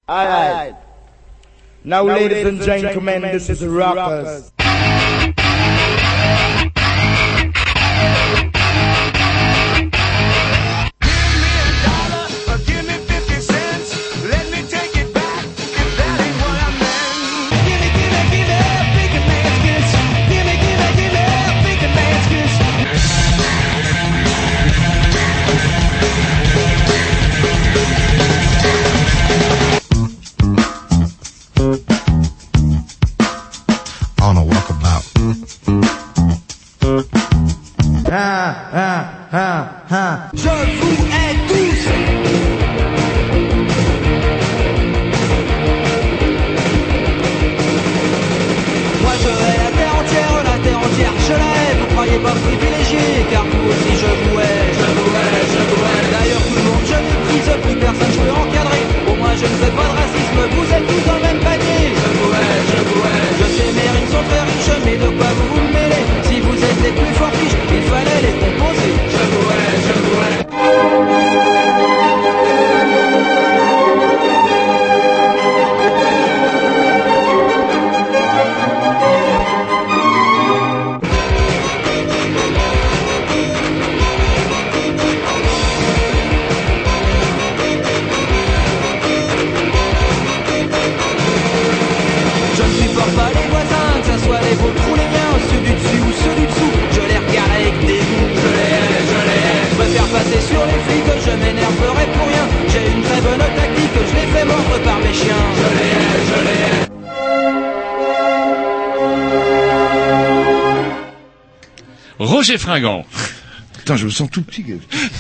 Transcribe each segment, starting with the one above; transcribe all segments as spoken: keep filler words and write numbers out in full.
Alright. Now, ladies and gentlemen, this is Rockers. Ah, ah, ah, ah. Je vous hais tous. Moi je hais la terre entière, la terre entière je la hais. Vous croyez pas privilégié, car vous aussi je vous hais. Je vous hais, je vous hais. D'ailleurs tout le monde je méprise, plus personne je peux encadrer. Au moins je ne fais pas de racisme, vous êtes tous dans le même panier. Je vous hais, je vous hais. Je sais mes rimes sont très riches, mais de quoi vous vous mêlez? Si vous êtes les plus forts fiches, il fallait les composer. Je vous hais, je vous hais. Je ne supporte pas les voisins, que ce soit les vôtres ou les miens, ceux du dessus ou ceux du dessous, je les regarde avec dégoût. Je les hais, je les hais. Je préfère passer sur les flics, je m'énerverai pour rien. J'ai une très bonne tactique, je les fais mordre par mes chiens. Je les hais, je les hais. Roger Fringant. Putain, je me sens tout petit.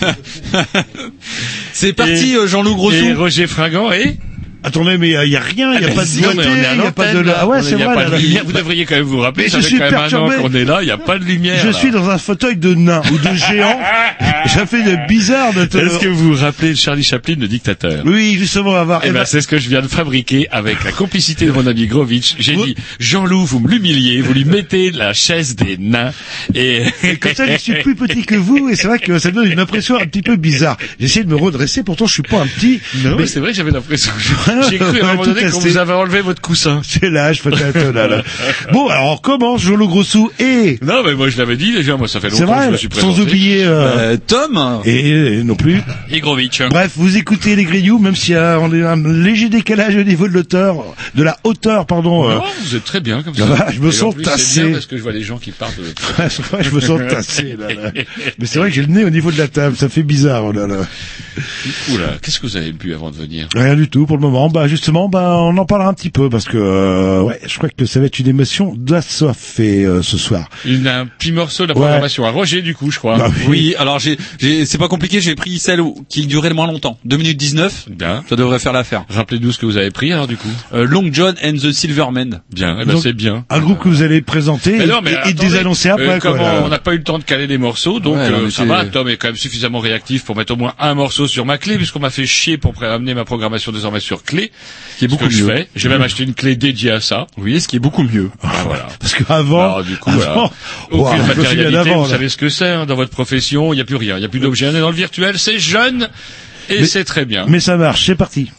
C'est parti, Et- Jean-Loup Grossou. Et Roger Fringant et Attendez, mais il y, y a rien, il y a Ah, pas de si, non, mais beauté, on est à il y a pas de l'antenne, ah ouais, on est- c'est il y a vrai. pas là, de là. lumière. Vous devriez quand même vous rappeler, Mais ça je fait suis quand même un an perturbé. qu'on est là, il n'y a pas de lumière. Je là. suis dans un fauteuil de nain ou de géant. Ça fait de bizarre de te... Est-ce que vous vous rappelez de Charlie Chaplin, le dictateur? Oui, justement, on va voir. Eh ben, c'est ce que je viens de fabriquer avec la complicité de mon ami Grovitch. J'ai Vous- dit, Jean-Loup, vous me l'humiliez, vous lui mettez la chaise des nains, et... Et comme ça, je suis plus petit que vous, et c'est vrai que ça me donne une impression un petit peu bizarre. J'ai essayé de me redresser, pourtant je suis pas un petit. Non, mais mais c'est vrai que j'avais l'impression, j'ai cru à un moment Tout donné qu'on cassé. vous avait enlevé votre coussin. C'est l'âge peut-être là, là. Bon, alors on commence, Jean-Loup Grossou et... Non, mais moi je l'avais dit déjà, moi ça fait C'est longtemps que je vrai, me suis présenté. sans oublier... euh, Euh, Tom. Et, et non plus. Igrovitch. Bref, vous écoutez les Grignoux, même s'il y a on a un léger décalage au niveau de l'auteur, de la hauteur, pardon. euh, Non, vous êtes très bien comme ça. Ah, je me Et en sens plus, tassé. C'est bien parce que je vois les gens qui partent de... c'est vrai, je me sens tassé, là, là. Mais c'est vrai que j'ai le nez au niveau de la table, ça fait bizarre, oh là, là. Oula, qu'est-ce que vous avez bu avant de venir? Rien du tout pour le moment. Bah, justement, bah, on en parlera un petit peu parce que, euh, ouais, je crois que ça va être une émotion d'assoiffé, euh, ce soir. Il a un petit morceau de la Ouais. programmation à Roger, du coup, je crois. Bah, Oui, alors j'ai, j'ai, c'est pas compliqué, j'ai pris celle où- qui durait le moins longtemps. deux minutes dix-neuf. Bien. Ça devrait faire l'affaire. Rappelez-nous ce que vous avez pris, alors, du coup. Euh, Long John and the Silvermen. Bien, eh ben, Donc, c'est bien. Un groupe que vous allez présenter Mais et, non, mais et- et attendez, désannoncer après, euh, quoi. comme là. on n'a pas eu le temps de caler les morceaux, donc Ouais, euh, non, mais ça c'est- va. Tom est quand même suffisamment réactif pour mettre au moins un morceau sur ma clé, puisqu'on m'a fait chier pour pré- amener ma programmation désormais sur clé, Qui est ce beaucoup que je mieux. fais. J'ai même acheté une clé dédiée à ça. Oui, ce qui est beaucoup mieux. Ah, voilà. Parce qu'avant, Alors, du coup, avant, voilà. Ouah, Aucune je me souviens matérialité, d'avant, vous là. savez ce que c'est, hein, dans votre profession, il n'y a plus rien, il n'y a plus d'objet, on est dans le virtuel, c'est jeune, et Mais- c'est très bien. Mais ça marche, c'est parti.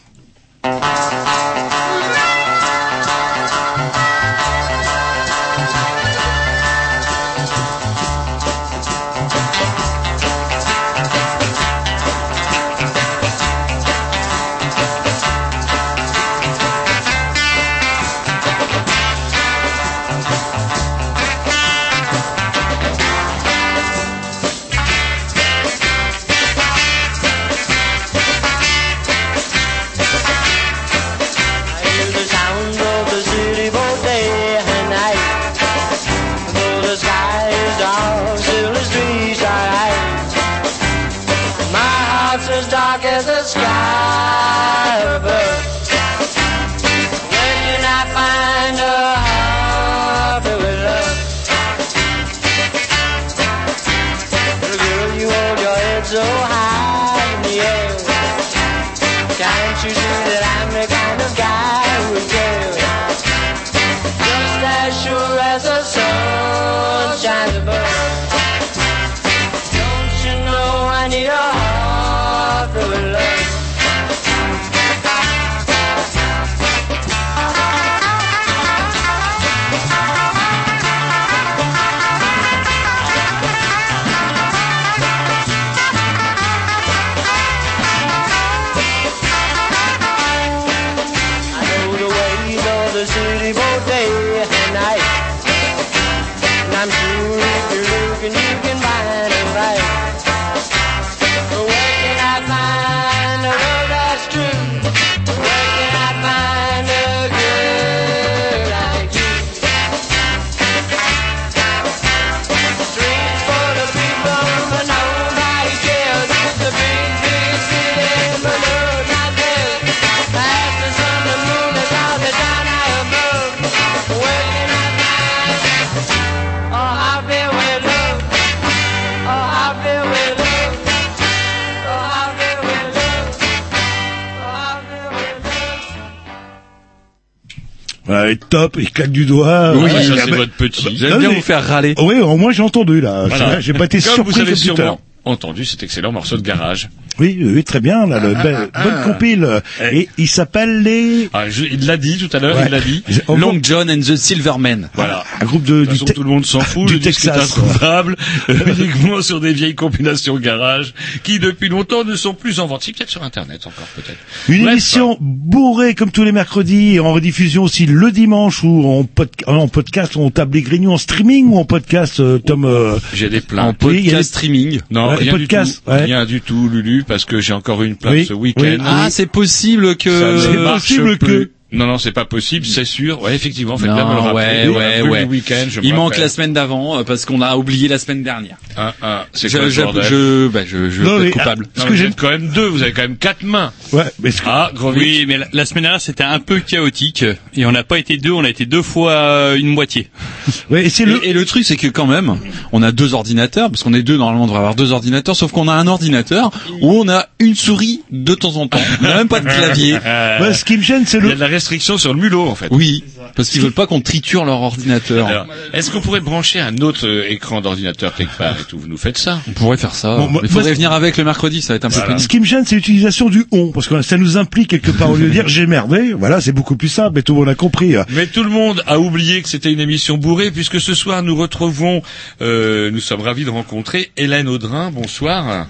Ouais, top, il claque du doigt. Oui, ouais, ça ah c'est bah, votre petit. J'aime bien vous faire râler. Oui, au moins j'ai entendu là. Voilà. J'ai pas été Comme surpris vous avez comme tout à l'heure. sûrement entendu cet excellent morceau de garage. Oui, oui, oui, très bien, là, le bel- ah, bonne ah. compile. Eh. Et il s'appelle les... Ah, je- il l'a dit tout à l'heure, Ouais. il l'a dit. On Long voit John and the Silvermen. Voilà. un groupe de, De du toute façon, te- tout le monde s'en fout. du le disque Texas, est introuvable, euh, uniquement sur des vieilles compilations garage qui, depuis longtemps, ne sont plus en vente. Si, peut-être sur Internet encore, peut-être. Une Bref, émission bourrée comme tous les mercredis, en rediffusion aussi le dimanche ou en, pod- en podcast, on tape les grignoux en streaming ou en podcast, euh, Tom euh, j'ai des En plaintes. Oui, il y a podcast streaming. Non, Ouais, rien podcast, du tout. ouais. Rien du tout, Lulu, parce que j'ai encore eu une plainte Oui, ce week-end. oui. Ah, c'est possible Ça que... ne c'est marche possible plus. que- Non, non, c'est pas possible, c'est sûr. Ouais, effectivement, faites Non, bien de me le rappeler. ouais, On a ouais, plus ouais. le week-end, je me Il manque rappelle. la semaine d'avant euh, parce qu'on a oublié la semaine dernière. Un, un. C'est Je, quoi le je, bordel je, bah, je, je Non, peux mais, être coupable. Ce Non, que vous j'aime- êtes quand même deux, vous avez quand même quatre mains. Ouais, mais ce que- Ah, Grovitch. Oui, mais la, la semaine dernière c'était un peu chaotique et on n'a pas été deux, on a été deux fois euh, une moitié. ouais, et c'est le... Et, et le truc, c'est que quand même, on a deux ordinateurs, parce qu'on est deux, normalement, on devrait avoir deux ordinateurs, sauf qu'on a un ordinateur où on a une souris de temps en temps. On n'a même pas de clavier. Euh, Ouais, ce qui me gêne, c'est il y a le... de la restriction sur le mulot, en fait. Oui, parce qu'ils veulent pas qu'on triture leur ordinateur. Alors, est-ce qu'on pourrait brancher un autre euh, écran d'ordinateur quelque part et tout? Vous nous faites ça? On pourrait faire ça. Bon, moi- Il faudrait moi, venir avec le mercredi, ça va être un peu Voilà. pénible. Ce qui me gêne, c'est l'utilisation du on, parce que ça nous implique quelque part au lieu de dire j'ai merdé. Voilà, c'est beaucoup plus simple, mais tout le monde a compris. Mais tout le monde a oublié que c'était une émission bourrée, puisque ce soir nous retrouvons, euh, nous sommes ravis de rencontrer Hélène Audrin, bonsoir,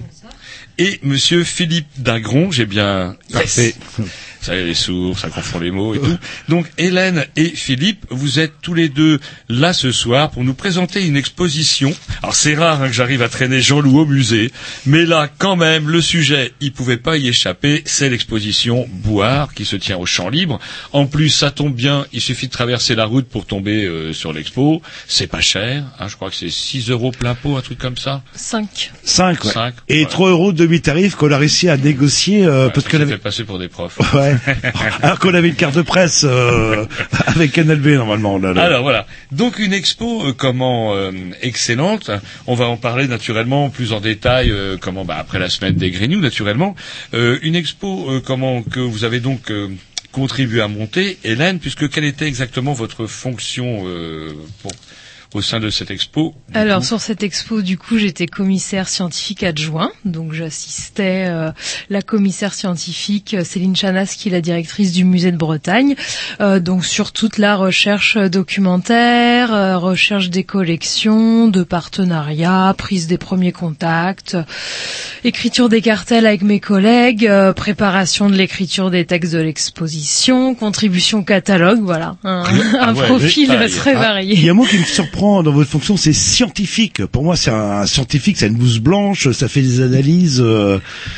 et Monsieur Philippe Dagron, j'ai bien parfait. Ça, les sourds, ça confond les mots et tout. Donc, Hélène et Philippe, vous êtes tous les deux là ce soir pour nous présenter une exposition. Alors, c'est rare hein, que j'arrive à traîner Jean-Loup au musée, mais là, quand même, le sujet, il pouvait pas y échapper, c'est l'exposition Boire qui se tient au Champ Libre. En plus, ça tombe bien, il suffit de traverser la route pour tomber euh, sur l'expo. C'est pas cher, hein, je crois que c'est six euros plein pot, un truc comme ça. cinq. cinq, ouais. Cinq, Et ouais. trois euros de demi-tarif qu'on a réussi à négocier, euh, Ouais, parce ça qu'on fait avait... passer pour des profs. Ouais. Alors qu'on avait une carte de presse euh, avec Canal B normalement. Là, là. Alors voilà, donc une expo euh, comment euh, excellente. On va en parler naturellement plus en détail euh, comment bah, après la semaine des Grignoux naturellement. Euh, une expo euh, comment que vous avez donc euh, contribué à monter, Hélène, puisque quelle était exactement votre fonction euh, pour, au sein de cette expo? Alors sur cette expo, du coup, j'étais commissaire scientifique adjoint, donc j'assistais euh, la commissaire scientifique euh, Céline Chanas, qui est la directrice du musée de Bretagne, euh, donc sur toute la recherche documentaire, euh, recherche des collections, de partenariats, prise des premiers contacts, euh, écriture des cartels avec mes collègues, euh, préparation de l'écriture des textes de l'exposition, contribution au catalogue, voilà, un, Ah un ouais, profil oui. Ah, très ah, varié. Il y a un mot qui me surprend dans votre fonction, c'est scientifique. Pour moi, c'est un, un scientifique, ça a une blouse blanche, ça fait des analyses. Euh...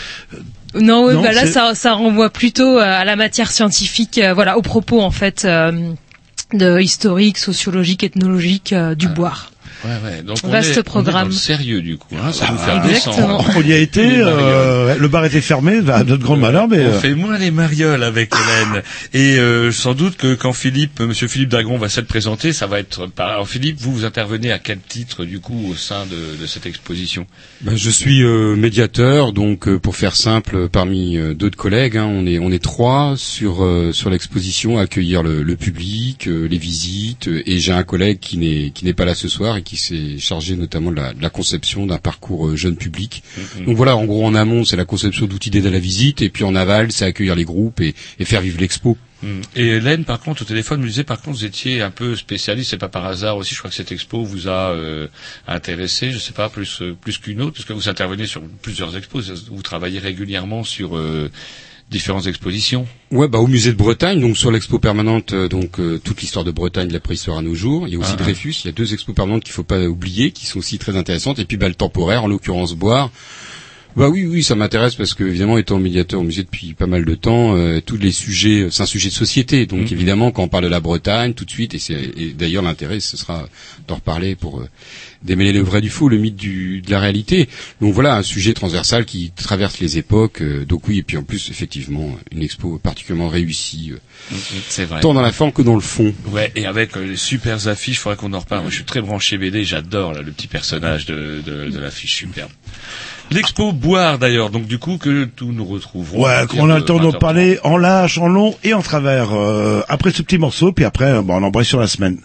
Non, oui, Non, bah là, c'est- ça, ça renvoie plutôt euh, à la matière scientifique, euh, voilà, aux propos en fait euh, de historique, sociologique, ethnologique euh, du boire. Ouais, ouais. Donc on Vaste est, on programme. est dans le sérieux du coup. Hein, ça nous fait Exactement. descendre. On y a été, Les marioles. euh, le bar était fermé, bah, à notre grand malheur, mais... On euh, fait moins les marioles avec Hélène. Et euh, sans doute que quand Philippe, Monsieur Philippe Dagron va s'être présenté, ça va être pareil. Alors Philippe, vous vous intervenez à quel titre du coup au sein de, de cette exposition? Ben, je suis euh, médiateur, donc euh, pour faire simple, parmi euh, d'autres collègues, hein, on est on est trois sur euh, sur l'exposition, à accueillir le, le public, euh, les visites, euh, et j'ai un collègue qui n'est qui n'est pas là ce soir et qui s'est chargé notamment de la, de la conception d'un parcours euh, jeune public. Mm-hmm. Donc voilà, en gros en amont c'est la conception d'outils d'aide à la visite, et puis en aval c'est accueillir les groupes et, et faire vivre l'expo. Mm. Et Hélène, par contre, au téléphone, me disait, par contre, vous étiez un peu spécialiste, c'est pas par hasard aussi, je crois que cette expo vous a euh, intéressé, je sais pas, plus euh, plus qu'une autre, parce que vous intervenez sur plusieurs expos, vous travaillez régulièrement sur euh, différentes expositions. Ouais, bah au musée de Bretagne, donc sur l'expo permanente, euh, donc euh, toute l'histoire de Bretagne, de la préhistoire à nos jours. Il y a aussi Ah, Dreyfus, il y a deux expos permanentes qu'il faut pas oublier, qui sont aussi très intéressantes. Et puis bah le temporaire, en l'occurrence Boire. Bah oui, oui, ça m'intéresse parce que évidemment, étant médiateur au musée depuis pas mal de temps, euh, tous les sujets, c'est un sujet de société. Donc Mmh. évidemment, quand on parle de la Bretagne, tout de suite, et c'est et d'ailleurs l'intérêt, ce sera d'en reparler pour euh, démêler le vrai du faux, le mythe du, de la réalité. Donc voilà, un sujet transversal qui traverse les époques. Euh, donc oui, et puis en plus, effectivement, une expo particulièrement réussie, euh, C'est vrai. tant dans la forme que dans le fond. Ouais, et avec euh, les super affiches, il faudrait qu'on en reparle. Moi, je suis très branché B D, j'adore là, le petit personnage de, de, de l'affiche superbe. L'expo Boire d'ailleurs, donc du coup que tous nous retrouverons. Ouais, qu'on a le temps d'en parler en large, en long et en travers. Euh, après ce petit morceau, puis après, bon, on embraye sur la semaine.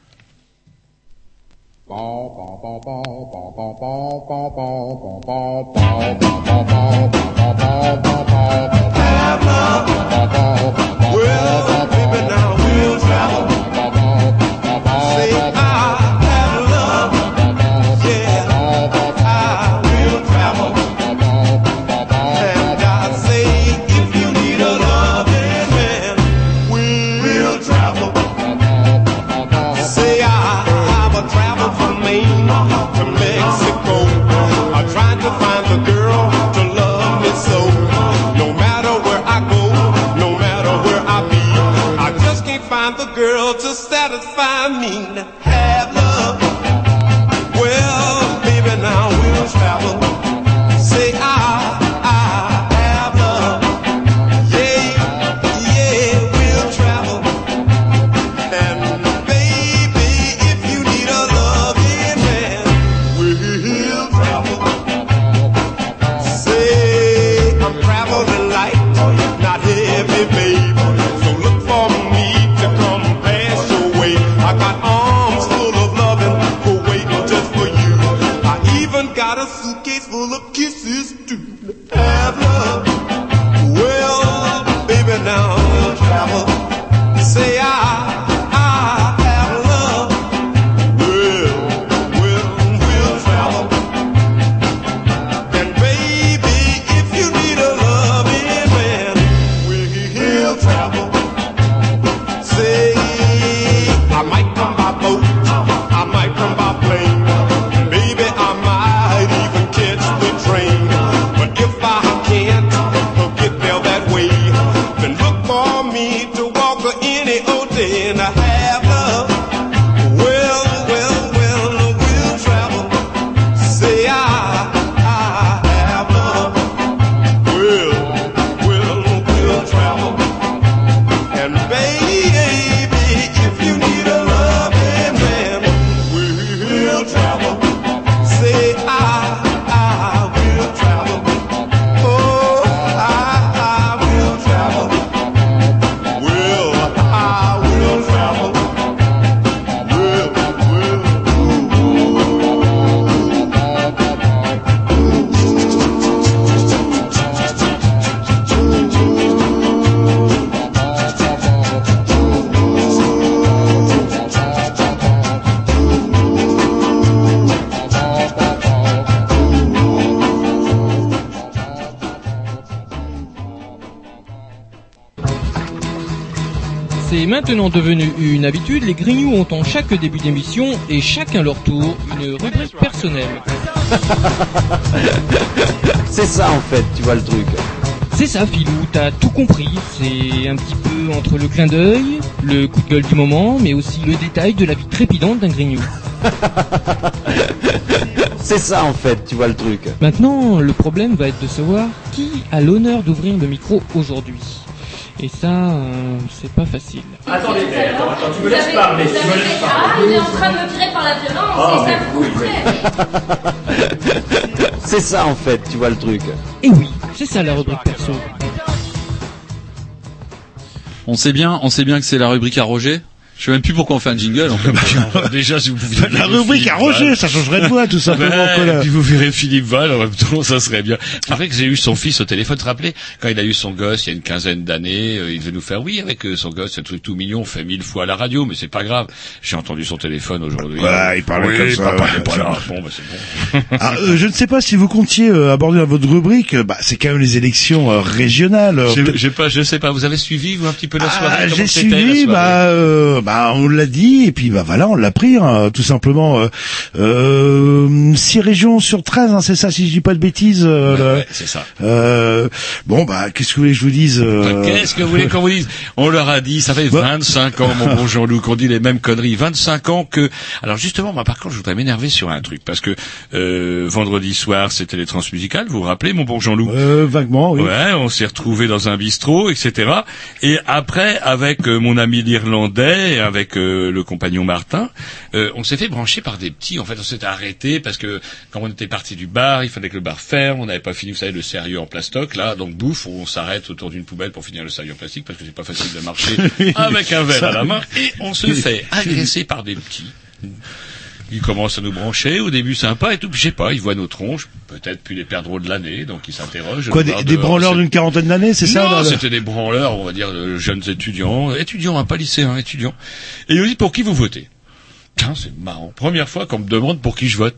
Girl to satisfy me, have love. Well, baby, now we'll travel. Say I, I have love. Yeah, yeah, we'll travel. And baby, if you need a loving man, we'll travel. Say I'm traveling light, not heavy, baby. So look for me. I got arms full of loving for waiting just for you. I even got a suitcase full of kisses to have love. Well, baby, now we'll travel. Say I, I have love. Well, well, we'll travel. And baby, if you need a loving man, we'll travel. Say I might come by boat, I might come by plane. Baby, I might even catch the train. But if I can't get there that way, then look for me to walk any old day and I have love. Well, well, well, we'll travel. Say I, I have love. Well, well, we'll travel. And baby, if you need a loving man, we'll travel. Say I, I will travel. Oh, I, I will travel. Well, I will travel. Well, well, C'est maintenant devenu une habitude, les Grignoux ont en chaque début d'émission et chacun leur tour une rubrique personnelle. C'est ça en fait, tu vois le truc. C'est ça Philou, t'as tout compris, c'est un petit peu entre le clin d'œil, le coup de gueule du moment, mais aussi le détail de la vie trépidante d'un Grignou. C'est ça en fait, tu vois le truc. Maintenant, le problème va être de savoir qui a l'honneur d'ouvrir le micro aujourd'hui. Et ça, euh, c'est pas facile. Attendez, attends, attends, tu me laisses parler, tu me laisses parler. Ah, il est en train de me tirer par la violence, oh, c'est ça oui, oui. C'est ça en fait, tu vois le truc. Et oui, c'est ça la rubrique perso. On sait bien, on sait bien que c'est la rubrique à Roger. Je sais même plus pourquoi on fait un jingle. En fait. Déjà, si vous pouviez la rubrique à Roger, ça changerait de voix, tout simplement. Ouais, et puis vous verrez Philippe Val en même temps, ça serait bien. C'est vrai que j'ai eu son fils au téléphone, te rappeler, quand il a eu son gosse il y a une quinzaine d'années, euh, il devait nous faire, oui, avec euh, son gosse, c'est un truc tout mignon, on fait mille fois à la radio, mais c'est pas grave. J'ai entendu son téléphone aujourd'hui. Ouais, il parlait oui, comme ça. Papa n'est pas là. Bon, bah c'est bon. Ah, euh, je ne sais pas si vous comptiez euh, aborder dans votre rubrique, bah c'est quand même les élections euh, régionales. Euh, j'ai, j'ai pas, je sais pas. Vous avez suivi vous un petit peu la soirée? Ah, Comment j'ai c'était, suivi, la soirée bah, euh, bah on l'a dit. Et puis bah voilà, on l'a pris, hein, tout simplement. Euh, euh, six régions sur treize, hein, c'est ça, si je dis pas de bêtises. Euh, ouais, le, ouais, c'est ça. Euh, bon bah, qu'est-ce que vous voulez que je vous dise euh... Qu'est-ce que vous voulez qu'on vous dise? On leur a dit, ça fait bah... vingt-cinq ans, mon bon Jean-Loup, qu'on dit les mêmes conneries. vingt-cinq ans que. Alors justement, moi par contre, je voudrais m'énerver sur un truc parce que euh, vendredi soir, c'était les transmusicales. Vous vous rappelez, mon bon Jean-Loup? euh, Vaguement, oui. Ouais, on s'est retrouvés dans un bistrot, et cetera. Et après, avec euh, mon ami l'Irlandais. avec euh, le compagnon Martin, euh, on s'est fait brancher par des petits. En fait, on s'était arrêté parce que quand on était parti du bar, il fallait que le bar ferme. On n'avait pas fini, vous savez, le sérieux en plastoc. Là, donc bouffe, on s'arrête autour d'une poubelle pour finir le sérieux en plastique parce que c'est pas facile de marcher avec un verre à la main. Et on se fait agresser par des petits. Ils commencent à nous brancher, au début sympa et tout, puis je sais pas, ils voient nos tronches, peut-être plus les perdreaux de l'année, donc ils s'interrogent. Quoi, des, des branleurs d'une quarantaine d'années, c'est ça? Non, là, c'était des branleurs, on va dire, de jeunes étudiants, étudiants, hein, pas lycéens, étudiants. Et ils nous disent pour qui vous votez? Tiens, c'est marrant. Première fois qu'on me demande pour qui je vote.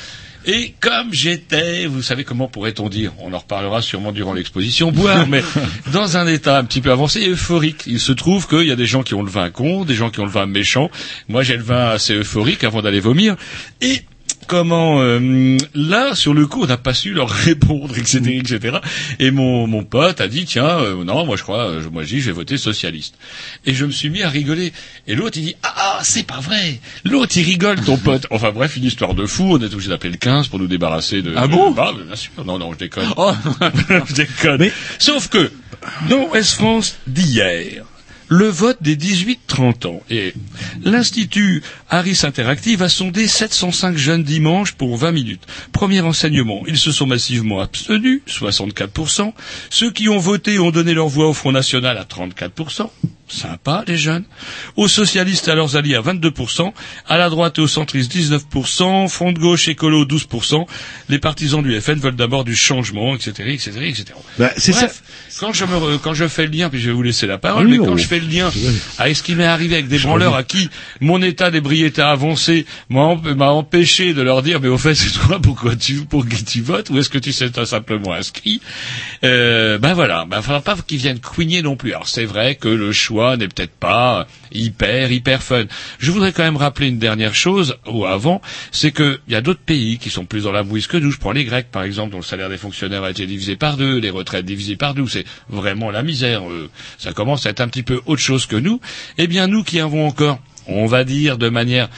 Et comme j'étais, vous savez comment pourrait-on dire, on en reparlera sûrement durant l'exposition, boire, mais dans un état un petit peu avancé et euphorique. Il se trouve qu'il y a des gens qui ont le vin con, des gens qui ont le vin méchant. Moi, j'ai le vin assez euphorique avant d'aller vomir. Et comment euh, là, sur le coup, on n'a pas su leur répondre, et cetera, et cetera. Et mon mon pote a dit tiens, euh, non, moi je crois, euh, moi je dis, je vais voter socialiste. Et je me suis mis à rigoler. Et l'autre il dit ah, ah c'est pas vrai. L'autre il rigole, ton pote. Enfin bref, une histoire de fou. On est obligé d'appeler le quinze pour nous débarrasser de. Ah bon? de, bah, bien sûr. Non non, je déconne. Oh. je déconne. Mais... Sauf que dans Ouest France d'hier. Le vote des dix-huit trente ans. Et l'Institut Harris Interactive a sondé sept cent cinq jeunes dimanche pour vingt minutes. Premier enseignement, ils se sont massivement abstenus, soixante-quatre pour cent. Ceux qui ont voté ont donné leur voix au Front National à trente-quatre pour cent. Sympa, les jeunes. Aux socialistes et à leurs alliés à vingt-deux pour cent. À la droite et aux centristes, dix-neuf pour cent. Front de gauche, écolo, douze pour cent. Les partisans du F N veulent d'abord du changement, et cetera, et cetera, et cetera. Bah, c'est Bref, ça. quand je me, quand je fais le lien, puis je vais vous laisser la parole, Oui, mais on... quand je fais le lien avec ce qui m'est arrivé avec des branleurs à qui mon état d'ébriété avancé m'a, m'a empêché de leur dire, mais au fait, c'est toi, pourquoi tu, pour qui tu votes, ou est-ce que tu sais simplement inscrit? Euh, ben voilà. Ben, faudra pas qu'ils viennent couigner non plus. Alors, c'est vrai que le choix n'est peut-être pas hyper, hyper fun. Je voudrais quand même rappeler une dernière chose, ou avant, c'est que il y a d'autres pays qui sont plus dans la mouise que nous. Je prends les Grecs, par exemple, dont le salaire des fonctionnaires a été divisé par deux, les retraites divisées par deux. C'est vraiment la misère. Euh, ça commence à être un petit peu autre chose que nous. Eh bien, nous qui avons encore, on va dire de manière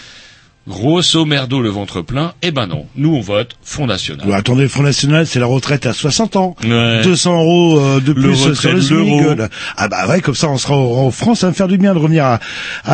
grosso merdo le ventre plein, eh ben non, nous on vote Front National. Ouais, attendez, le Front National, c'est la retraite à soixante ans. Ouais. deux cents euros euh, de Le plus sur le SMIC. Euh, ah bah ouais, comme ça on sera en France, ça va me faire du bien de revenir à,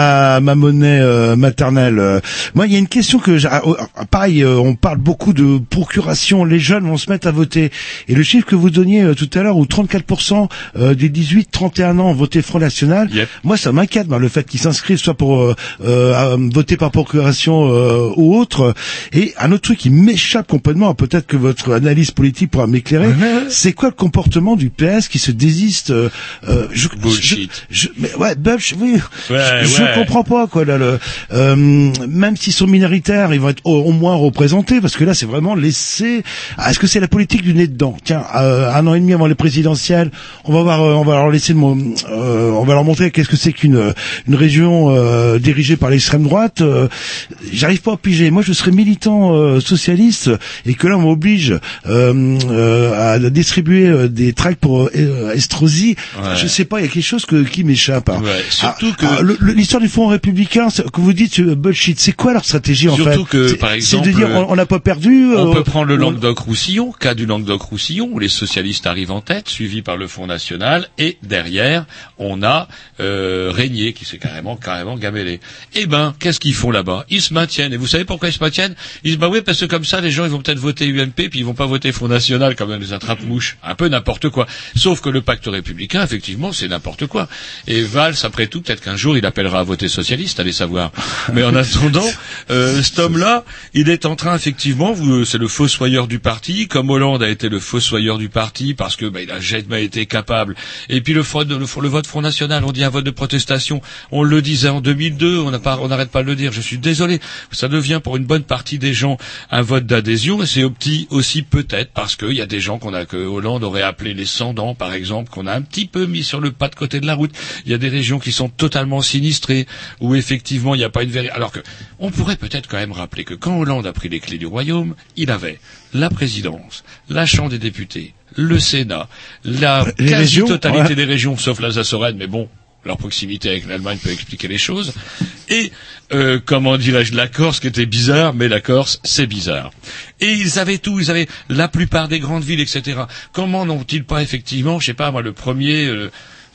à ma monnaie euh, maternelle. Euh, moi, il y a une question que, j'ai, euh, pareil, euh, on parle beaucoup de procuration, les jeunes vont se mettre à voter. Et le chiffre que vous donniez euh, tout à l'heure, où trente-quatre pour cent euh, des dix-huit trente et un ans ont voté Front National, yep. Moi ça m'inquiète, bah, le fait qu'ils s'inscrivent soit pour euh, euh, voter par procuration Euh, ou autre. Et un autre truc qui m'échappe complètement, peut-être que votre analyse politique pourra m'éclairer, c'est quoi le comportement du P S qui se désiste euh, euh, je, Bullshit. Je, je, mais ouais, bullshit, oui. Ouais, je, ouais. je comprends pas quoi là. Le, euh, même s'ils sont minoritaires, ils vont être au, au moins représentés parce que là, c'est vraiment laisser. Ah, est-ce que c'est la politique du nez dedans? Tiens, euh, un an et demi avant les présidentielles, on va voir, euh, on va leur laisser, de, euh, on va leur montrer qu'est-ce que c'est qu'une une région euh, dirigée par l'extrême droite. Euh, J'arrive pas à piger. Moi, je serais militant euh, socialiste et que là, on m'oblige euh, euh, à distribuer euh, des tracts pour euh, Estrosi. Ouais. Je sais pas, il y a quelque chose que, qui m'échappe. Hein. Ouais, surtout ah, que ah, le, le, l'histoire du Front républicain, que vous dites euh, bullshit, c'est quoi leur stratégie en fait? Surtout que, c'est, par exemple, c'est de dire on n'a pas perdu. On euh, peut prendre le on... Languedoc-Roussillon, cas du Languedoc-Roussillon, où les socialistes arrivent en tête, suivis par le Front National, et derrière, on a euh, Régnier qui s'est carrément, carrément gamellé. Eh ben, qu'est-ce qu'ils font là-bas? Ils se maintiennent. Et vous savez pourquoi ils se maintiennent? Ils disent bah oui, parce que comme ça, les gens ils vont peut-être voter U M P, puis ils vont pas voter Front National comme les attrape-mouches. Un peu n'importe quoi. Sauf que le pacte républicain, effectivement, c'est n'importe quoi. Et Valls, après tout, peut-être qu'un jour il appellera à voter socialiste, allez savoir. Mais en attendant, euh, cet homme-là, il est en train effectivement, vous, c'est le fossoyeur du parti, comme Hollande a été le fossoyeur du parti parce que bah, il a jamais été capable. Et puis le, fraude, le, le vote Front National, on dit un vote de protestation. On le disait en deux mille deux, on n'a pas, on n'arrête pas de le dire. Je suis désolé, ça devient pour une bonne partie des gens un vote d'adhésion, et c'est aussi peut-être parce qu'il y a des gens qu'on a, que Hollande aurait appelé les sans-dents, par exemple, qu'on a un petit peu mis sur le pas de côté de la route. Il y a des régions qui sont totalement sinistrées, où effectivement il n'y a pas une vérité. Alors que, on pourrait peut-être quand même rappeler que quand Hollande a pris les clés du royaume, il avait la présidence, la Chambre des députés, le Sénat, la quasi-totalité ouais. des régions, sauf l'Alsace-Lorraine, mais bon, leur proximité avec l'Allemagne peut expliquer les choses. Et, euh, comment dirais-je, la Corse, qui était bizarre, mais la Corse, c'est bizarre. Et ils avaient tout, ils avaient la plupart des grandes villes, et cetera. Comment n'ont-ils pas, effectivement, je sais pas, moi, le premier... Euh,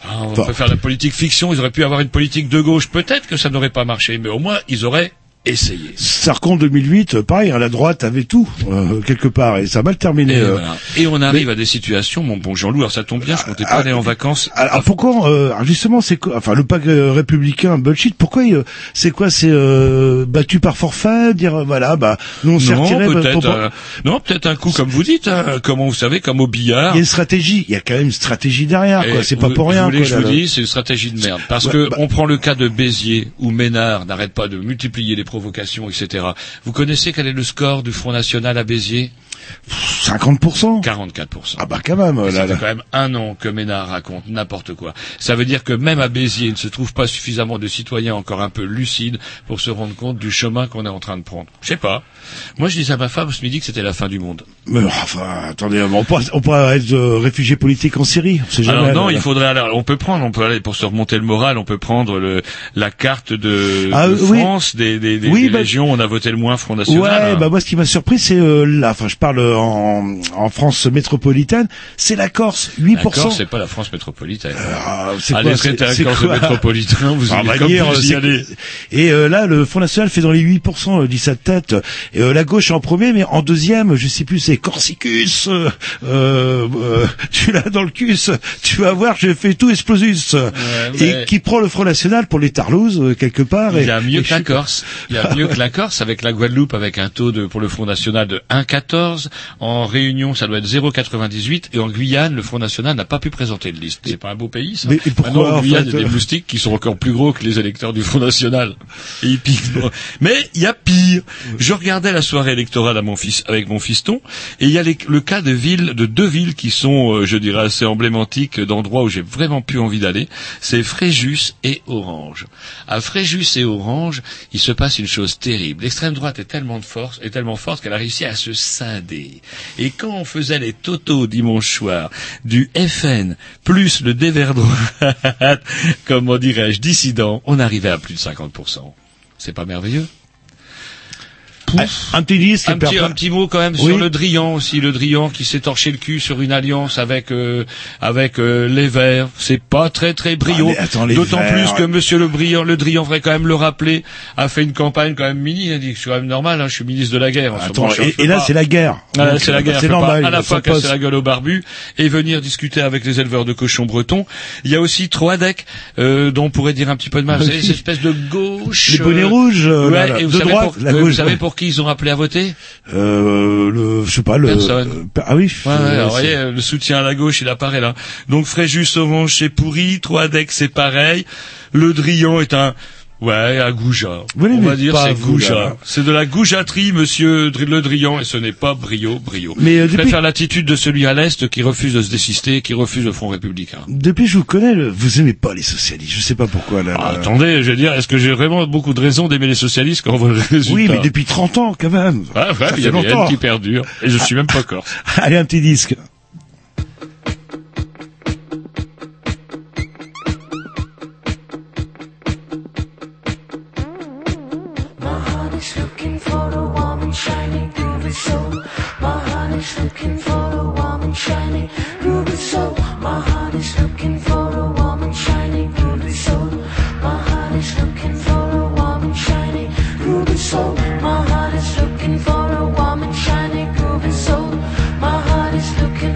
Ah, on Enfin, peut faire de la politique fiction, ils auraient pu avoir une politique de gauche, peut-être que ça n'aurait pas marché, mais au moins ils auraient essayé. Sarko en deux mille huit, pareil, hein, la droite avait tout euh, quelque part et ça a mal terminé. Et, euh. voilà. Et on arrive à des situations, mon bon Jean-Loup, alors ça tombe bien, je comptais pas Ah, aller en vacances. Alors pourquoi euh, alors justement c'est quoi enfin le pacte euh, républicain bullshit pourquoi il, euh, c'est quoi c'est euh, battu par forfait dire euh, voilà bah nous on s'est Non, retiré bah, peut-être, pour- euh, non, peut-être un coup comme vous dites, hein, comment vous savez, comme au billard. il y a une stratégie il y a quand même une stratégie derrière quoi Et c'est pas vous- pour rien Vous voulez quoi, que je là, vous là. dise, c'est une stratégie de merde. Parce Ouais, que bah- on prend le cas de Béziers, où Ménard n'arrête pas de multiplier les provocations, et cetera. Vous connaissez quel est le score du Front National à Béziers? cinquante pour cent quarante-quatre pour cent. Ah bah quand même Et là, ça fait là. quand même un an que Ménard raconte n'importe quoi. Ça veut dire que même à Béziers, il ne se trouve pas suffisamment de citoyens encore un peu lucides pour se rendre compte du chemin qu'on est en train de prendre. Je sais pas. Moi, je disais à ma femme ce midi que c'était la fin du monde. Mais enfin attendez on pourrait, on pourrait être euh, réfugié politique en Syrie on sait jamais Alors non, là, il là. faudrait aller, on peut prendre, on peut aller pour se remonter le moral, on peut prendre le, la carte de, Ah, de oui. France, des, des, des, Oui, des bah- régions, on a voté le moins Front National. Ouais, hein. bah moi ce qui m'a surpris c'est euh, là, enfin je parle en, en France métropolitaine, c'est la Corse, huit pour cent. D'accord, c'est pas la France métropolitaine. Ah, c'est Allez, quoi, traiter c'est- un c'est Corse quoi métropolitain, vous Ah, allez on va comme dire, vous y c'est- allez. Et euh, là, le Front National fait dans les huit pour cent, euh, dit sa tête. Et euh, la gauche en premier, mais en deuxième, je sais plus, c'est Corsicus. Euh, euh, tu l'as dans le cul, tu vas voir, j'ai fait tout explosus. mais- Et qui prend le Front National pour les Tarlouses, euh, quelque part. Il et, y a mieux et que la je- Corse. Il y a mieux que la Corse avec la Guadeloupe avec un taux de, pour le Front National de un virgule quatorze. En Réunion, ça doit être zéro virgule quatre-vingt-dix-huit. Et en Guyane, le Front National n'a pas pu présenter de liste. C'est pas un beau pays, ça. Mais- et pourquoi, Maintenant, en en Guyane, fait, il y a des euh, moustiques qui sont encore plus gros que les électeurs du Front National. Et ils piquent. Mais il y a pire. Je regardais la soirée électorale à mon fils, avec mon fiston, et il y a les- le cas de villes, de deux villes qui sont, euh, je dirais, assez emblématiques d'endroits où j'ai vraiment plus envie d'aller. C'est Fréjus et Orange. À Fréjus et Orange, il se passe une chose terrible. L'extrême droite est tellement de force, est tellement forte qu'elle a réussi à se scinder. Et quand on faisait les totaux dimanche soir du F N plus le dévers droite, comment dirais-je, dissident, on arrivait à plus de cinquante pour cent. C'est pas merveilleux? Un, un petit disque. Un et petit, puis un après- petit mot quand même Oui. sur le Drian aussi, le Drian qui s'est torché le cul sur une alliance avec euh, avec euh, les Verts. C'est pas très très brio. Ah, mais attends, les D'autant Verts, plus que Monsieur le Drian, le Drian, faudrait quand même le rappeler, a fait une campagne quand même mini. Il a dit que c'est quand même normal. Hein, je suis ministre de la guerre. en ce Attends, moment, je et, peux et là pas- c'est la guerre. Ah, Donc, c'est la guerre. C'est Faut pas normal. à la ça fois passe. casser la gueule au barbu et venir discuter avec les éleveurs de cochons bretons. Il y a aussi Troadec, euh, dont on pourrait dire un petit peu de mal. Ah C'est oui. cette espèce de gauche. Les bonnets euh, rouges, euh, ouais, là, là, et vous de savez droite, pour, la euh, gauche. vous savez pour qui ils ont appelé à voter? Euh, le, je sais pas, le. Personne. euh, ah oui. Ouais, ouais, euh, alors, vous c'est- voyez, le soutien à la gauche, il apparaît là. Donc Fréjus, Orange, c'est pourri. Troadec, c'est pareil. Le Drian est un... Ouais, un goujat. Vous On va l'aimez dire pas, c'est vous, goujat. là. C'est de la goujaterie, monsieur Dr- Le Drian, et ce n'est pas brio, brio. Mais, euh, Je depuis- préfère l'attitude de celui à l'Est qui refuse de se désister, qui refuse le Front républicain. Depuis que je vous connais, le- vous aimez pas les socialistes. Je sais pas pourquoi là. Ah, là. attendez, je veux dire, est-ce que j'ai vraiment beaucoup de raisons d'aimer les socialistes quand on voit le résultat? Oui, mais depuis trente ans quand même. Ouais, ouais, Ça il y a fait des longtemps. haines qui perdurent. Et je suis même pas corse. Allez, un petit disque. My heart is looking for a warm and shiny groovy soul. My heart is looking for a warm and shiny groovy soul. My heart is looking for a warm and shiny groovy soul. My heart is looking for a warm and shiny groovy soul. My heart is looking for a warm and shiny groovy soul. My heart is looking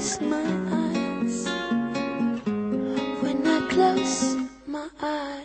close my eyes, when I close my eyes.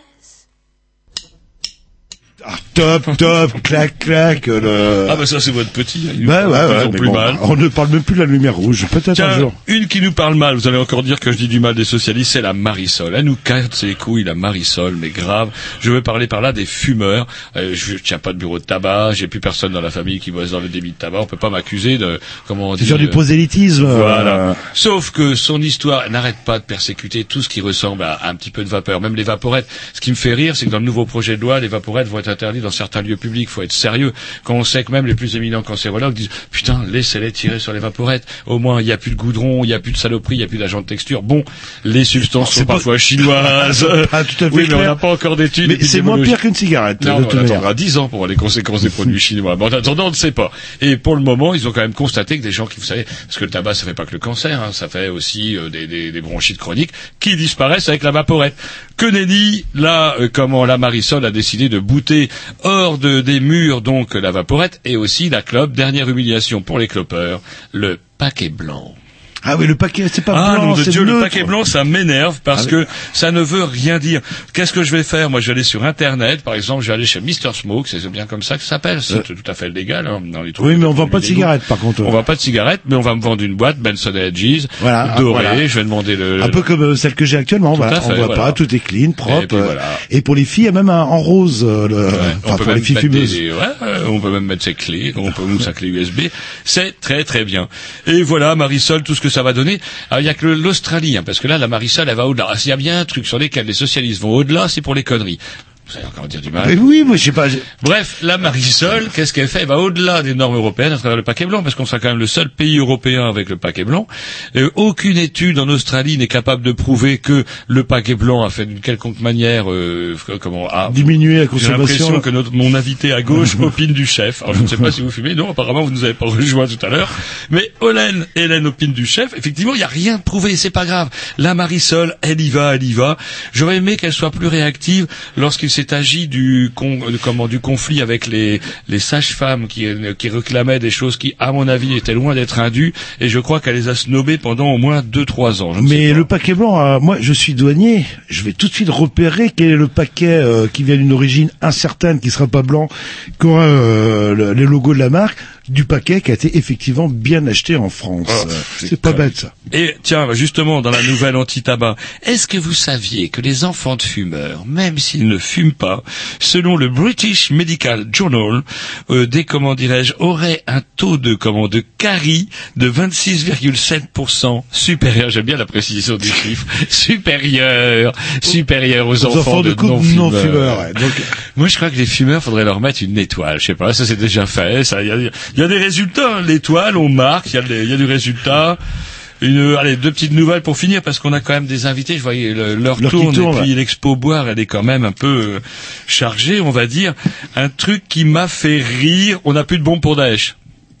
Ah, top, top, clac, clac. Le... Ah bah ça c'est votre petit. Hein, bah ouais, ouais, plus bon, mal. On ne parle même plus de la lumière rouge. Peut-être Tiens, un jour. une qui nous parle mal. Vous allez encore dire que je dis du mal des socialistes. C'est la Marisol. Elle nous casse les couilles, la Marisol, mais grave. Je veux parler par là des fumeurs. Euh, je tiens pas de bureau de tabac. J'ai plus personne dans la famille qui bosse dans le débit de tabac. On peut pas m'accuser de comment on dit. C'est faire du prosélytisme. Voilà. Euh... Sauf que son histoire elle n'arrête pas de persécuter tout ce qui ressemble à, à un petit peu de vapeur. Même les vaporettes. Ce qui me fait rire, c'est que dans le nouveau projet de loi, les vaporettes vont être interdites dans certains lieux public, faut être sérieux. Quand on sait que même les plus éminents cancérologues disent putain, laissez-les tirer sur les vaporettes. Au moins, il n'y a plus de goudron, il n'y a plus de saloperie, il n'y a plus d'agents de texture. Bon, les substances sont pas... parfois chinoises. Ah, tout à fait oui, clair. mais on n'a pas encore d'études. Mais c'est moins pire qu'une cigarette. Non, on attendra dix ans pour voir les conséquences des produits chinois. Mais en attendant, on ne sait pas. Et pour le moment, ils ont quand même constaté que des gens qui, vous savez, parce que le tabac, ça fait pas que le cancer, hein, ça fait aussi euh, des, des, des bronchites chroniques qui disparaissent avec la vaporette. Que nenni, là, euh, comment la Marisol a décidé de bouter hors de, des murs donc la vaporette et aussi la clope. Dernière humiliation pour les clopeurs, le paquet blanc. Ah oui, le paquet, c'est pas ah, blanc, nom de c'est Dieu, neutre. le paquet blanc, ça m'énerve parce ah, que ça ne veut rien dire. Qu'est-ce que je vais faire? Moi, je vais aller sur Internet, par exemple, je vais aller chez mister Smoke, c'est bien comme ça que ça s'appelle, c'est euh. tout à fait légal, hein, dans les trucs. Oui, mais on vend pas de cigarettes, par contre. On vend pas de cigarettes, mais on va me vendre une boîte Benson Hedges, voilà, dorée, voilà. je vais demander le... Un peu comme celle que j'ai actuellement, voilà. Fait, on voit voilà. pas, tout est clean, propre. Et, voilà. Et pour les filles, il y a même un en rose, euh, le... ouais, enfin, on peut pour même les filles mettre fumeuses. des, ouais, on peut même mettre ses clés, on peut ou sa clé U S B. C'est très très bien. Et voilà, Marisol, tout ce que ça va donner. Alors, il y a que l'Australie, hein, parce que là, la Marisol, elle va au-delà. Ah, s'il y a bien un truc sur lesquels les socialistes vont au-delà, c'est pour les conneries. Vous allez encore dire du mal. Mais oui, moi je sais pas. Bref, la Marisol, qu'est-ce qu'elle fait? Elle va au-delà des normes européennes à travers le paquet blanc, parce qu'on sera quand même le seul pays européen avec le paquet blanc. Euh, aucune étude en Australie n'est capable de prouver que le paquet blanc a fait d'une quelconque manière, euh, comment, a diminué la consommation. J'ai l'impression que notre, mon invité à gauche opine du chef. Alors je ne sais pas si vous fumez, non, apparemment vous nous avez pas rejoint tout à l'heure. Mais Hélène, Hélène opine du chef. Effectivement, il n'y a rien de prouvé, c'est pas grave. La Marisol, elle y va, elle y va. J'aurais aimé qu'elle soit plus réactive lorsqu'il s'est agi du Du, con, comment, du conflit avec les, les sages-femmes qui, qui réclamaient des choses qui, à mon avis, étaient loin d'être indues, et je crois qu'elle les a snobées pendant au moins deux, trois ans. Mais le paquet blanc, euh, moi, je suis douanier, je vais tout de suite repérer quel est le paquet euh, qui vient d'une origine incertaine, qui sera pas blanc, qui aura euh, le, les logos de la marque, du paquet qui a été effectivement bien acheté en France. Oh, euh, c'est, c'est pas bête, ça. Et tiens, justement, dans la nouvelle anti-tabac, est-ce que vous saviez que les enfants de fumeurs, même s'ils ne fument pas, selon le British Medical Journal, euh, des, comment dirais-je, auraient un taux de, comment, de carie de vingt-six virgule sept pour cent supérieur, j'aime bien la précision du chiffre, supérieur, supérieur aux, aux enfants, enfants de, de non-fumeurs. Non-fumeurs ouais. Donc, moi, je crois que les fumeurs, faudrait leur mettre une étoile, je sais pas, ça c'est déjà fait, ça, y a, il y a des résultats, hein. L'étoile, on marque, il y a, des, il y a du résultat. Une, allez, deux petites nouvelles pour finir, parce qu'on a quand même des invités, je voyais le, leur tourne, tourne, et puis ouais. L'expo boire, elle est quand même un peu euh, chargée, on va dire. Un truc qui m'a fait rire, on n'a plus de bombes pour Daesh.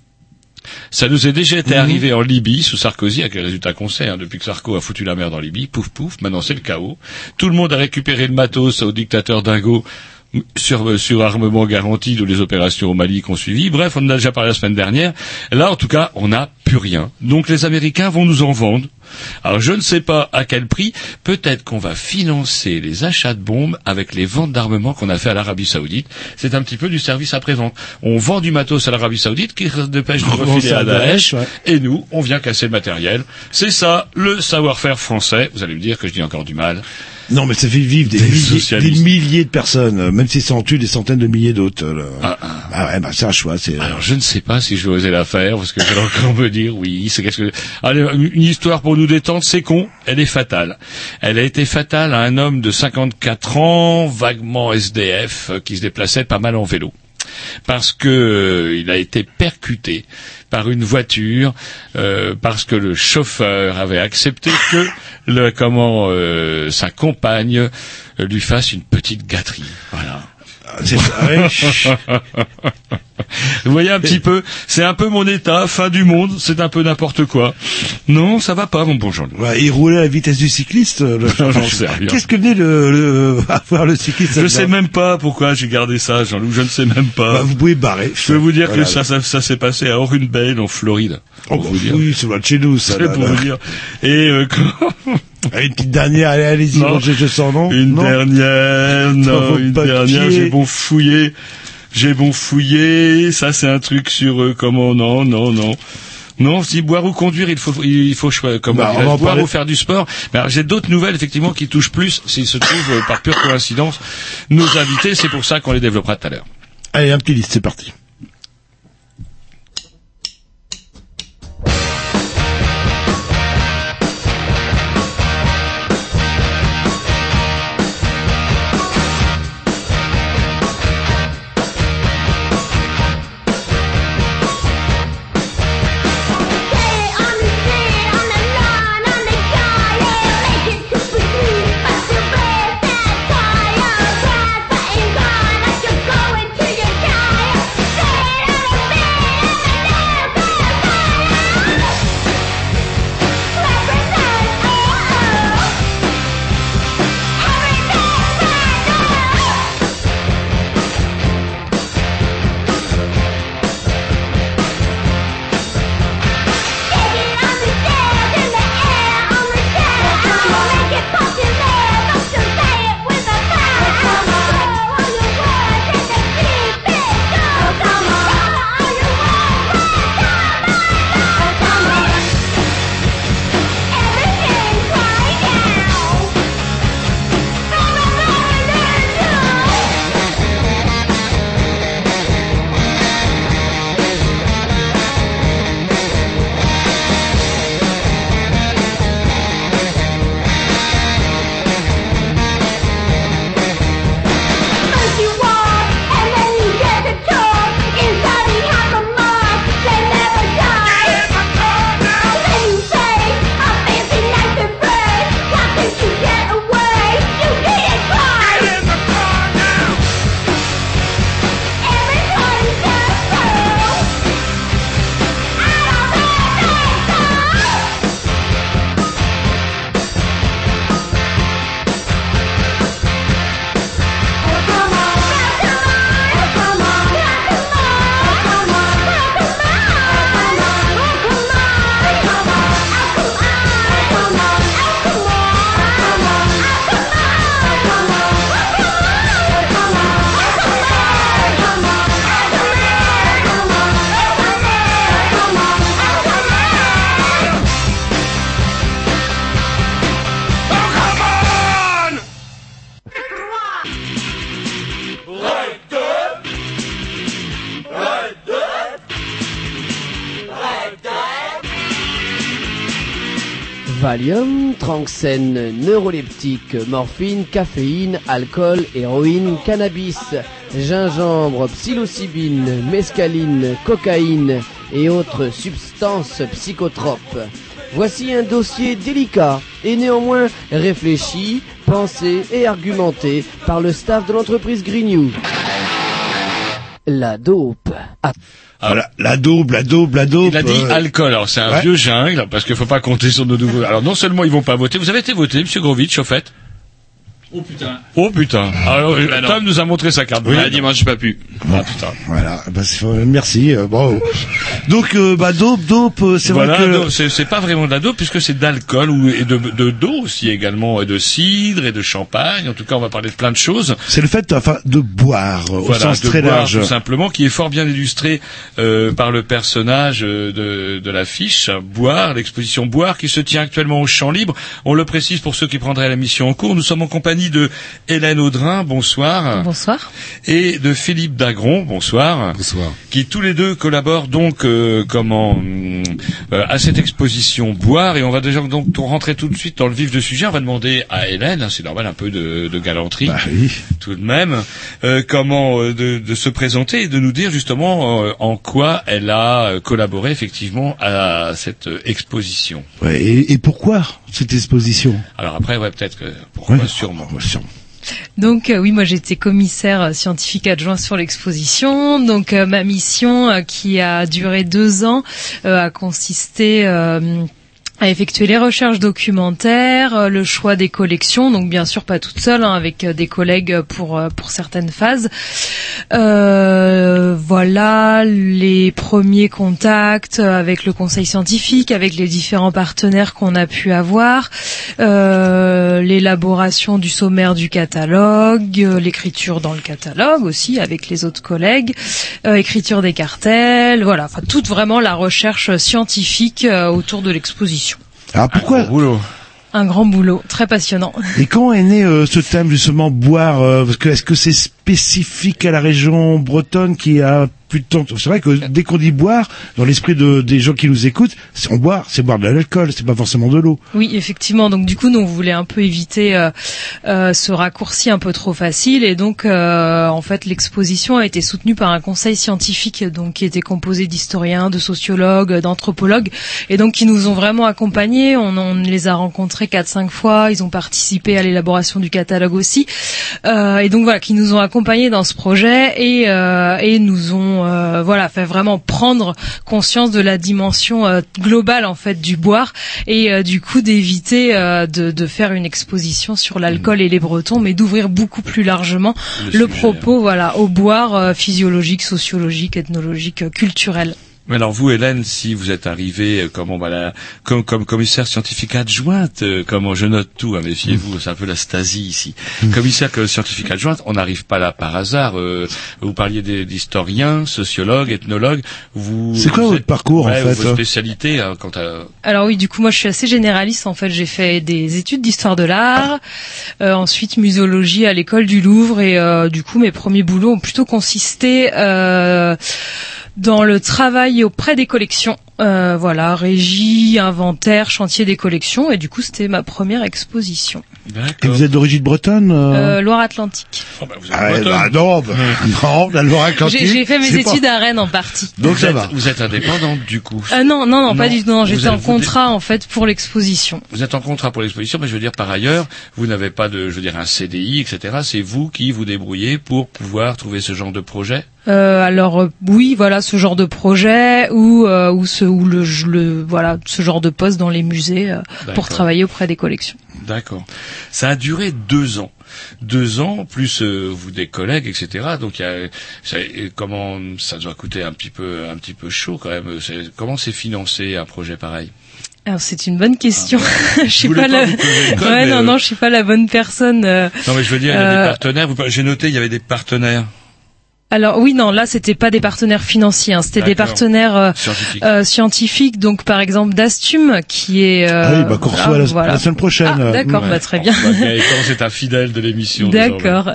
Ça nous est déjà été mmh. arrivé en Libye, sous Sarkozy, avec les résultats qu'on sait, hein, depuis que Sarko a foutu la merde en Libye, pouf pouf, maintenant c'est le chaos. Tout le monde a récupéré le matos au dictateur dingo, sur, sur armement garanti de les opérations au Mali qu'on suivi. Bref, on en a déjà parlé la semaine dernière. Là, en tout cas, on n'a plus rien. Donc les Américains vont nous en vendre. Alors je ne sais pas à quel prix. Peut-être qu'on va financer les achats de bombes avec les ventes d'armement qu'on a fait à l'Arabie Saoudite. C'est un petit peu du service après-vente. On vend du matos à l'Arabie Saoudite qui se dépêche de refiler à Daesh, ouais. Et nous, on vient casser le matériel. C'est ça, le savoir-faire français. Vous allez me dire que je dis encore du mal. Non, mais ça fait vivre des, des, milliers, des milliers de personnes, même si ça en tue des centaines de milliers d'autres. Là. Ah, ah. ah ouais, bah c'est un choix. C'est... Alors je ne sais pas si je vais oser la faire, parce que je vais encore me dire, oui, c'est qu'est-ce que. Allez, une histoire pour nous détendre, c'est con, elle est fatale. Elle a été fatale à un homme de cinquante-quatre ans, vaguement S D F, qui se déplaçait pas mal en vélo. Parce que euh, il a été percuté par une voiture, euh, parce que le chauffeur avait accepté que le comment euh, sa compagne euh, lui fasse une petite gâterie. Voilà. C'est ça, oui. Vous voyez un petit peu, c'est un peu mon état, fin du monde, c'est un peu n'importe quoi. Non, ça va pas, mon bon Jean. Ouais, il roulait à la vitesse du cycliste. Le... J'en sais rien. Qu'est-ce que venait le, le, avoir le cycliste? Je sais même pas pourquoi j'ai gardé ça, Jean-Loup, je ne sais même pas. Bah, vous pouvez barrer. Je peux vous dire voilà, que ça, ça, ça s'est passé à Orange Bay, en Floride. Oh, bah, oui, c'est loin de chez nous, ça. C'est là, pour là. vous dire. Et, euh, quand... Une petite dernière, allez, allez-y, Non. je, je sens, non? Une non dernière, non, vos une papiers. dernière, j'ai bon fouillé. J'ai bon fouillé, ça c'est un truc sur euh, comment, non, non, non. Non, si boire ou conduire, il faut, il faut choisir, comment Bah, dirais-je, on va en boire parler. ou faire du sport. Mais alors, j'ai d'autres nouvelles, effectivement, qui touchent plus, s'il se trouve, euh, par pure coïncidence, nos invités, c'est pour ça qu'on les développera tout à l'heure. Allez, un petit liste, c'est parti. Valium, Tranxène, neuroleptique, morphine, caféine, alcool, héroïne, cannabis, gingembre, psilocybine, mescaline, cocaïne et autres substances psychotropes. Voici un dossier délicat et néanmoins réfléchi, pensé et argumenté par le staff de l'entreprise Grignou. La dope. Ah. Voilà, la dope, la dope, la dope. Il a dit euh... alcool. Alors c'est un ouais. vieux jungle parce qu'il faut pas compter sur nos nouveaux. Alors non seulement ils vont pas voter. Vous avez été voté, Monsieur Grovitch, au fait. Oh putain. Oh putain. Alors bah, Tom nous a montré sa carte. Oui, ah, dimanche j'ai pas pu. Bon. Ah putain. Voilà. Bah, c'est, merci. Euh, bravo. Donc euh, bah dope, dope. C'est voilà, vrai que non, c'est, c'est pas vraiment de la dope puisque c'est d'alcool ou et de, de d'eau aussi également et de cidre et de champagne. En tout cas, on va parler de plein de choses. c'est le fait, enfin, de boire au Voilà, sens de très boire, large. tout simplement, qui est fort bien illustré euh, par le personnage euh, de, de l'affiche Boire, l'exposition Boire, qui se tient actuellement au Champ Libre. On le précise pour ceux qui prendraient la mission en cours. Nous sommes en compagnie de Hélène Audrin, bonsoir. Bonsoir. Et de Philippe Dagron, bonsoir. Bonsoir. Qui tous les deux collaborent donc euh, comment euh, à cette exposition Boire, et on va déjà donc rentrer tout de suite dans le vif du sujet. On va demander à Hélène, hein, c'est normal, un peu de, de galanterie, bah, oui. tout de même, euh, comment euh, de, de se présenter et de nous dire justement euh, en quoi elle a collaboré effectivement à cette euh, exposition. Ouais, et, et pourquoi cette exposition? Alors après, ouais, peut-être que pourquoi ouais. sûrement. Oh, sûrement. Donc euh, oui, moi j'étais commissaire euh, scientifique adjoint sur l'exposition. Donc euh, ma mission euh, qui a duré deux ans euh, a consisté euh, à effectuer les recherches documentaires, euh, le choix des collections, donc bien sûr pas toute seule, hein, avec euh, des collègues pour euh, pour certaines phases. Euh, voilà les premiers contacts avec le conseil scientifique, avec les différents partenaires qu'on a pu avoir, euh, l'élaboration du sommaire du catalogue, euh, l'écriture dans le catalogue aussi avec les autres collègues, euh, écriture des cartels, voilà, enfin toute vraiment la recherche scientifique euh, autour de l'exposition. Alors pourquoi Un gros boulot. Un grand boulot, très passionnant. Et comment est né euh, ce thème justement boire euh, Parce que est-ce que c'est spécifique à la région bretonne qui a plus de temps? C'est vrai que dès qu'on dit boire, dans l'esprit de des gens qui nous écoutent, c'est on boire, c'est boire de l'alcool, c'est pas forcément de l'eau. Oui, effectivement. Donc du coup, nous on voulait un peu éviter euh, euh, ce raccourci un peu trop facile, et donc euh, en fait l'exposition a été soutenue par un conseil scientifique, donc qui était composé d'historiens, de sociologues, d'anthropologues, et donc qui nous ont vraiment accompagnés. On, on les a rencontrés quatre cinq fois. Ils ont participé à l'élaboration du catalogue aussi, euh, et donc voilà, qui nous ont accompagnés dans ce projet et euh, et nous ont Euh, voilà, fait vraiment prendre conscience de la dimension euh, globale en fait du boire, et euh, du coup d'éviter euh, de, de faire une exposition sur l'alcool et les Bretons, mais d'ouvrir beaucoup plus largement le, le propos, voilà, au boire euh, physiologique, sociologique, ethnologique, euh, culturel. Mais alors vous, Hélène, si vous êtes arrivée euh, comme, voilà, comme, comme commissaire scientifique adjointe, euh, comme je note tout, hein, méfiez-vous, c'est un peu la Stasi ici. Mmh. Commissaire scientifique adjointe, on n'arrive pas là par hasard. Euh, vous parliez des, d'historiens, sociologues, ethnologues. Vous, c'est quoi vous votre êtes, parcours ouais, en fait? Votre spécialité hein, quant à... Alors oui, du coup moi je suis assez généraliste en fait. J'ai fait des études d'histoire de l'art, euh, ensuite muséologie à l'école du Louvre, et euh, du coup mes premiers boulots ont plutôt consisté euh, dans le travail auprès des collections, euh, voilà, régie, inventaire, chantier des collections, et du coup c'était ma première exposition. D'accord. Et vous êtes d'origine bretonne euh... Euh, Loire-Atlantique. Oh, bah, vous êtes ah, ouais, bah, non, bah, non, la Loire-Atlantique. J'ai, j'ai fait mes études pas... à Rennes en partie. Donc vous ça êtes, va. Vous êtes indépendante du coup. Euh, non, non, non, non, pas du tout. Non, j'étais êtes, en contrat dé... en fait pour l'exposition. Vous êtes en contrat pour l'exposition, mais je veux dire par ailleurs, vous n'avez pas de, je veux dire un C D I, et cetera. C'est vous qui vous débrouillez pour pouvoir trouver ce genre de projet. Euh, alors euh, oui, voilà, ce genre de projet ou euh, ou ce ou le, le voilà ce genre de poste dans les musées euh, pour travailler auprès des collections. D'accord. Ça a duré deux ans. Deux ans, plus euh, vous des collègues, et cetera. Donc, il y a, ça, comment ça doit coûter un petit peu, un petit peu chaud quand même. C'est, comment c'est financé un projet pareil? Alors c'est une bonne question. Ah, je suis pas, pas la. Code, ouais, non, euh... non, je suis pas la bonne personne. Euh... Non, mais je veux dire, il y a euh... des partenaires. Vous... J'ai noté, il y avait des partenaires. Alors oui, non, là c'était pas des partenaires financiers, hein, c'était D'accord. des partenaires euh, scientifiques. Euh, scientifiques. Donc par exemple d'Astume, qui est. Euh, ah oui, bah qu'on reçoit ah, la, voilà. la semaine prochaine. Ah, d'accord, ouais. bah très bien. Et comment c'est un fidèle de l'émission. D'accord.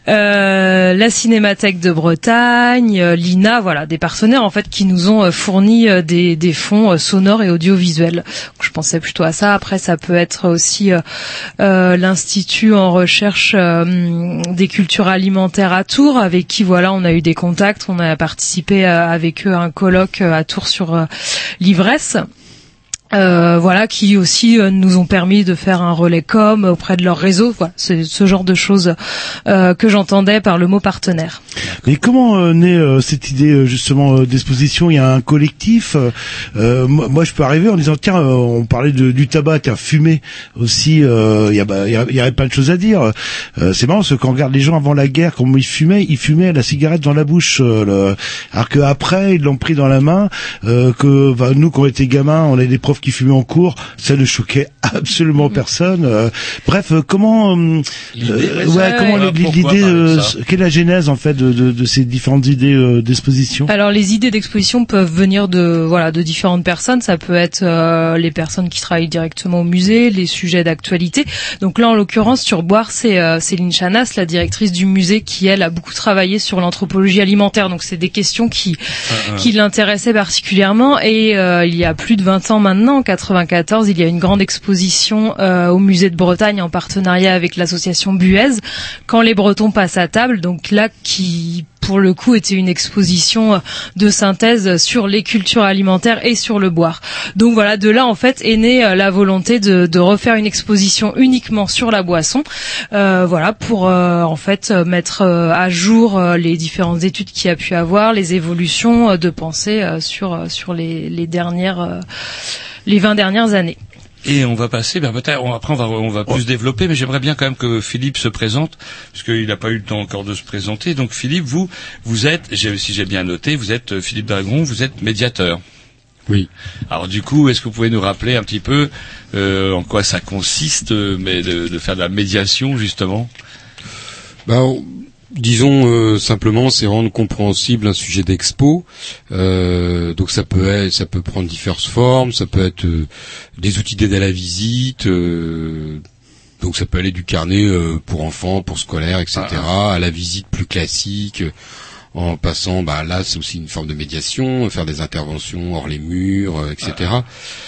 Euh, la Cinémathèque de Bretagne, euh, l'I N A, voilà, des partenaires en fait qui nous ont euh, fourni euh, des, des fonds euh, sonores et audiovisuels. Donc, je pensais plutôt à ça. Après, ça peut être aussi euh, euh, l'Institut en recherche euh, des cultures alimentaires à Tours, avec qui voilà on a eu des contacts, on a participé avec eux à un colloque à Tours sur euh, l'ivresse. Euh, voilà, qui aussi euh, nous ont permis de faire un relais com auprès de leur réseau. Voilà, c'est ce genre de choses euh, que j'entendais par le mot partenaire. Mais comment euh, naît euh, cette idée euh, justement euh, d'exposition? Il y a un collectif. Euh, moi, moi, je peux arriver en disant tiens, euh, on parlait de, du tabac, tiens, fumer aussi. Euh, il y a, bah, il y, a, il y a plein de choses à dire. Euh, c'est marrant parce que quand on regarde les gens avant la guerre, comment ils fumaient, ils fumaient la cigarette dans la bouche. Euh, le... Alors qu'après, ils l'ont pris dans la main. Euh, que bah, nous, quand on était gamins, on avait des profs qui fumaient en cours, ça ne choquait absolument personne. Euh, bref, euh, comment, euh, l'idée, euh, ouais, comment alors, l'idée, euh, quelle est la genèse en fait de, de, de ces différentes idées euh, d'exposition? Alors les idées d'exposition peuvent venir de voilà de différentes personnes. Ça peut être euh, les personnes qui travaillent directement au musée, les sujets d'actualité. Donc là, en l'occurrence, sur Boire, c'est euh, Céline Chanas, la directrice du musée, qui elle a beaucoup travaillé sur l'anthropologie alimentaire. Donc c'est des questions qui ah, ah. qui l'intéressaient particulièrement. Et euh, il y a plus de vingt ans maintenant, en quatre-vingt-quatorze, il y a une grande exposition euh, au musée de Bretagne en partenariat avec l'association Buez, Quand les Bretons passent à table. Donc là, qui qui pour le coup était une exposition de synthèse sur les cultures alimentaires et sur le boire. Donc voilà, de là en fait est née la volonté de, de refaire une exposition uniquement sur la boisson, euh, voilà pour euh, en fait mettre euh, à jour euh, les différentes études qu'il y a pu avoir, les évolutions euh, de pensée euh, sur sur les, les dernières euh, les vingt dernières années. Et on va passer, ben peut-être, on, après on va, on va plus développer, mais j'aimerais bien quand même que Philippe se présente, puisqu'il n'a pas eu le temps encore de se présenter. Donc Philippe, vous, vous êtes, j'ai, si j'ai bien noté, vous êtes euh, Philippe Dragron, vous êtes médiateur. Oui. Alors du coup, est-ce que vous pouvez nous rappeler un petit peu euh, en quoi ça consiste, euh, mais de, de faire de la médiation justement? Ben, on... Disons euh, simplement, c'est rendre compréhensible un sujet d'expo. Euh, donc ça peut être, ça peut prendre diverses formes. Ça peut être euh, des outils d'aide à la visite. Euh, donc ça peut aller du carnet euh, pour enfants, pour scolaires, et cetera, à la visite plus classique. En passant, bah là, c'est aussi une forme de médiation, faire des interventions hors les murs, euh, et cetera.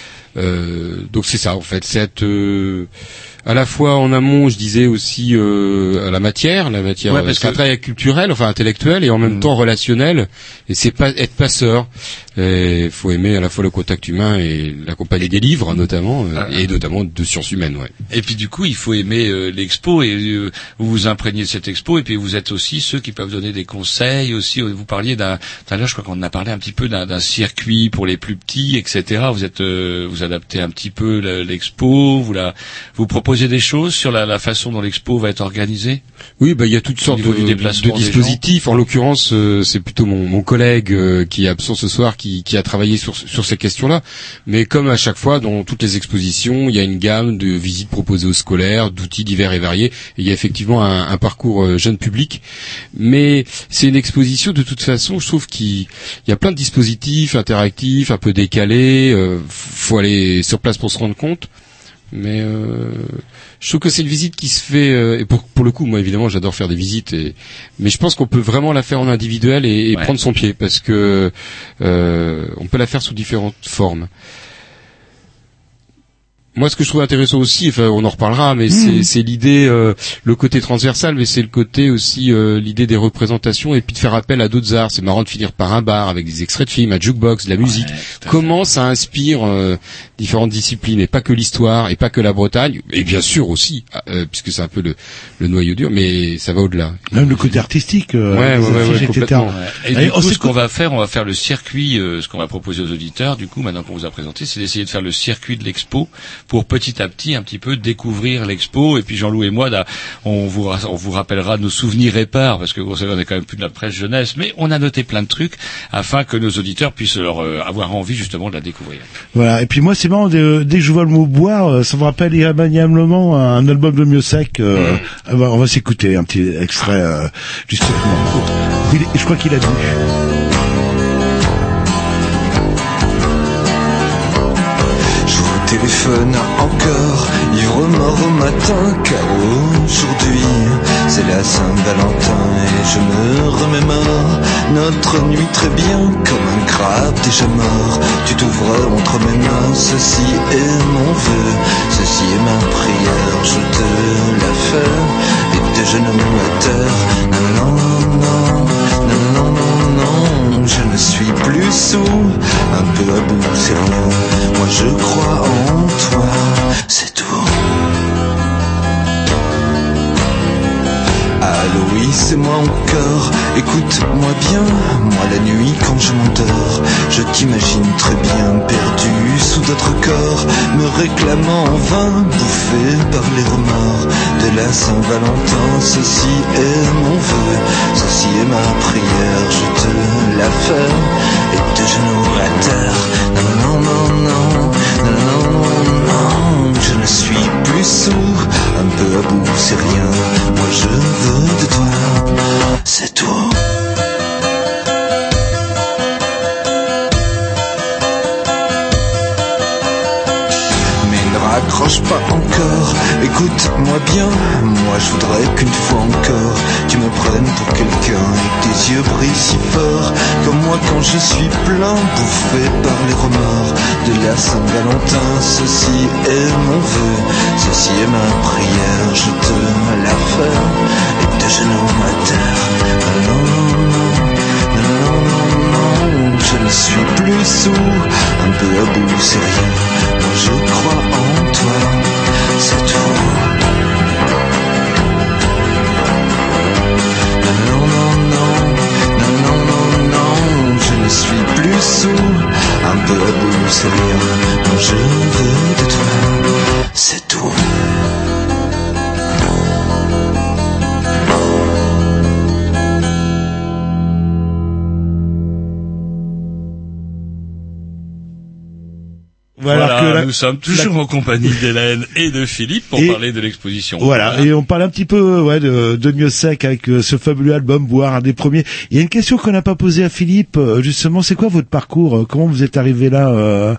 Euh, donc c'est ça en fait, c'est être euh, à la fois en amont, je disais aussi euh, à la matière, la matière, ouais, parce c'est un que... travail culturel, enfin intellectuel et en même mmh. temps relationnel. Et c'est pas être passeur. Il faut aimer à la fois le contact humain et la compagnie des livres notamment, euh, ah, et notamment de sciences humaines. Ouais. Et puis du coup, il faut aimer euh, l'expo et euh, vous vous imprégnez de cette expo. Et puis vous êtes aussi ceux qui peuvent donner des conseils aussi. Vous parliez d'un, tout à l'heure, je crois qu'on en a parlé un petit peu d'un, d'un circuit pour les plus petits, et cetera. Vous êtes, euh, vous adaptez un petit peu l'expo, vous la, vous proposez des choses sur la, la façon dont l'expo va être organisée. Oui, bah il y a toutes sortes de, de dispositifs. En l'occurrence, euh, c'est plutôt mon, mon collègue euh, qui est absent ce soir qui, qui a travaillé sur, sur ces questions-là. Mais comme à chaque fois, dans toutes les expositions, il y a une gamme de visites proposées aux scolaires, d'outils divers et variés. Et il y a effectivement un, un parcours euh, jeune public. Mais c'est une exposition, de toute façon, je trouve qu'il y a plein de dispositifs interactifs, un peu décalés. Euh, faut aller sur place pour se rendre compte. Mais euh, je trouve que c'est une visite qui se fait euh, et pour pour le coup, moi évidemment j'adore faire des visites et, mais je pense qu'on peut vraiment la faire en individuel et, et ouais. prendre son pied parce que euh, on peut la faire sous différentes formes. Moi, ce que je trouve intéressant aussi, enfin, on en reparlera, mais mmh. c'est, c'est l'idée, euh, le côté transversal, mais c'est le côté aussi euh, l'idée des représentations et puis de faire appel à d'autres arts. C'est marrant de finir par un bar avec des extraits de films, un jukebox, de la musique. Ouais, comment ça inspire euh, différentes disciplines et pas que l'histoire et pas que la Bretagne et bien sûr aussi, euh, puisque c'est un peu le, le noyau dur, mais ça va au-delà. Même le côté artistique, euh, ouais, ouais, ouais, ouais, complètement. Ouais. Et, et du coup, ce qu'on va faire, on va faire le circuit, euh, ce qu'on va proposer aux auditeurs. Du coup, maintenant qu'on vous a présenté, c'est d'essayer de faire le circuit de l'expo. Pour petit à petit un petit peu découvrir l'expo et puis Jean-Loup et moi là, on vous on vous rappellera nos souvenirs épars parce que vous savez on est quand même plus de la presse jeunesse mais on a noté plein de trucs afin que nos auditeurs puissent leur euh, avoir envie justement de la découvrir. Voilà, et puis moi c'est marrant dès, dès que je vois le mot boire, ça me rappelle irrémédiablement un album de Miossec. Euh, mmh. On va s'écouter un petit extrait euh, justement. Il, je crois qu'il a dit. Téléphone encore, ivre mort au matin, car aujourd'hui c'est la Saint-Valentin et je me remémore notre nuit très bien comme un crabe déjà mort. Tu t'ouvres entre mes mains, ceci est mon vœu, ceci est ma prière, je te la fais et tes genoux à terre. Non, non, non, non, non, non, non, je ne suis plus sous, un peu à bout, c'est rien. Moi je crois en toi, c'est tout. Allô, oui, c'est moi encore. Écoute-moi bien, moi la nuit quand je m'endors, je t'imagine très bien perdu sous d'autres corps, me réclamant en vain, bouffé par les remords de la Saint-Valentin. Ceci est mon vœu, ceci est ma prière, je te la fais et tes genoux à terre. Non, non, non, non. Non, non, non, je ne suis plus sourd, un peu à bout, c'est rien. Moi je veux de toi, c'est tout. Mes draps accroche pas encore. Écoute-moi bien, moi je voudrais qu'une fois encore tu me prennes pour quelqu'un et que tes yeux brillent si fort comme moi quand je suis plein, bouffé par les remords de la Saint-Valentin. Ceci est mon vœu, ceci est ma prière, je te la refais et de genoux à terre. Non, non, non, non, non, je ne suis plus sourd, un peu à bout, c'est rien. Moi je crois en toi, c'est tout. Non, non, non, non, non, non, non, je ne suis plus sourd, un peu à bout, c'est rien. Moi je veux de toi, c'est tout. Voilà, Voilà, que la- nous sommes toujours la- en compagnie d'Hélène et de Philippe pour Et- parler de l'exposition. Voilà, et on parle un petit peu ouais, de, de Mieux Sec avec euh, ce fabuleux album Boire, un des premiers. Il y a une question qu'on n'a pas posée à Philippe, euh, justement, c'est quoi votre parcours euh, Comment vous êtes arrivé là euh,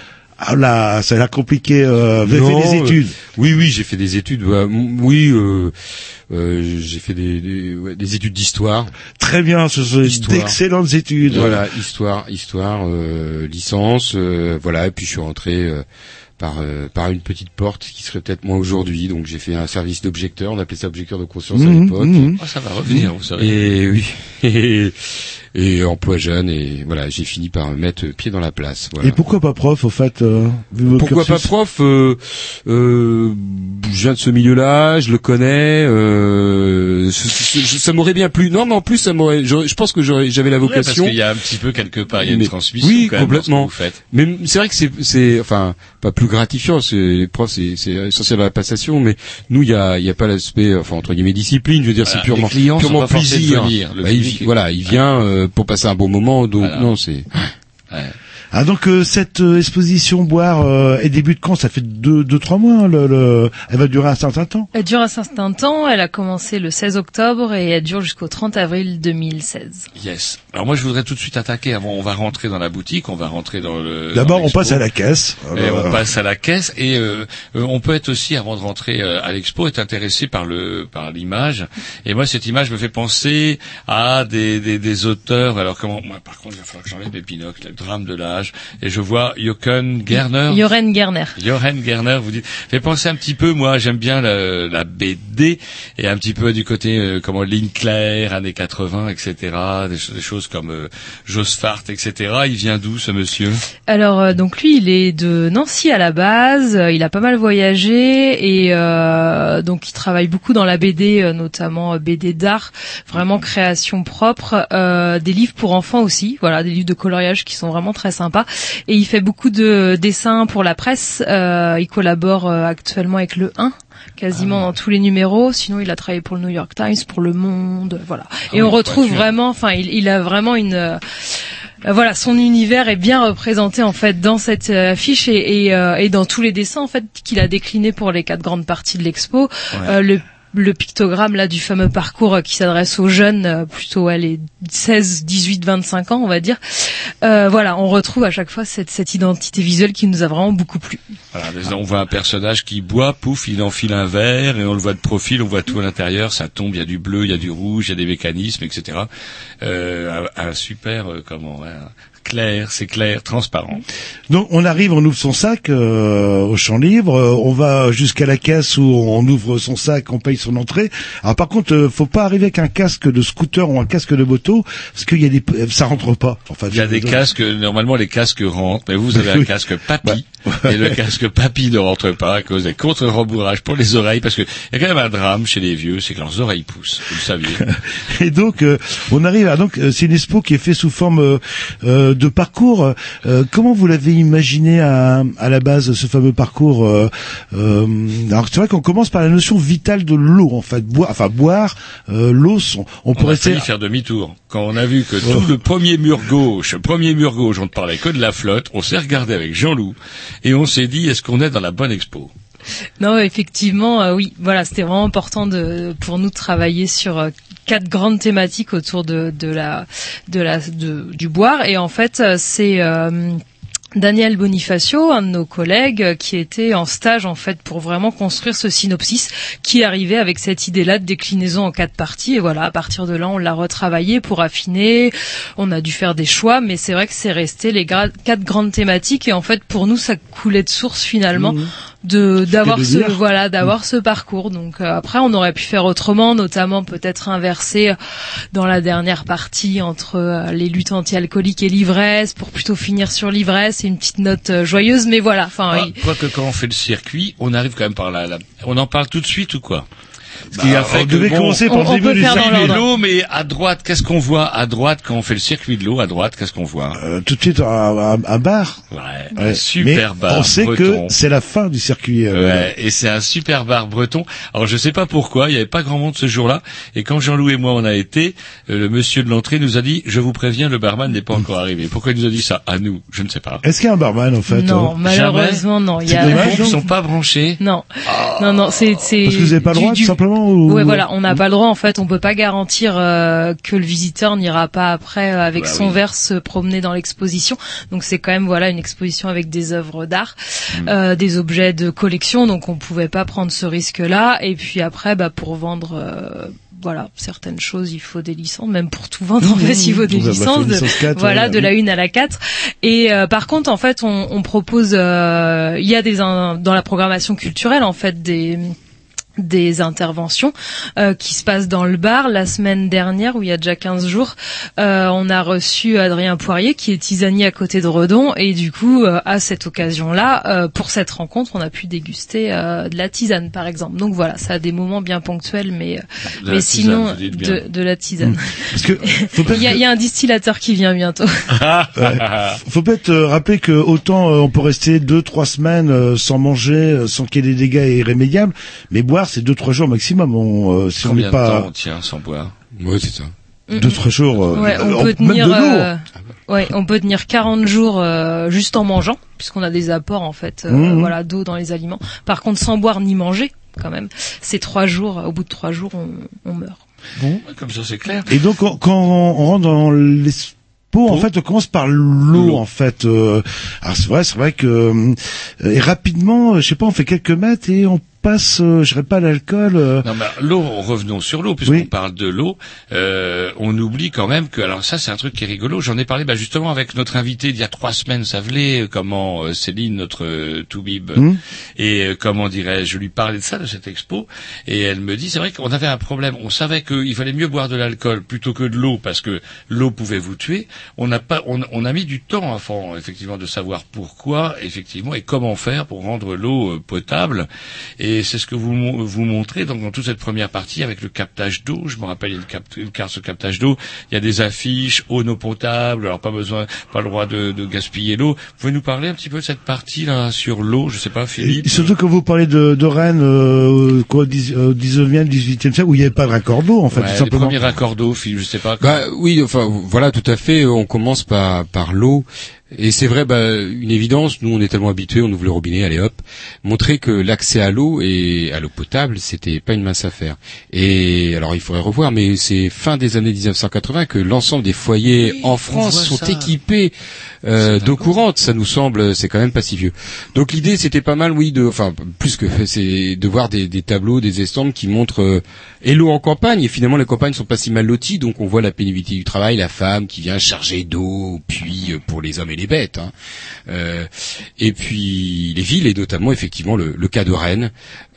Ah là, ça a l'air compliqué. Euh, vous avez Non, fait des études euh, Oui, oui, j'ai fait des études. ouais, m- oui, euh, euh, j'ai fait des, des, ouais, des études d'histoire. Très bien, ce sont Histoire. d'excellentes études. Voilà, histoire, histoire, euh, licence. euh, voilà, et puis je suis rentré euh, par euh, par une petite porte qui serait peut-être moi aujourd'hui. Donc j'ai fait un service d'objecteur. On appelait ça objecteur de conscience à Mmh, l'époque. mmh. Oh, ça va revenir, vous savez. Et oui. Et, et emploi jeune, et voilà, j'ai fini par mettre pied dans la place. Voilà. Et pourquoi pas prof, au fait euh, vu votre Pourquoi cursus pas prof euh, euh, Je viens de ce milieu-là, je le connais. Euh, je- je- ça m'aurait bien plu. Non, mais en plus, ça m'aurait. Je, je pense que j'aurais, j'avais la Ouais, parce vocation. qu'il y a un petit peu quelque part, il y a une Mais- transmission oui, quand même complètement. dans ce que vous faites. Mais c'est vrai que c'est, c'est, enfin, pas plus gratifiant. C'est, les profs, c'est, c'est essentiel à la passation. Mais nous, il y a, il y a pas l'aspect, enfin entre guillemets discipline. Je veux dire, Voilà, c'est purement, les clients sont purement pas forcés de plaisir. venir. Le Bah, il, public est- voilà, il vient euh, pour passer un bon moment. Donc Voilà. non, c'est. Ouais. Ah donc euh, cette euh, exposition Boire euh, est début de quand Ça fait deux, deux, trois mois. Hein, le, le... Elle va durer un certain temps. Elle dure un certain temps, elle a commencé le seize octobre et elle dure jusqu'au trente avril deux mille seize. Yes. Alors moi, je voudrais tout de suite attaquer. Avant, on va rentrer dans la boutique, on va rentrer dans le. D'abord, dans on l'expo. passe à la caisse. Et Alors, on passe à la caisse et euh, euh, on peut être aussi, avant de rentrer euh, à l'expo, être intéressé par le par l'image. Et moi, cette image me fait penser à des des, des auteurs. Alors comment moi, par contre, il va falloir que j'enlève mes binocles. Le drame de l'âge. Et je vois Jochen Gerner. Jochen Gerner. Jochen Gerner, vous dites, fait penser un petit peu, moi j'aime bien la, la B D, et un petit peu du côté, euh, comment, ligne claire, années quatre-vingts, et cetera, des, ch- des choses comme euh, Josphart, et cetera. Il vient d'où ce monsieur? Alors euh, donc lui il est de Nancy à la base, euh, il a pas mal voyagé et euh, donc il travaille beaucoup dans la B D, euh, notamment euh, B D d'art, vraiment création propre, euh, des livres pour enfants aussi, voilà, des livres de coloriage qui sont vraiment très sympas et il fait beaucoup de dessins pour la presse, euh, il collabore euh, actuellement avec le un quasiment dans tous les numéros, sinon il a travaillé pour le New York Times, pour Le Monde, voilà. Et oui, on retrouve voiture. vraiment, enfin il, il a vraiment une euh, Euh, voilà, son univers est bien représenté en fait dans cette euh, affiche et, et, euh, et dans tous les dessins en fait qu'il a déclinés pour les quatre grandes parties de l'expo. Ouais. Euh, le le pictogramme là du fameux parcours euh, qui s'adresse aux jeunes, euh, plutôt ouais, les seize, dix-huit, vingt-cinq ans on va dire. Euh, voilà, on retrouve à chaque fois cette, cette identité visuelle qui nous a vraiment beaucoup plu. Voilà, on voit un personnage qui boit, pouf, il enfile un verre, et on le voit de profil, on voit tout à l'intérieur, ça tombe, il y a du bleu, il y a du rouge, il y a des mécanismes, et cetera. Euh, un, un super, euh, comment, ouais, un- clair, c'est clair, transparent. Donc on arrive, on ouvre son sac euh, au champ libre, euh, on va jusqu'à la caisse où on ouvre son sac, on paye son entrée. Alors par contre, euh, faut pas arriver avec un casque de scooter ou un casque de moto parce qu'il y a des, ça rentre pas. Enfin, Il y a des casques, normalement les casques rentrent, mais vous avez un Oui. casque papy, et le casque papy ne rentre pas à cause des contre-rembourrages pour les oreilles, parce que il y a quand même un drame chez les vieux, c'est que leurs oreilles poussent, vous le saviez. Et donc euh, on arrive à donc euh, c'est une expo qui est faite sous forme euh, euh, de parcours. Euh, comment vous l'avez imaginé à, à la base ce fameux parcours euh, euh, Alors c'est vrai qu'on commence par la notion vitale de l'eau en fait, boire, enfin boire euh, l'eau. On, on On pourrait a failli faire faire demi-tour. Quand on a vu que tout le premier mur gauche, premier mur gauche, on ne parlait que de la flotte, on s'est regardé avec Jean-Loup, et on s'est dit, est-ce qu'on est dans la bonne expo? Non, effectivement, euh, oui, voilà, c'était vraiment important de pour nous de travailler sur euh, quatre grandes thématiques autour de de la de la de, du boire et en fait euh, c'est euh, Daniel Bonifacio, un de nos collègues, qui était en stage en fait pour vraiment construire ce synopsis, qui arrivait avec cette idée-là de déclinaison en quatre parties. Et voilà, à partir de là, on l'a retravaillé pour affiner. On a dû faire des choix, mais c'est vrai que c'est resté les gra- quatre grandes thématiques. Et en fait, pour nous, ça coulait de source finalement. Mmh. de d'avoir ce dire. voilà d'avoir mmh. ce parcours. Donc euh, après on aurait pu faire autrement, notamment peut-être inverser dans la dernière partie entre euh, les luttes anti-alcooliques et l'ivresse pour plutôt finir sur l'ivresse et une petite note euh, joyeuse, mais voilà, enfin ah, il... quoique quand on fait le circuit, on arrive quand même par là, là. On en parle tout de suite ou quoi? Ce bah, qui a fait on que devait bon, commencer par on, le début du circuit de l'eau, mais à droite, qu'est-ce qu'on voit à droite quand on fait le circuit de l'eau? À droite, qu'est-ce qu'on voit? euh, Tout de suite un, un, un bar. Ouais, ouais. un super mais bar. On sait breton. que c'est la fin du circuit. Euh... Ouais, et c'est un super bar breton. Alors je sais pas pourquoi, il y avait pas grand monde ce jour-là. Et quand Jean-Loup et moi on a été, euh, le monsieur de l'entrée nous a dit "Je vous préviens, le barman n'est pas encore arrivé." Pourquoi il nous a dit ça? À nous, je ne sais pas. Est-ce qu'il y a un barman en fait? Non, euh... malheureusement non. Il y a. Les pompes sont pas branchées. Non, oh. non, non, c'est c'est. Parce que vous n'avez pas le droit, du... tout simplement. Ou... Ouais, voilà. On n'a pas le droit, en fait, on peut pas garantir euh, que le visiteur n'ira pas après euh, avec bah, son oui. verre se promener dans l'exposition. Donc c'est quand même voilà une exposition avec des œuvres d'art, mmh. euh, des objets de collection. Donc on pouvait pas prendre ce risque-là. Et puis après, bah pour vendre. Euh, Voilà, certaines choses, il faut des licences, même pour tout vendre, en fait, il faut des bah, licences, de, quatre, voilà, ouais, de la une à la quatre. Et euh, par contre, en fait, on, on propose, euh, il y a des un, dans la programmation culturelle, en fait, des des interventions euh, qui se passent dans le bar. La semaine dernière, où il y a déjà quinze jours, euh, on a reçu Adrien Poirier, qui est tisanier à côté de Redon, et du coup, euh, à cette occasion-là, euh, pour cette rencontre, on a pu déguster euh, de la tisane, par exemple. Donc voilà, ça a des moments bien ponctuels, mais euh, mais sinon, tisane, de, de la tisane. Mmh. Parce que il y a, que... y a un distillateur qui vient bientôt. ouais. Faut peut-être euh, rappeler que autant euh, on peut rester deux, trois semaines euh, sans manger, euh, sans qu'il y ait des dégâts irrémédiables, mais boire c'est deux trois jours maximum. On, euh, si Combien on n'est pas. de temps on tient sans boire? Ouais, c'est ça. Deux trois jours. Euh, ouais, on peut tenir. Euh, ouais, on peut tenir quarante jours euh, juste en mangeant, puisqu'on a des apports en fait, euh, mmh. voilà, d'eau dans les aliments. Par contre, sans boire ni manger, quand même, c'est trois jours. Au bout de trois jours, on, on meurt. Bon, comme ça c'est clair. Et donc on, quand on rentre dans les en fait, on commence par l'eau, en fait. Euh, alors c'est vrai, c'est vrai que euh, et rapidement, je sais pas, on fait quelques mètres et on passe, euh, je dirais pas l'alcool. Euh... Non, mais l'eau, revenons sur l'eau, puisqu'on oui. parle de l'eau, euh, on oublie quand même que, alors ça c'est un truc qui est rigolo, j'en ai parlé bah, justement avec notre invité d'il y a trois semaines, ça valait, comment euh, Céline, notre euh, Toubib, mmh. et euh, comment dirais-je, je lui parlais de ça, de cette expo, et elle me dit, c'est vrai qu'on avait un problème, on savait qu'il fallait mieux boire de l'alcool plutôt que de l'eau, parce que l'eau pouvait vous tuer, on n'a pas, on, on a mis du temps avant, effectivement, de savoir pourquoi, effectivement, et comment faire pour rendre l'eau euh, potable, et Et c'est ce que vous vous montrez donc dans toute cette première partie avec le captage d'eau. Je me rappelle, il y a une, cap, une carte sur captage d'eau. Il y a des affiches eau non potable. Alors pas besoin, pas le droit de, de gaspiller l'eau. Vous pouvez nous parler un petit peu de cette partie là sur l'eau? Je sais pas, Philippe. Et surtout quand vous parlez de, de Rennes, euh, quoi, dix-neuvième, dix-huitième siècle, où il n'y avait pas de raccord d'eau en fait. Ouais, tout simplement. Les premiers raccords d'eau, Philippe, je sais pas. Bah oui, enfin voilà, tout à fait. On commence par par l'eau. Et c'est vrai, bah, une évidence, nous on est tellement habitués, on ouvre le robinet, allez hop, montrer que l'accès à l'eau et à l'eau potable, c'était pas une mince affaire. Et alors il faudrait revoir, mais c'est fin des années dix-neuf cent quatre-vingts que l'ensemble des foyers oui, en France sont ça. équipés euh, d'eau courante. Ça nous semble, c'est quand même pas si vieux. Donc l'idée c'était pas mal, oui, de, enfin plus que c'est de voir des, des tableaux, des estampes qui montrent euh, et l'eau en campagne. Et finalement les campagnes sont pas si mal loties, donc on voit la pénibilité du travail, la femme qui vient charger d'eau, puis euh, pour les hommes et les bêtes, hein. euh, et puis les villes et notamment effectivement le, le cas de Rennes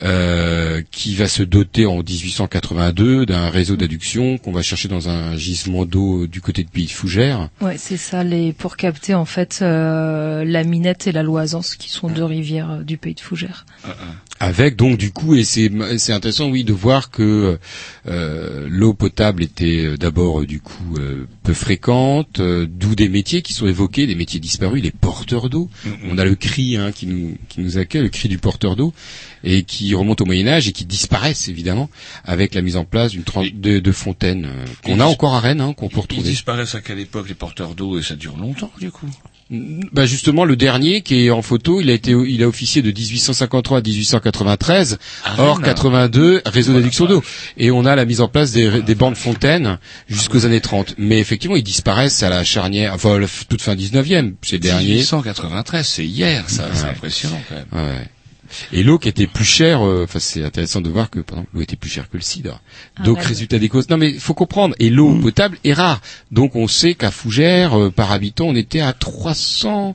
euh, qui va se doter en dix-huit cent quatre-vingt-deux d'un réseau d'adduction qu'on va chercher dans un gisement d'eau du côté de Pays de Fougères. Ouais, c'est ça, les pour capter en fait euh, la Minette et la Loisance qui sont deux rivières euh, du Pays de Fougères. Avec donc du coup, et c'est c'est intéressant oui de voir que euh, l'eau potable était d'abord du coup euh, peu fréquente, euh, d'où des métiers qui sont évoqués, des métiers disparus, les porteurs d'eau. Mm-hmm. On a le cri hein, qui nous qui nous accueille, le cri du porteur d'eau, et qui remonte au Moyen Âge et qui disparaissent évidemment avec la mise en place d'une trente de, de fontaines euh, qu'on a encore à Rennes, hein, qu'on peut retrouver. Ils disparaissent à quelle époque les porteurs d'eau et ça dure longtemps du coup? Bah justement, le dernier qui est en photo, il a été, il a officié de dix-huit cent cinquante-trois à dix-huit cent quatre-vingt-treize, Ah, hors Rennes. quatre-vingt-deux, réseau d'adduction d'eau. Et on a la mise en place des, des bancs de fontaines jusqu'aux années trente. Mais effectivement, ils disparaissent à la charnière, enfin, la f- toute fin dix-neuvième, c'est le dernier. dix-huit cent quatre-vingt-treize, c'est hier, ça, c'est Ouais. impressionnant quand même. Ouais. Et l'eau qui était plus chère, euh, enfin c'est intéressant de voir que pardon, l'eau était plus chère que le cidre. Ah Donc ouais. résultat des causes. Non mais il faut comprendre. Et l'eau potable est rare. Donc on sait qu'à Fougères, euh, par habitant, on était à trois cents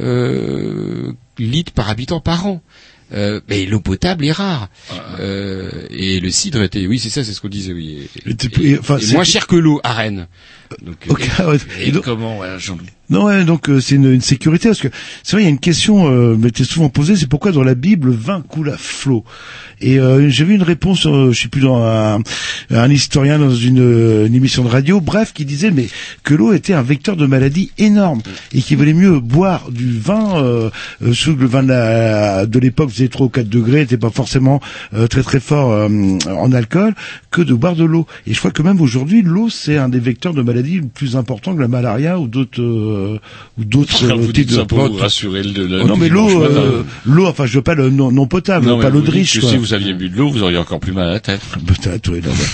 euh, litres par habitant par an. Euh, mais l'eau potable est rare. Euh, et le cidre était, oui c'est ça, c'est ce qu'on disait, oui. Et, et- et- enfin, et c'est- moins cher que l'eau à Rennes. Donc, euh, Ok, ouais. Et, Et donc- comment, ouais, Jean-Louis? Non, ouais, donc euh, c'est une, une sécurité parce que c'est vrai, il y a une question euh, m'était souvent posée, c'est pourquoi dans la Bible le vin coule à flot. Et euh, j'ai vu une réponse, euh, je sais plus dans un, un historien dans une, euh, une émission de radio, bref, qui disait mais que l'eau était un vecteur de maladie énorme et qu'il valait mieux boire du vin, euh, euh, sous le vin de, la- de l'époque faisait trois ou quatre degrés, n'était pas forcément euh, très très fort euh, en alcool, que de boire de l'eau. Et je crois que même aujourd'hui, l'eau c'est un des vecteurs de maladie plus importants que la malaria ou d'autres euh, ou d'autres Ah, euh, vous types dites ça de pour vous potes. rassurer le, le Oh, non le mais l'eau, dimanche matin. euh, l'eau, enfin je veux pas le non, non potable, Non, mais pas l'eau vous de dites riche. que quoi. si vous aviez bu de l'eau, vous auriez encore plus mal à la tête. Peut-être, oui, non, mais-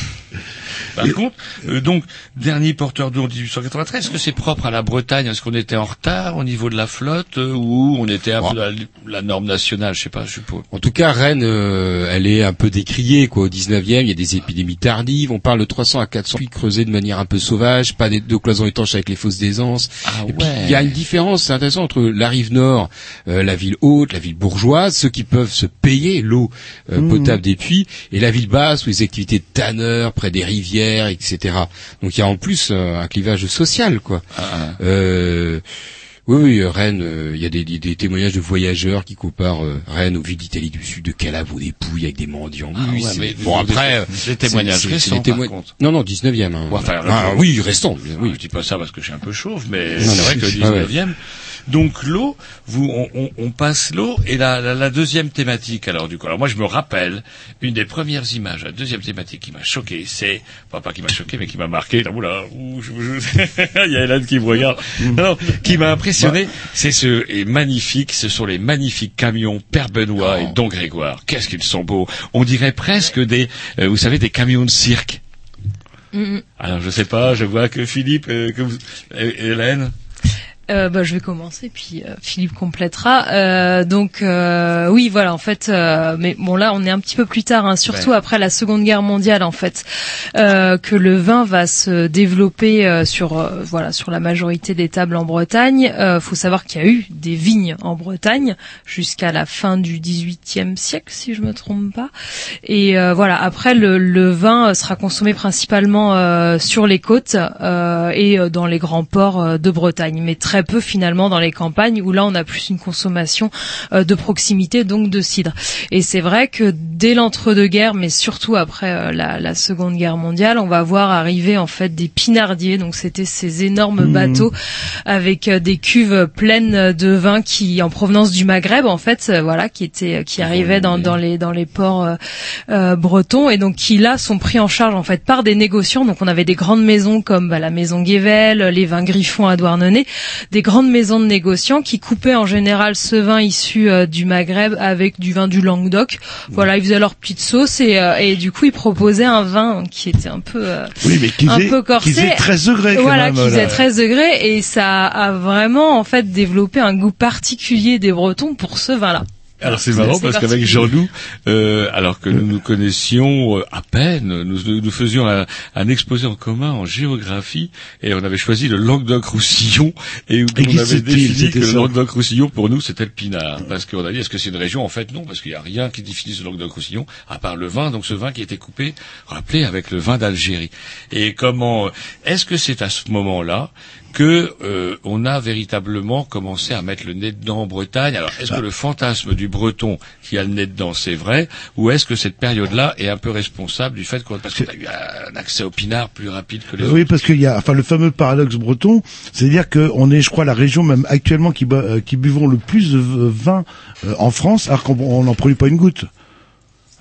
Par contre, euh, donc, dernier porteur d'eau en dix-huit cent quatre-vingt-treize, est-ce que c'est propre à la Bretagne? Est-ce qu'on était en retard au niveau de la flotte, euh, ou on était un peu la, la norme nationale? Je sais pas, je suppose. En tout cas, Rennes, euh, elle est un peu décriée, quoi. Au dix-neuvième, il y a des épidémies tardives. On parle de trois cents à quatre cents puits creusés de manière un peu sauvage, pas de, de cloisons étanches avec les fosses d'aisance. Ah Et puis, ouais. il y a une différence, c'est intéressant, entre la rive nord, euh, la ville haute, la ville bourgeoise, ceux qui peuvent se payer l'eau euh, Mmh. potable des puits, et la ville basse, où les activités de tanneurs, près des rivières, et cetera. Donc, il y a en plus euh, un clivage social, quoi. Ah, ah. Euh, oui, oui, euh, Rennes, euh, il y a des, des, des témoignages de voyageurs qui comparent euh, Rennes aux villes d'Italie du Sud, de Calabo, des Pouilles avec des mendiants. Ah Oui, ouais, c'est- mais bon, des- après, des euh, témoignages c'est- c'est- c'est récents, des par témoign- contre. Non, non, dix-neuvième. Hein. Ouais, enfin, Ah, le- oui, restant. Oui. Je dis pas ça parce que je suis un peu chauve, mais Non, c'est non, vrai que ah ouais. dix-neuvième. Donc l'eau, vous, on, on, on passe l'eau, et la, la, la deuxième thématique, alors du coup, alors moi je me rappelle, une des premières images, la deuxième thématique qui m'a choqué, c'est, enfin pas qui m'a choqué, mais qui m'a marqué, là, oula, ouh, je, je, il y a Hélène qui me regarde, non, non, qui m'a impressionné, c'est ce, et magnifique, ce sont les magnifiques camions Père Benoît et Don Grégoire, qu'est-ce qu'ils sont beaux, on dirait presque des, euh, vous savez, des camions de cirque. Mm, mm. Alors je sais pas, je vois que Philippe, euh, que vous, euh, Hélène. Euh, bah, je vais commencer, puis euh, Philippe complétera. Euh, donc euh, oui, voilà, en fait, euh, mais bon là, on est un petit peu plus tard, hein, surtout Ouais. après la Seconde Guerre mondiale, en fait, euh, que le vin va se développer euh, sur euh, voilà sur la majorité des tables en Bretagne. Euh, faut savoir qu'il y a eu des vignes en Bretagne jusqu'à la fin du dix-huitième siècle, si je me trompe pas. Et euh, voilà, après le, le vin sera consommé principalement euh, sur les côtes euh, et euh, dans les grands ports euh, de Bretagne, mais très peu finalement dans les campagnes où là on a plus une consommation euh, de proximité, donc de cidre. Et c'est vrai que dès l'entre-deux-guerres, mais surtout après euh, la, la Seconde Guerre mondiale, on va voir arriver en fait des pinardiers. Donc c'était ces énormes Mmh. bateaux avec euh, des cuves pleines de vin qui en provenance du Maghreb en fait, euh, voilà, qui étaient qui arrivaient dans, dans les dans les ports euh, euh, bretons, et donc qui là sont pris en charge en fait par des négociants. Donc on avait des grandes maisons comme bah, la maison Guével, les vins Griffon à Douarnenez, des grandes maisons de négociants qui coupaient en général ce vin issu euh, du Maghreb avec du vin du Languedoc. Voilà, ils faisaient leur petite sauce et, euh, et du coup ils proposaient un vin qui était un peu euh, Oui, mais qui un faisait, peu corsé. qui faisait treize degrés. quand Voilà, même, qui là. faisait treize degrés, et ça a vraiment en fait développé un goût particulier des Bretons pour ce vin-là. Alors c'est C'est marrant assez parce qu'avec particulier. Jean-Loup, euh, alors que nous nous connaissions euh, à peine, nous, nous faisions un, un exposé en commun en géographie, et on avait choisi le Languedoc-Roussillon, et où Et qui on avait c'était, défini que c'était le ça. Languedoc-Roussillon pour nous c'était le pinard, parce qu'on a dit est-ce que c'est une région? En fait non, parce qu'il n'y a rien qui définisse le Languedoc-Roussillon à part le vin, donc ce vin qui était coupé, rappelé avec le vin d'Algérie. Et comment est-ce que c'est à ce moment-là que euh, on a véritablement commencé à mettre le nez dedans en Bretagne? Alors, est-ce que le fantasme du Breton qui a le nez dedans, c'est vrai, ou est-ce que cette période-là est un peu responsable du fait qu'on parce qu'on a eu un accès au pinard plus rapide que les Euh, autres? Oui, parce qu'il y a, enfin, le fameux paradoxe breton, c'est-à-dire qu'on est, je crois, la région même actuellement qui, bo- euh, qui buvons le plus de v- vin euh, en France, alors qu'on on n'en produit pas une goutte.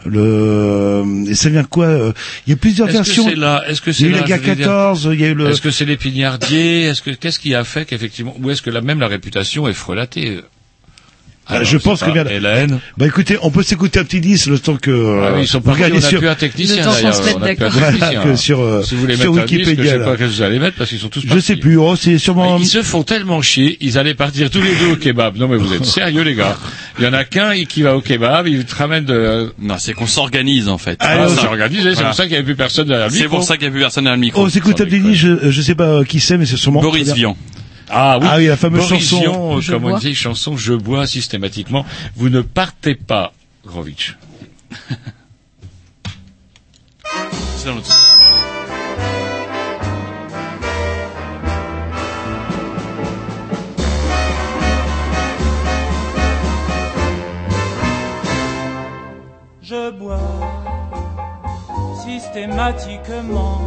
Le et ça vient de quoi euh, Il y a plusieurs Est-ce versions. Que c'est la, est-ce que c'est il y a eu la, la G A je veux dire, quatorze, il y a eu le. Est-ce que c'est les pignardiers? Est-ce que qu'est-ce qui a fait qu'effectivement, ou est-ce que la même la réputation est frelatée? Alors, je pense que bien. Et la haine. Bah écoutez, on peut s'écouter un petit disque le temps que. Ah oui, ils sont pas on a sur... plus un technicien d'ailleurs. On a plus un technicien. Que sur, euh, si vous voulez sur mettre Wikipédia, un disque, je sais là. pas qu'est-ce que vous allez mettre parce qu'ils sont tous partis. Je sais plus. Oh, c'est sûrement. Ils se font tellement chier, ils allaient partir tous les deux au kebab. Non mais vous êtes sérieux les gars? Il y en a qu'un qui va au kebab, il te ramène de. Non, c'est qu'on s'organise en fait. Ah, on s'est organisé, c'est Voilà. pour ça qu'il n'y avait plus personne derrière le micro. C'est pour ça qu'il n'y a plus personne derrière le micro. Oh, c'est écoute un petit disque, je, je sais pas qui c'est, mais c'est sûrement. Boris Vian. Ah oui, ah oui, la fameuse Boris chanson. Vian, Je comme bois. on dit, chanson Je bois systématiquement. Vous ne partez pas, Grovitch. C'est dans l'autre sens. Je bois systématiquement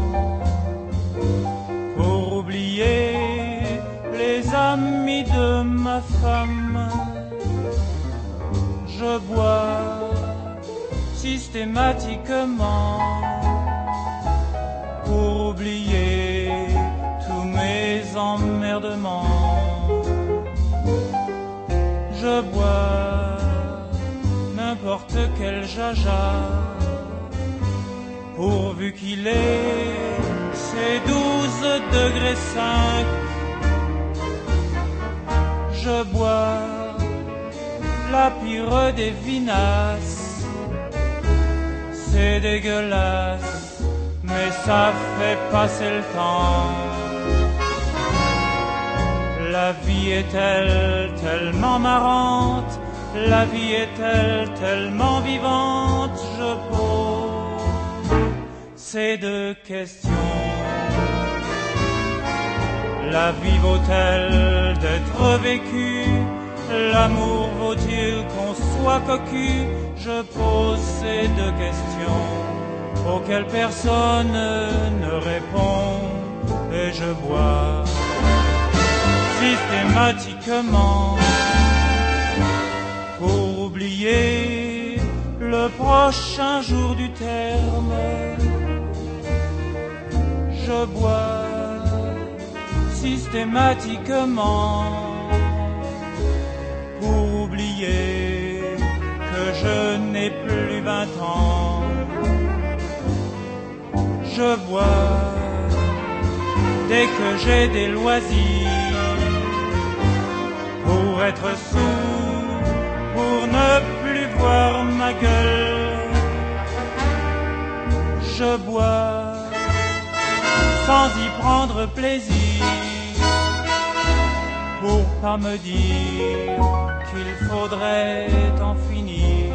pour oublier les amis de ma femme. Je bois systématiquement pour oublier tous mes emmerdements. Je bois n'importe quel jaja, pourvu qu'il ait ses douze degrés cinq. Je bois la pire des vinasses, c'est dégueulasse, mais ça fait passer le temps. La vie est-elle tellement marrante? La vie est-elle tellement vivante? Je pose ces deux questions. La vie vaut-elle d'être vécue? L'amour vaut-il qu'on soit cocu? Je pose ces deux questions auxquelles personne ne répond. Et je bois systématiquement pour oublier le prochain jour du terme. Je bois systématiquement pour oublier que je n'ai plus vingt ans. Je bois dès que j'ai des loisirs pour être sourd, pour ne plus voir ma gueule. Je bois sans y prendre plaisir, pour pas me dire qu'il faudrait en finir.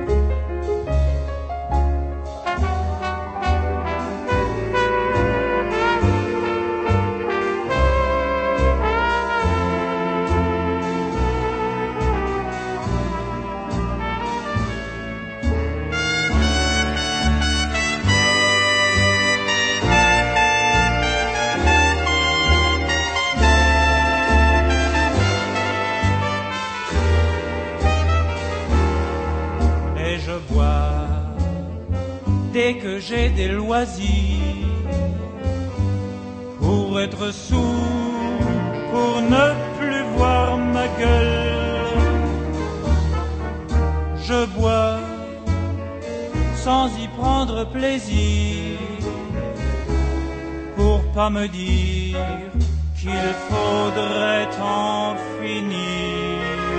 Dès que j'ai des loisirs, pour être sourd, pour ne plus voir ma gueule. Je bois sans y prendre plaisir, pour pas me dire qu'il faudrait en finir.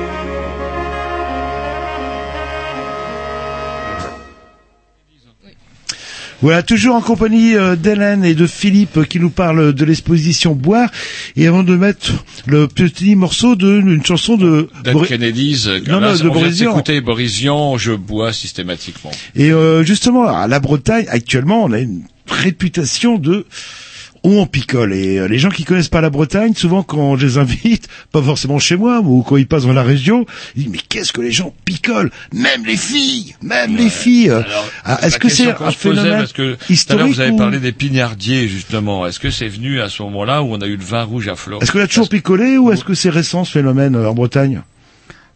Voilà, toujours en compagnie euh, d'Hélène et de Philippe qui nous parlent de l'exposition Boire. Et avant de mettre le petit morceau d'une chanson de... Dead Bor- Kennedys, non, non, de on vient Boris Vian. d'écouter Boris Vian, Je bois systématiquement. Et euh, justement, à la Bretagne, actuellement, on a une réputation de... où on picole. Et euh, les gens qui connaissent pas la Bretagne, souvent quand je les invite, pas forcément chez moi, ou quand ils passent dans la région, ils disent mais qu'est-ce que les gens picolent? Même les filles, même les filles. Alors, ah, c'est est-ce la que c'est question qu'on un se posait, phénomène parce que tout à l'heure historique vous avez ou... parlé des pignardiers justement. Est-ce que c'est venu à ce moment-là où on a eu le vin rouge à flot? Est-ce qu'on a toujours picolé ou est-ce que c'est récent ce phénomène euh, en Bretagne?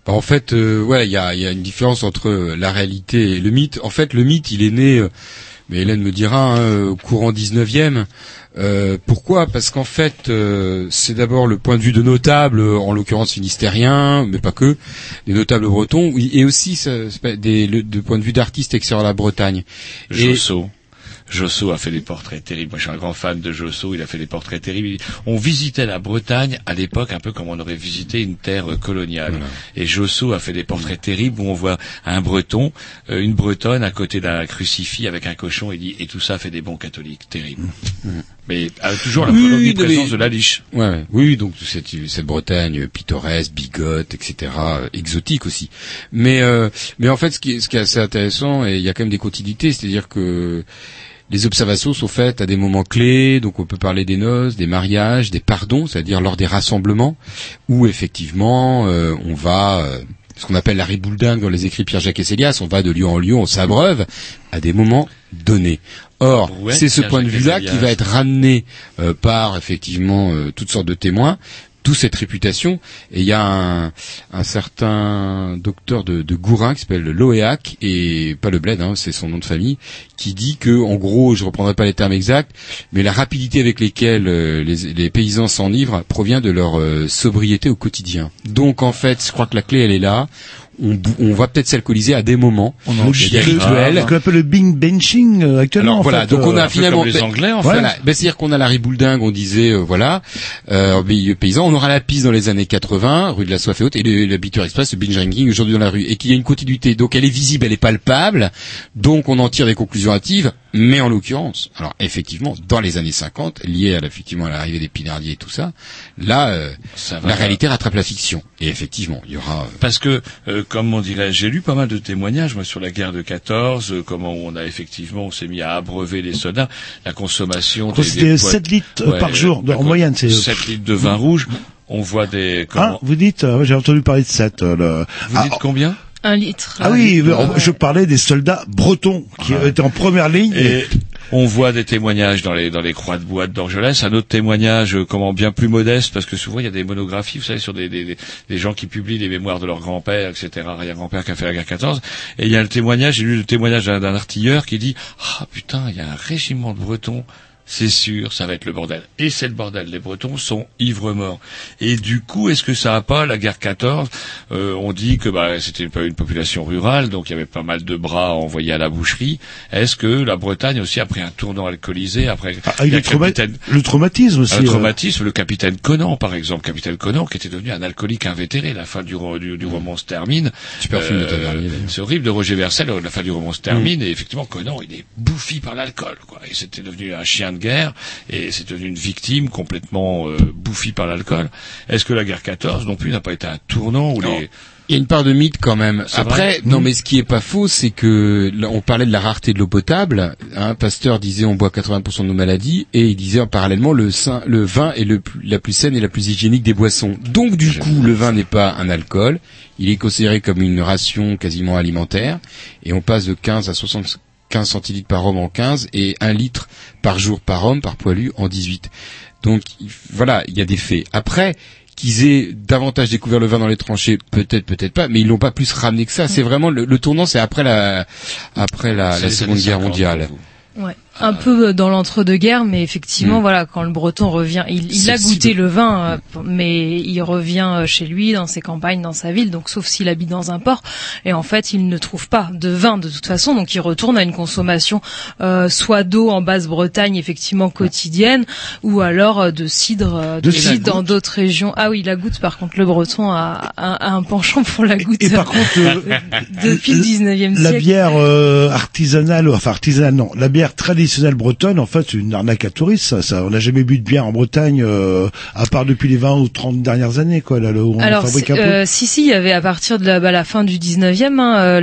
Bah, en fait, euh, ouais, il y a, y a une différence entre la réalité et le mythe. En fait, le mythe, il est né, euh, mais Hélène me dira, hein, au courant dix-neuvième. Euh, pourquoi ? Parce qu'en fait, euh, c'est d'abord le point de vue de notables, en l'occurrence finistériens, mais pas que, des notables bretons, et aussi ça, des, le, de point de vue d'artistes extérieurs à la Bretagne. Josso. Josso a fait des portraits terribles. Moi, je suis un grand fan de Josso. Il a fait des portraits terribles. On visitait la Bretagne à l'époque un peu comme on aurait visité une terre coloniale. Voilà. Et Josso a fait des portraits terribles où on voit un Breton, euh, une Bretonne à côté d'un crucifix avec un cochon et dit et tout ça fait des bons catholiques. Terrible. Mmh. Mais euh, toujours la oui, présence mais... de la liche. Ouais, ouais. Oui, donc cette, cette Bretagne pittoresque, bigote, et cetera, euh, exotique aussi. Mais euh, mais en fait, ce qui est, ce qui est assez intéressant, et il y a quand même des continuités, c'est-à-dire que les observations sont faites à des moments clés, donc on peut parler des noces, des mariages, des pardons, c'est-à-dire lors des rassemblements, où effectivement euh, on va, euh, ce qu'on appelle la ribouledingue dans les écrits Pierre-Jacques Esselias, on va de lieu en lieu, on s'abreuve à des moments donnés. Or, ouais, c'est ce point de vue-là qui va être ramené euh, par effectivement euh, toutes sortes de témoins, toute cette réputation. Et il y a un, un certain docteur de, de Gourin qui s'appelle Loéac, et pas le Bled, hein, c'est son nom de famille, qui dit que, en gros, je reprendrai pas les termes exacts, mais la rapidité avec lesquelles euh, les, les paysans s'enivrent provient de leur euh, sobriété au quotidien. Donc, en fait, je crois que la clé, elle est là. On, on va peut-être s'alcooliser à des moments. On en il y a des rituels. Ce qu'on appelle le bing benching euh, actuellement. Alors, en voilà, fait, donc on a un finalement peu comme les Anglais en fait. Voilà, ben, c'est-à-dire qu'on a la ribouledingue, on disait euh, voilà, euh, milieu paysan, on aura la piste dans les années quatre-vingts, rue de la Soif et Haute, et le, le Bitter Express, le binge drinking aujourd'hui dans la rue, et qu'il y a une continuité. Donc elle est visible, elle est palpable, donc on en tire des conclusions hâtives. Mais en l'occurrence, alors effectivement, dans les années cinquante, lié à effectivement à l'arrivée des Pinardiers et tout ça, là, euh, ça la réalité rattrape la fiction. Et effectivement, il y aura. Euh... Parce que, euh, comme on dirait, j'ai lu pas mal de témoignages, moi, sur la guerre de quatorze, euh, comment on a effectivement, on s'est mis à abreuver les soldats, la consommation. Des, c'était des sept litres ouais, par jour, en moyenne, c'est. sept litres de vin rouge. On voit des. Comment... Ah, vous dites, euh, j'ai entendu parler de sept. Euh, le... Vous ah, dites combien? Un litre. Ah oui, litre, je ouais. parlais des soldats bretons qui ouais. étaient en première ligne. Et, et on voit des témoignages dans les dans les croix de bois d'Orgelès. Un autre témoignage, euh, comment bien plus modeste, parce que souvent il y a des monographies, vous savez, sur des des, des gens qui publient les mémoires de leur grand-père, et cetera. Arrière-grand-père qui a fait la guerre quatorze. Et il y a le témoignage, j'ai lu le témoignage d'un, d'un artilleur qui dit ah putain, il y a un régiment de Bretons. C'est sûr, ça va être le bordel. Et c'est le bordel. Les Bretons sont ivres morts. Et du coup, est-ce que ça a pas, la guerre quatorze, euh, on dit que bah c'était une, une population rurale, donc il y avait pas mal de bras envoyés à la boucherie. Est-ce que la Bretagne aussi a pris un tournant alcoolisé après ah, le, trauma- capitaine, le traumatisme aussi. Le traumatisme, euh... le capitaine Conan, par exemple. Capitaine Conan, qui était devenu un alcoolique invétéré. La fin du, du, du roman se termine. Super euh, film de Tavernier. C'est horrible de Roger Vercel, la fin du roman se termine, mmh. et effectivement, Conan, il est bouffi par l'alcool, quoi. Et c'était devenu un chien de guerre, et c'est devenu une victime complètement euh, bouffie par l'alcool. Est-ce que la guerre quatorze non plus n'a pas été un tournant où les... Il y a une part de mythe quand même. C'est Après, vrai non, mmh. mais ce qui est pas faux, c'est que là, on parlait de la rareté de l'eau potable. Hein, Pasteur disait on boit quatre-vingts pour cent de nos maladies, et il disait parallèlement le, sein, le vin est le plus, la plus saine et la plus hygiénique des boissons. Donc du J'aime coup, le vin n'est pas un alcool. Il est considéré comme une ration quasiment alimentaire, et on passe de quinze à soixante-quinze centilitres par homme en quinze et un litre par jour par homme, par poilu en dix-huit. Donc voilà, il y a des faits. Après, qu'ils aient davantage découvert le vin dans les tranchées, peut-être, peut-être pas, mais ils l'ont pas plus ramené que ça. C'est vraiment le, le tournant, c'est après la après la, la Seconde Guerre mondiale. Ouais. Un peu dans l'entre-deux-guerres, mais effectivement, mmh. voilà, quand le Breton revient, il, il a goûté le vin, mais il revient chez lui, dans ses campagnes, dans sa ville, donc sauf s'il habite dans un port, et en fait, il ne trouve pas de vin de toute façon, donc il retourne à une consommation euh, soit d'eau en Basse-Bretagne, effectivement quotidienne, ou alors de cidre, de cidre dans d'autres régions. Ah oui, la goutte, par contre, le Breton a, a, a un penchant pour la goutte. Et par contre, euh, depuis le dix-neuvième siècle. La bière euh, artisanale, enfin artisanale, non, la bière traditionnelle bretonne, en fait, c'est une arnaque à touristes. Ça, ça, on n'a jamais bu de bière en Bretagne, euh, à part depuis les vingt ou trente dernières années, quoi. Là, où on Alors, fabrique un peu. Euh, si, si, il y avait à partir de la, bah, la fin du dix-neuvième, hein,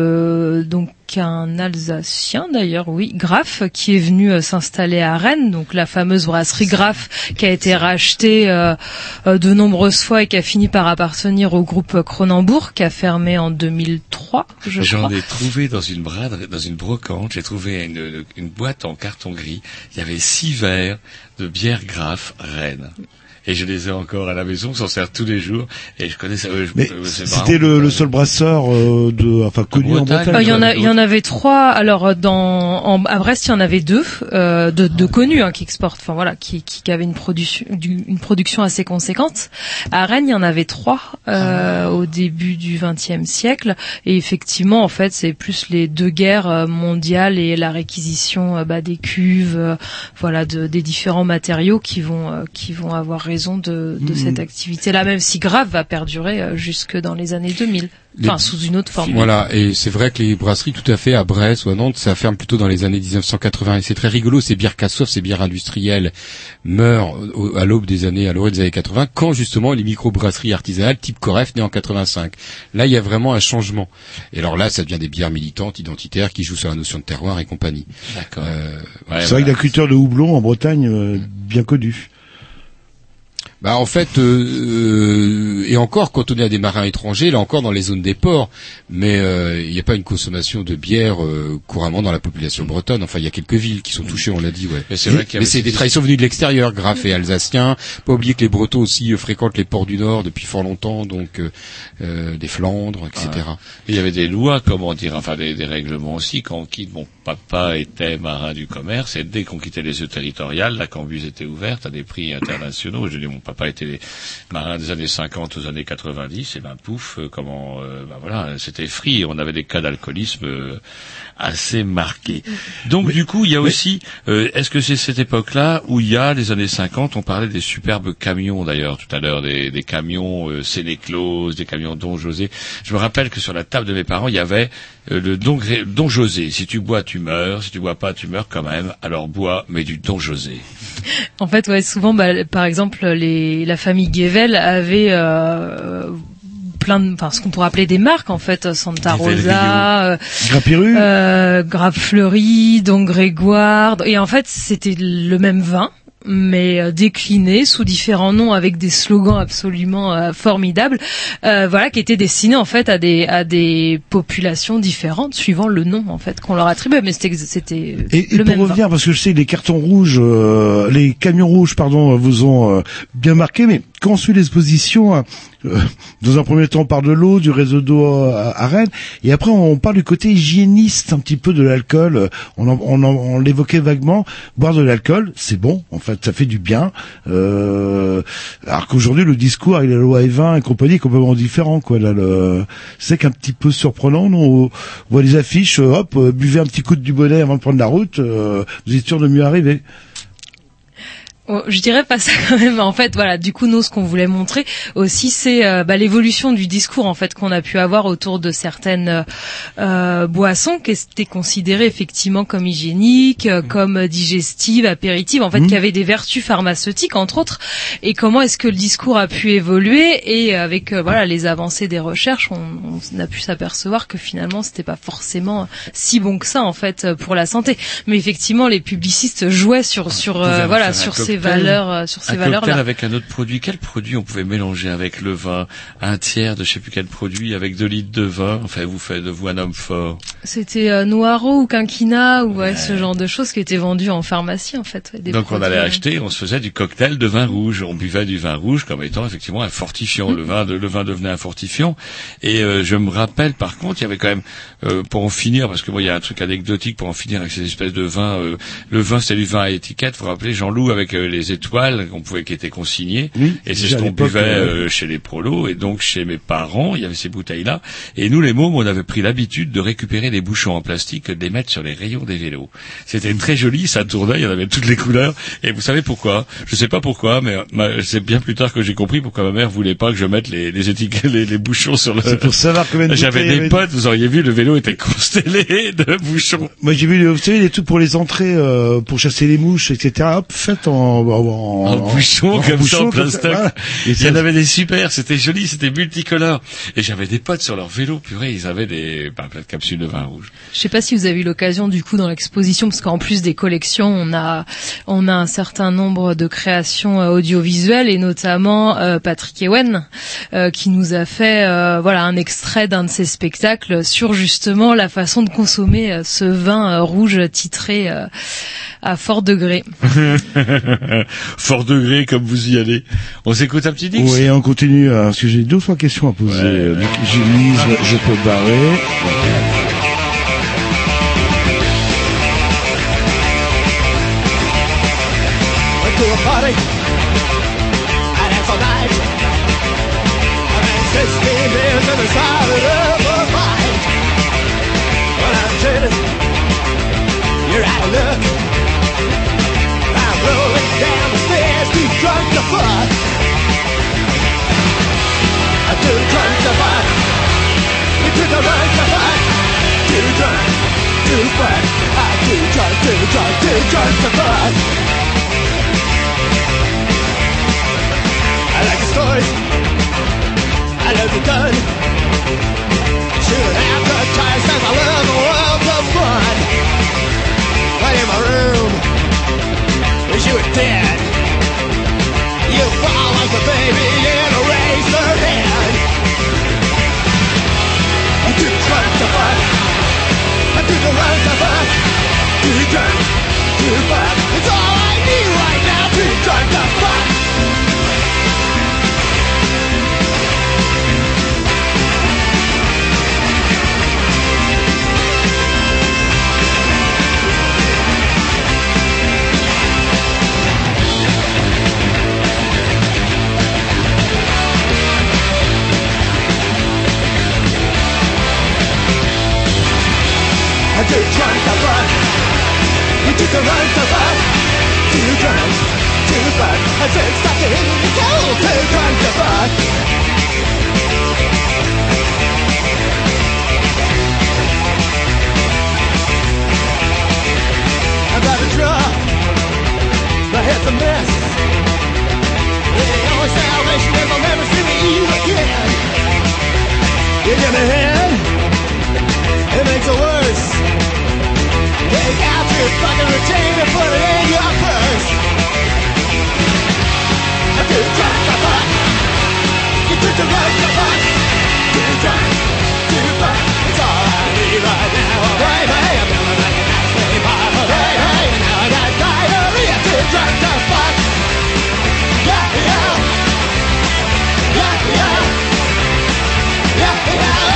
le donc un Alsacien d'ailleurs, oui, Graff, qui est venu euh, s'installer à Rennes, donc la fameuse brasserie Graff, qui a été rachetée euh, euh, de nombreuses fois et qui a fini par appartenir au groupe Cronenbourg, qui a fermé en deux mille trois, je J'en crois. ai trouvé dans une braderie, dans une brocante, j'ai trouvé une, une boîte en carton gris. Il y avait six verres de bière Graff Rennes. et je les ai encore à la maison, on s'en sert tous les jours, et je connais ça. Euh, je, Mais euh, c'est c'était marrant. le, le seul brasseur euh, de, enfin connu en Bretagne. Euh, Il y en a, il y en avait trois. Alors dans en, à Brest, il y en avait deux, euh, de, de connus hein, qui exportent, enfin voilà, qui, qui, qui avaient une production, du, une production assez conséquente. À Rennes, il y en avait trois euh, au début du vingtième siècle, et effectivement, en fait, c'est plus les deux guerres mondiales et la réquisition euh, bah, des cuves, euh, voilà, de, des différents matériaux qui vont, euh, qui vont avoir raison de, de mmh. cette activité-là, même si grave va perdurer euh, jusque dans les années deux mille. Enfin, les... sous une autre forme. Voilà, et c'est vrai que les brasseries, tout à fait, à Brest ou à Nantes, ça ferme plutôt dans les années dix-neuf cent quatre-vingts. Et c'est très rigolo, ces bières cassouf, ces bières industrielles meurent à l'aube des années, à l'orée des années quatre-vingts, quand justement les micro-brasseries artisanales, type Coref, nées en quatre-vingt-cinq. Là, il y a vraiment un changement. Et alors là, ça devient des bières militantes, identitaires, qui jouent sur la notion de terroir et compagnie. D'accord. Euh, ouais, c'est voilà. vrai que la culture de houblon en Bretagne, euh, bien connue. Bah en fait, euh, euh, et encore quand on est à des marins étrangers, là encore dans les zones des ports, mais il euh, n'y a pas une consommation de bière euh, couramment dans la population bretonne. Enfin, il y a quelques villes qui sont touchées, on l'a dit, ouais. Mais c'est, vrai qu'il y mais c'est des traditions venues de l'extérieur, Graff et alsaciens. Pas oublier que les Bretons aussi euh, fréquentent les ports du Nord depuis fort longtemps, donc euh, euh, des Flandres, et cetera. Ouais. Il y avait des lois, comment dire, enfin des, des règlements aussi. Quand on quitte, mon papa était marin du commerce, et dès qu'on quittait les eaux territoriales, la cambuse était ouverte à des prix internationaux. Je dis, mon papa était les marins des années cinquante aux années quatre-vingt-dix, et ben pouf, euh, comment, euh, ben voilà, c'était free. On avait des cas d'alcoolisme euh, assez marqués. Donc oui, du coup, il y a oui. aussi, euh, est-ce que c'est cette époque-là où il y a les années cinquante, on parlait des superbes camions d'ailleurs tout à l'heure, des, des camions euh, Sénéclose, des camions Don José. Je me rappelle que sur la table de mes parents, il y avait euh, le Don, Don José. Si tu bois, tu meurs. Si tu bois pas, tu meurs quand même. Alors bois, mais du Don José. En fait, ouais, souvent, bah, par exemple, les, la famille Guével avait euh, plein de, enfin, ce qu'on pourrait appeler des marques, en fait, Santa Rosa, euh, Grappiru, euh, Grappe Fleurie, Don Grégoire, et en fait, c'était le même vin, mais euh, décliné sous différents noms avec des slogans absolument euh, formidables, euh, voilà, qui étaient destinés en fait à des à des populations différentes suivant le nom en fait qu'on leur attribuait, mais c'était c'était et, le et même pour revenir, vin. Parce que je sais les cartons rouges, euh, les camions rouges, pardon, vous ont euh, bien marqué, mais quand on suit l'exposition, euh, dans un premier temps on parle de l'eau, du réseau d'eau à, à Rennes, et après on parle du côté hygiéniste un petit peu de l'alcool. On, en, on, en, on l'évoquait vaguement, boire de l'alcool, c'est bon, en fait, ça fait du bien. Euh, alors qu'aujourd'hui le discours avec la loi E vingt et compagnie est complètement différent, quoi. Là, le, c'est qu'un petit peu surprenant. Non, on voit les affiches, hop, buvez un petit coup de Dubonnet avant de prendre la route, euh, vous êtes sûr de mieux arriver. Oh, je dirais pas ça quand même. En fait, voilà. Du coup, nous, ce qu'on voulait montrer aussi, c'est euh, bah, l'évolution du discours en fait qu'on a pu avoir autour de certaines euh, boissons qui étaient considérées effectivement comme hygiéniques, euh, comme digestives, apéritives, en fait, mmh. qui avaient des vertus pharmaceutiques entre autres. Et comment est-ce que le discours a pu évoluer, et avec euh, voilà les avancées des recherches, on, on a pu s'apercevoir que finalement, c'était pas forcément si bon que ça en fait pour la santé. Mais effectivement, les publicistes jouaient sur sur euh, voilà sur ces valeurs, euh, sur ces un valeurs-là. Cocktail avec un autre produit. Quel produit on pouvait mélanger avec le vin? Un tiers de je sais plus quel produit avec deux litres de vin. Enfin, vous faites de vous un homme fort. C'était euh, Noiro ou Quinquina ou ouais, ouais. ce genre de choses qui étaient vendues en pharmacie en fait. Ouais, des Donc produits, on allait ouais. acheter, on se faisait du cocktail de vin rouge. On buvait du vin rouge comme étant effectivement un fortifiant. Mmh. Le vin, de, le vin devenait un fortifiant. Et euh, je me rappelle par contre, il y avait quand même euh, pour en finir, parce que moi il y a un truc anecdotique pour en finir avec ces espèces de vins. Euh, le vin c'était du vin à étiquette. Vous vous rappelez Jean-Loup avec euh, les étoiles qu'on pouvait, qui étaient consignées, oui, et c'est ce qu'on buvait euh, chez les prolos, et donc chez mes parents, il y avait ces bouteilles-là, et nous les mômes, on avait pris l'habitude de récupérer des bouchons en plastique, de les mettre sur les rayons des vélos. C'était très joli, ça tournait, il y en avait toutes les couleurs, et vous savez pourquoi? Je sais pas pourquoi, mais ma, c'est bien plus tard que j'ai compris pourquoi ma mère voulait pas que je mette les, les étiquettes, les, les bouchons sur le... C'est pour savoir combien de J'avais des potes, vous auriez vu, le vélo était constellé de bouchons. Moi j'ai vu, vous savez, les trucs pour les entrées, euh, pour chasser les mouches, et cetera, hop, faites en... en, en, en bouchon, comme bouchon, ça, en plein stock. Voilà. Et il y en avait des super, c'était joli, c'était multicolore. Et j'avais des potes sur leur vélo, purée, ils avaient des, bah, plein de capsules de vin rouge. Je sais pas si vous avez eu l'occasion du coup dans l'exposition, parce qu'en plus des collections, on a on a un certain nombre de créations euh, audiovisuelles et notamment euh, Patrick Ewen euh, qui nous a fait euh, voilà un extrait d'un de ses spectacles sur justement la façon de consommer euh, ce vin euh, rouge titré euh, à fort degré. Fort degré comme vous y allez. On s'écoute un petit Dix. Oui, on continue euh, parce que j'ai deux ou trois questions à poser. Ouais. Euh, donc, j'élise, je peux barrer. Went to a party, and that's all night. I had sixteen beers and decided of a fight. Well, I'm chilling, you're out of luck. I'm rolling down the stairs, too drunk to fuck. I'm too drunk to fuck. You took a run to fuck. Too drunk to fuck. I'm too drunk, too drunk, too drunk to fuck. I like the stories, I love the gun. Shoot out the tires, cause I love the world of fun. Right in my room, wish you were dead. You fall like a baby in a razor head. I'm too drunk to fuck, I'm too drunk to fuck. Too drunk to fuck, it's all I need right now. Too drunk to fuck. I'm too drunk to fuck. You took a run to fuck. Too drunk to fuck. I said stop it in the cold. Too drunk to fuck. I'm about to drop. My head's a mess. The only salvation is I'll never see you again. You give me a hand, it makes it worse. Take out your fucking routine and put it in your purse. I'm too drunk to fuck. You took the right to fuck. Too drunk to fuck. It's all I need right now. Baby, I'm feeling like an ass baby papa. Baby, now I got diarrhea. Too drunk to fuck. Yeah, yeah. Yeah, yeah. Yeah, yeah.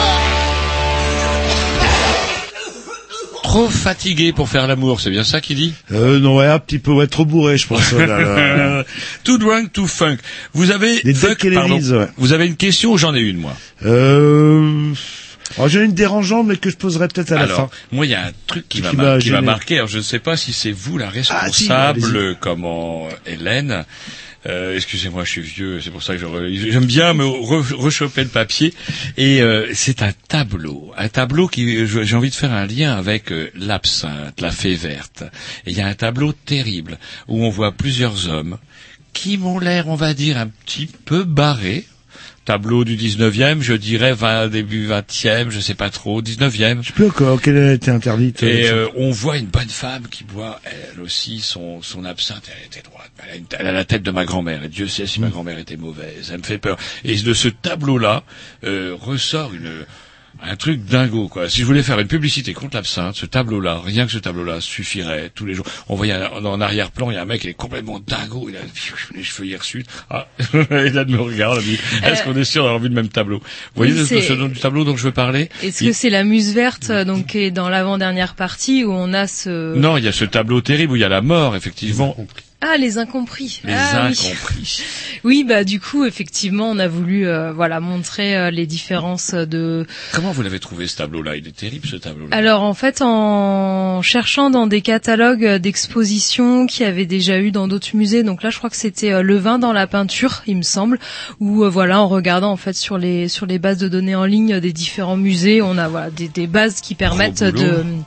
Trop fatigué pour faire l'amour, c'est bien ça qu'il dit? Euh, non, ouais, un petit peu, ouais, trop bourré, je pense. Là, là. Too drunk, too funk. Vous avez, Les fuck, Duck et les pardon. Liz, ouais. Vous avez une question ou j'en ai une, moi? Euh, alors, j'ai une dérangeante, mais que je poserai peut-être à la Alors, fin. moi, il y a un truc qui, Qui m'a m'a mar- qui m'a gêné. marqué. Alors, je ne sais pas si c'est vous la Ah, si, responsable, allez-y. comment Hélène. Euh, excusez-moi, je suis vieux, c'est pour ça que je re- j'aime bien me re- rechoper le papier. Et euh, c'est un tableau, un tableau qui, je- j'ai envie de faire un lien avec euh, l'absinthe, la fée verte. Et il y a un tableau terrible où on voit plusieurs hommes qui m'ont l'air, on va dire, un petit peu barrés. Tableau du dix-neuvième, je dirais vingt, début vingtième, je sais pas trop, dix-neuvième. Je sais plus encore quelle a été interdite. Et euh, euh, on voit une bonne femme qui boit, elle aussi, son, son absinthe, elle était droite. Elle a, une- elle a la tête de ma grand-mère, et Dieu sait si ma grand-mère était mauvaise. Elle me fait peur. Et de ce tableau-là euh, ressort une un truc dingo, quoi. Si je voulais faire une publicité contre l'absinthe, ce tableau-là, rien que ce tableau-là suffirait tous les jours. On voyait un- en arrière-plan, il y a un mec qui est complètement dingo, il a les cheveux hirsutes. Ah, Hélène me regarde, elle dit, est-ce Euh, qu'on est sûr d'avoir vu le même tableau? Vous voyez oui, ce, c'est- ce dont- du tableau dont je veux parler? Est-ce Il- que c'est la muse verte, euh, donc, qui est dans l'avant-dernière partie où on a ce... Non, il y a ce tableau terrible où il y a la mort, effectivement. Ah, les incompris. Les ah, incompris. Oui. Oui, bah du coup, effectivement, on a voulu, euh, voilà, montrer euh, les différences de. Comment vous l'avez trouvé ce tableau-là? Il est terrible ce tableau-là. Alors en fait, en cherchant dans des catalogues d'expositions qu'il y avait déjà eu dans d'autres musées, donc là, je crois que c'était euh, le vin dans la peinture, il me semble, où euh, voilà, en regardant en fait sur les sur les bases de données en ligne des différents musées, on a voilà des, des bases qui permettent boulot. de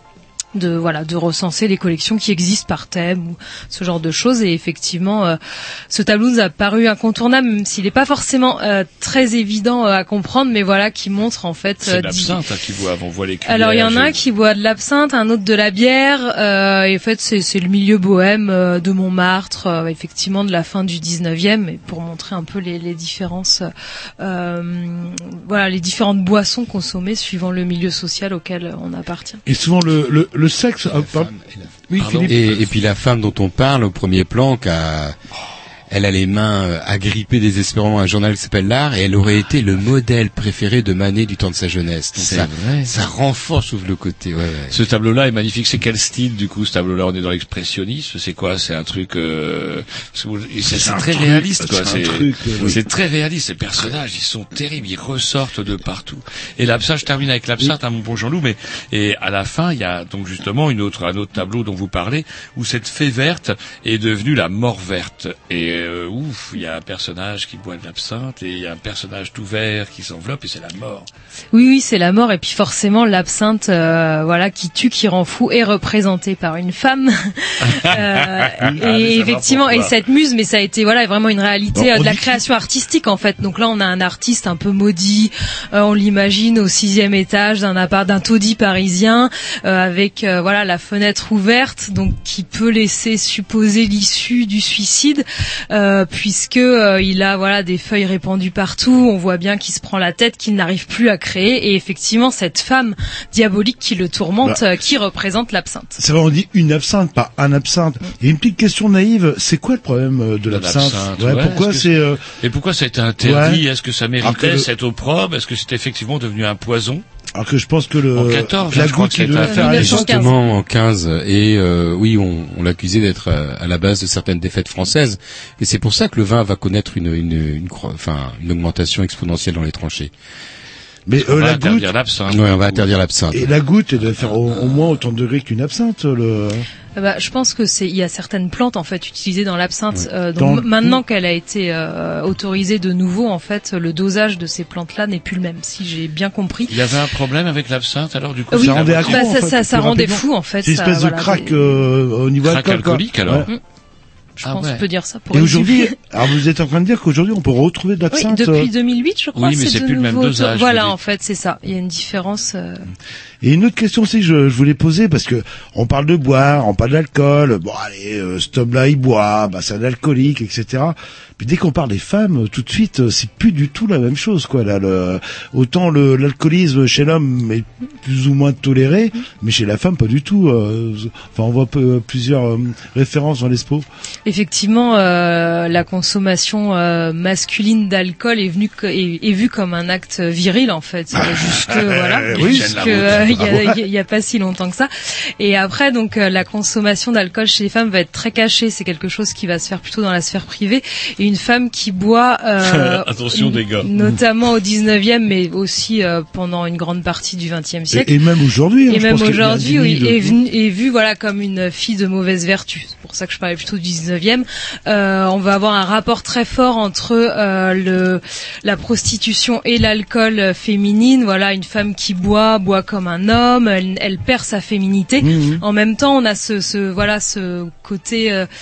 de voilà de recenser les collections qui existent par thème ou ce genre de choses. Et effectivement, euh, ce tableau nous a paru incontournable, même s'il n'est pas forcément euh, très évident euh, à comprendre, mais voilà, qui montre en fait. C'est euh, l'absinthe hein, qui boit, on voit les cuillères. Alors il y en a un j'ai- qui boit de l'absinthe, un autre de la bière, euh, et en fait c'est, c'est le milieu bohème euh, de Montmartre, euh, effectivement de la fin du dix-neuvième, et pour montrer un peu les, les différences, euh, voilà, les différentes boissons consommées suivant le milieu social auquel on appartient. Et souvent le le, le sexe. ah, par- Oui, Pardon. Philippe. Et, et puis la femme dont on parle au premier plan, qui a, elle a les mains euh, agrippées désespérément à un journal qui s'appelle L'Art, et elle aurait été le modèle préféré de Manet du temps de sa jeunesse. Donc C'est ça, vrai. ça renforce, je trouve, le côté. Ouais, ouais. Ce tableau-là est magnifique. C'est quel style, du coup, ce tableau-là? On est dans l'expressionnisme. C'est quoi? C'est un truc, euh... c'est, c'est, c'est un très truc, réaliste, quoi. c'est un C'est, truc, euh, oui. c'est très réaliste. Ces personnages, ils sont terribles. Ils ressortent de partout. Et l'absinthe, je termine avec l'absinthe, hein, mon bon Jean-Loup, mais, et à la fin, il y a donc justement une autre, un autre tableau dont vous parlez, où cette fée verte est devenue la mort verte. Et, euh, ouf, il y a un personnage qui boit de l'absinthe, et il y a un personnage tout vert qui s'enveloppe, et c'est la mort. Oui, oui, c'est la mort, et puis forcément l'absinthe, euh, voilà, qui tue, qui rend fou, est représentée par une femme. euh, Ah, mais ça et va effectivement, et pourquoi. cette muse, mais ça a été voilà vraiment une réalité Bon, euh, on de la dit- création artistique en fait. Donc là, on a un artiste un peu maudit, euh, on l'imagine au sixième étage d'un appart, d'un taudis parisien, euh, avec euh, voilà la fenêtre ouverte, donc qui peut laisser supposer l'issue du suicide, euh, puisque euh, il a voilà des feuilles répandues partout. On voit bien qu'il se prend la tête, qu'il n'arrive plus à créer, et effectivement cette femme diabolique qui le tourmente, Bah. euh, qui représente l'absinthe. C'est vrai, on dit une absinthe, pas un absinthe. Il y a une petite question naïve. C'est quoi le problème euh, de l'absinthe? l'absinthe, Ouais, ouais, pourquoi est-ce que c'est euh, Et pourquoi ça a été interdit? Ouais. Est-ce que ça Alors méritait que le- cette opprobre? Est-ce que c'est effectivement devenu un poison? alors que je pense que le En quatorze, la je crois goutte que ça a qui été doit fait faire à les mille neuf cent quinze. Justement en quinze, et euh, oui, on, on l'accusait d'être à, à la base de certaines défaites françaises, et c'est pour ça que le vin va connaître une une une, cro- enfin une augmentation exponentielle dans les tranchées. Mais On euh, va la goutte interdire l'absinthe. Ouais, on va interdire l'absinthe. et la goutte, elle doit faire au, au moins autant de degrés qu'une absinthe. Le Eh ben, je pense que c'est il y a certaines plantes en fait utilisées dans l'absinthe. Euh, Dans donc le- maintenant qu'elle a été euh, autorisée de nouveau, en fait, le dosage de ces plantes-là n'est plus le même. Si j'ai bien compris. Il y avait un problème avec l'absinthe, alors du coup. Oui, ça rendait accro, bah, en ça, fait, ça, ça plus rendait rapidement. fou en fait. C'est une ça, espèce voilà, de crack des- euh, au niveau Crack alcool, quoi. alcoolique, alors. Ouais. Je Ah pense ouais. qu'on peut dire ça pour Et résumer. aujourd'hui, alors vous êtes en train de dire qu'aujourd'hui on peut retrouver de Oui, l'absinthe. depuis euh, deux mille huit, je crois. Oui, mais c'est de plus le même nouveau dosage, auto- Voilà, vous dites. en fait, c'est ça. Il y a une différence. euh, Et une autre question aussi que je, je voulais poser, parce que on parle de boire, on parle d'alcool, bon allez, euh, cet homme-là il boit, bah c'est un alcoolique, et cetera. Puis dès qu'on parle des femmes, euh, tout de suite, euh, c'est plus du tout la même chose, quoi. Là, le, autant le, l'alcoolisme chez l'homme est plus ou moins toléré, mais chez la femme pas du tout. euh, enfin, on voit peu- plusieurs euh, références dans l'expo. Effectivement, euh, la consommation euh, masculine d'alcool est venue co- est, est vue comme un acte viril en fait. C'est jusque voilà, oui, jusque euh, il y, a, il y a pas si longtemps que ça. Et après donc euh, la consommation d'alcool chez les femmes va être très cachée. C'est quelque chose qui va se faire plutôt dans la sphère privée. Et une femme qui boit, euh, Attention, des gars. notamment au dix-neuvième, mais aussi euh, pendant une grande partie du vingtième siècle. Et, et même aujourd'hui. hein, Et je même pense qu'il y a un aujourd'hui, oui, déni de- est, venu, est vue voilà comme une fille de mauvaise vertu. C'est pour ça que je parlais plutôt du dix-neuvième. Euh, on va avoir un rapport très fort entre euh, le la prostitution et l'alcool féminine. Voilà, une femme qui boit, boit comme un homme. Elle, elle perd sa féminité. Mmh. En même temps, on a ce, ce voilà ce côté. Euh,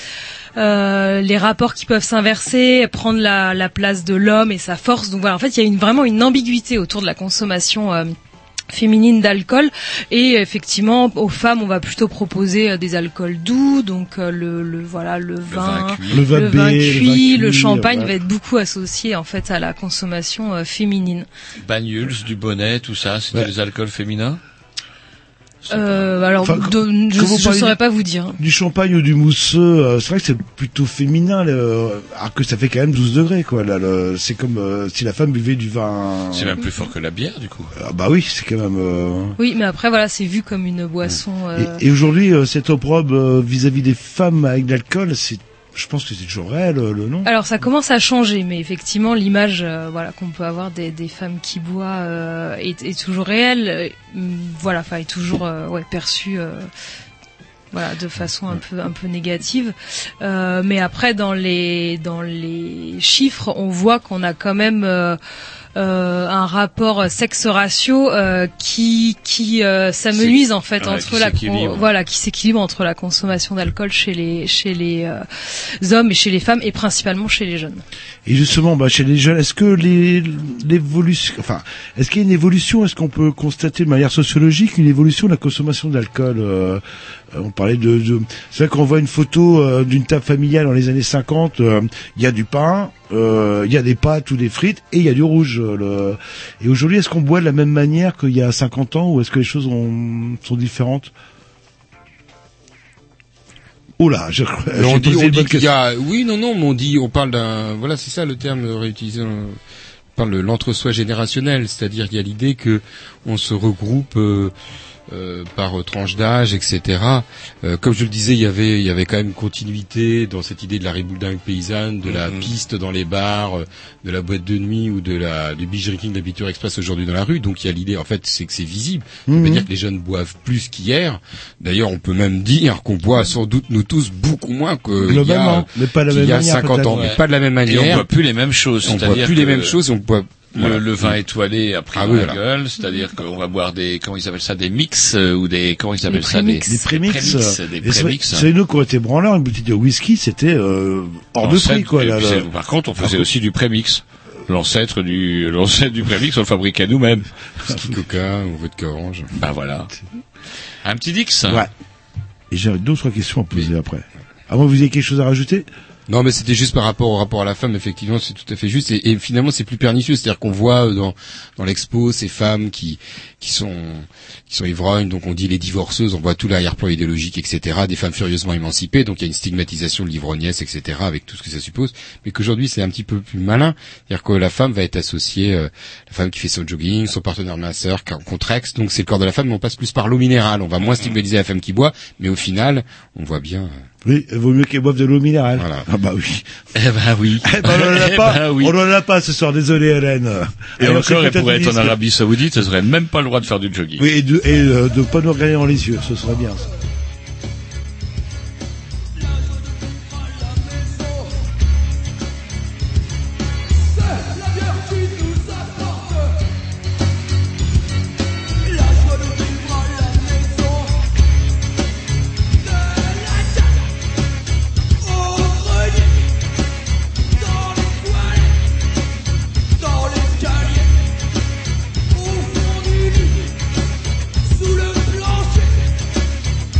euh, les rapports qui peuvent s'inverser, prendre la, la place de l'homme et sa force. Donc voilà, en fait, il y a une, vraiment une ambiguïté autour de la consommation euh, féminine d'alcool, et effectivement aux femmes on va plutôt proposer euh, des alcools doux, donc euh, le, le voilà le vin, Le vin le B, vin le vin cuit, le cuit, champagne ouais. va être beaucoup associé en fait à la consommation euh, féminine. Banyuls, du bonnet, tout ça, c'était Ouais. les alcools féminins? Euh, alors Enfin, de- je quand vous je parlez saurais du- pas vous dire. Du champagne ou du mousseux, euh, c'est vrai que c'est plutôt féminin, le, alors que ça fait quand même douze degrés, quoi. Là, le, c'est comme euh, si la femme buvait du vin. C'est même plus fort que la bière, du coup. Ah bah oui, c'est quand même. euh, Oui, mais après voilà, c'est vu comme une boisson. euh, Et, et aujourd'hui, euh, cette opprobre euh, vis-à-vis des femmes avec de l'alcool, c'est, je pense que c'est toujours réel, euh, le nom. Alors ça commence à changer, mais effectivement l'image euh, voilà qu'on peut avoir des, des femmes qui boivent euh, est, est toujours réelle. euh, voilà, enfin est toujours euh, ouais perçue euh, voilà de façon un peu un peu négative. Euh, mais après dans les dans les chiffres, on voit qu'on a quand même euh, euh, un rapport sexe-ratio euh, qui qui euh, s'amenuise en fait ouais, entre la con- voilà qui s'équilibre entre la consommation d'alcool chez les chez les euh, hommes et chez les femmes et principalement chez les jeunes. Et justement, bah, chez les jeunes, est-ce que les, l'évolution, enfin, est-ce qu'il y a une évolution, est-ce qu'on peut constater de manière sociologique une évolution de la consommation d'alcool euh, On parlait de, de c'est vrai qu'on voit une photo euh, d'une table familiale dans les années cinquante, il euh, y a du pain, il euh, y a des pâtes ou des frites et il y a du rouge. Euh, le... Et aujourd'hui, est-ce qu'on boit de la même manière qu'il y a cinquante ans ou est-ce que les choses ont, sont différentes? Oula, je, je on dit, on dit qu'il y a, oui, non, non, mais on dit, on parle d'un, voilà, c'est ça le terme réutilisé, on parle de l'entre-soi générationnel, c'est-à-dire qu'il y a l'idée que on se regroupe euh, euh, par tranche d'âge, et cetera. Euh, comme je le disais, il y avait, il y avait quand même une continuité dans cette idée de la ribouldingue paysanne, de la mm-hmm. piste dans les bars, de la boîte de nuit ou de la du beach drinking, de la Biture Express aujourd'hui dans la rue. Donc il y a l'idée, en fait, c'est que c'est visible. Ça mm-hmm. veut dire que les jeunes boivent plus qu'hier. D'ailleurs, on peut même dire qu'on boit sans doute nous tous beaucoup moins que il y a, mais pas la qu'il même y a manière, cinquante ans, mais pas de la même manière. Et on boit plus les mêmes choses. On boit plus les mêmes choses. On boit Le, voilà. le vin étoilé a pris ah, dans oui, la voilà. gueule, c'est-à-dire qu'on va boire des, comment ils appellent ça, des mix, euh, ou des, comment ils appellent des ça, des, des prémix, des prémix. C'est nous qui ont été branleurs, une bouteille de whisky, c'était euh, hors de prix, quoi. Là, là. Par contre, on faisait aussi du prémix. L'ancêtre du, l'ancêtre du prémix, on le fabriquait nous-mêmes. Whisky coca ou vodka orange. Bah voilà. Un petit Dix. Ouais. Et j'ai d'autres questions à poser oui. après. Avant, vous avez quelque chose à rajouter? Non, mais c'était juste par rapport au rapport à la femme. Effectivement, c'est tout à fait juste. Et, et finalement, c'est plus pernicieux. C'est-à-dire qu'on voit dans dans l'expo ces femmes qui qui sont qui sont ivrognes. Donc on dit les divorceuses. On voit tout l'arrière-plan idéologique, et cetera. Des femmes furieusement émancipées. Donc il y a une stigmatisation de l'ivrognesse, et cetera. Avec tout ce que ça suppose. Mais qu'aujourd'hui, c'est un petit peu plus malin. C'est-à-dire que la femme va être associée, euh, la femme qui fait son jogging, son partenaire masseur, contre ex. Donc c'est le corps de la femme, mais on passe plus par l'eau minérale. On va moins stigmatiser la femme qui boit, mais au final, on voit bien. Euh, Oui, il vaut mieux qu'elle boive de l'eau minérale. Voilà. Ah bah oui. Eh ben oui. Eh ben on en a pas. Eh ben oui. On en a pas ce soir. Désolé Hélène. Et alors, encore, elle pourrait être en Arabie Saoudite, elle serait même pas le droit de faire du jogging. Oui, et de, et euh, de pas nous regarder dans les yeux, ce serait bien ça. Sous le plancher,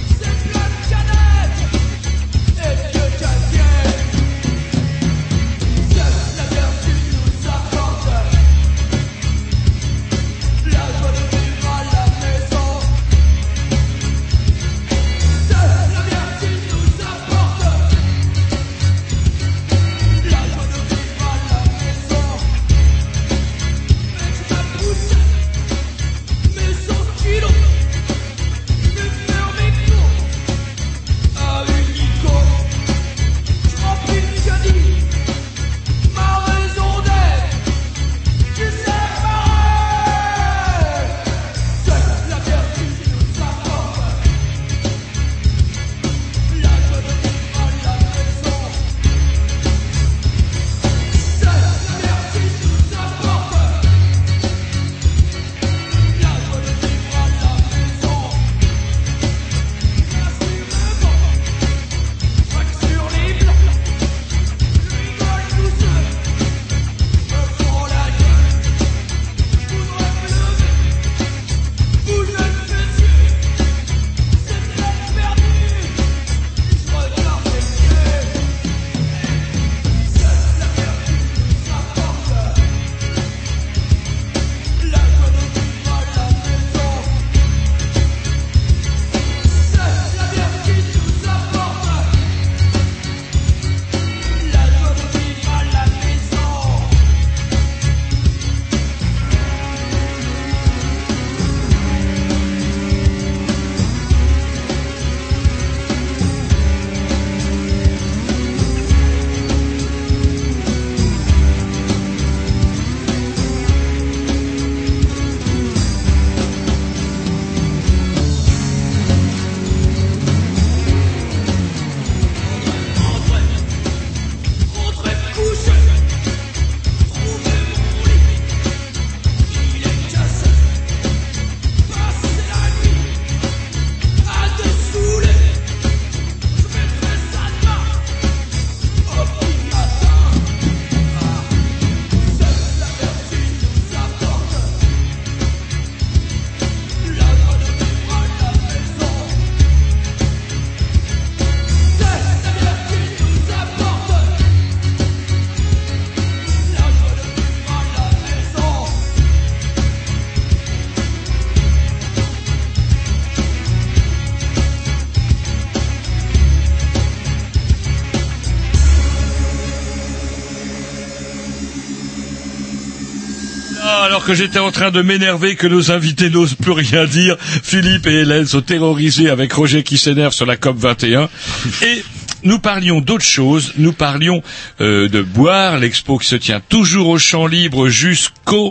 alors que j'étais en train de m'énerver que nos invités n'osent plus rien dire, Philippe et Hélène sont terrorisés avec Roger qui s'énerve sur la COP vingt et un. Et nous parlions d'autre chose, nous parlions euh, de boire, l'expo qui se tient toujours au Champ Libre jusqu'au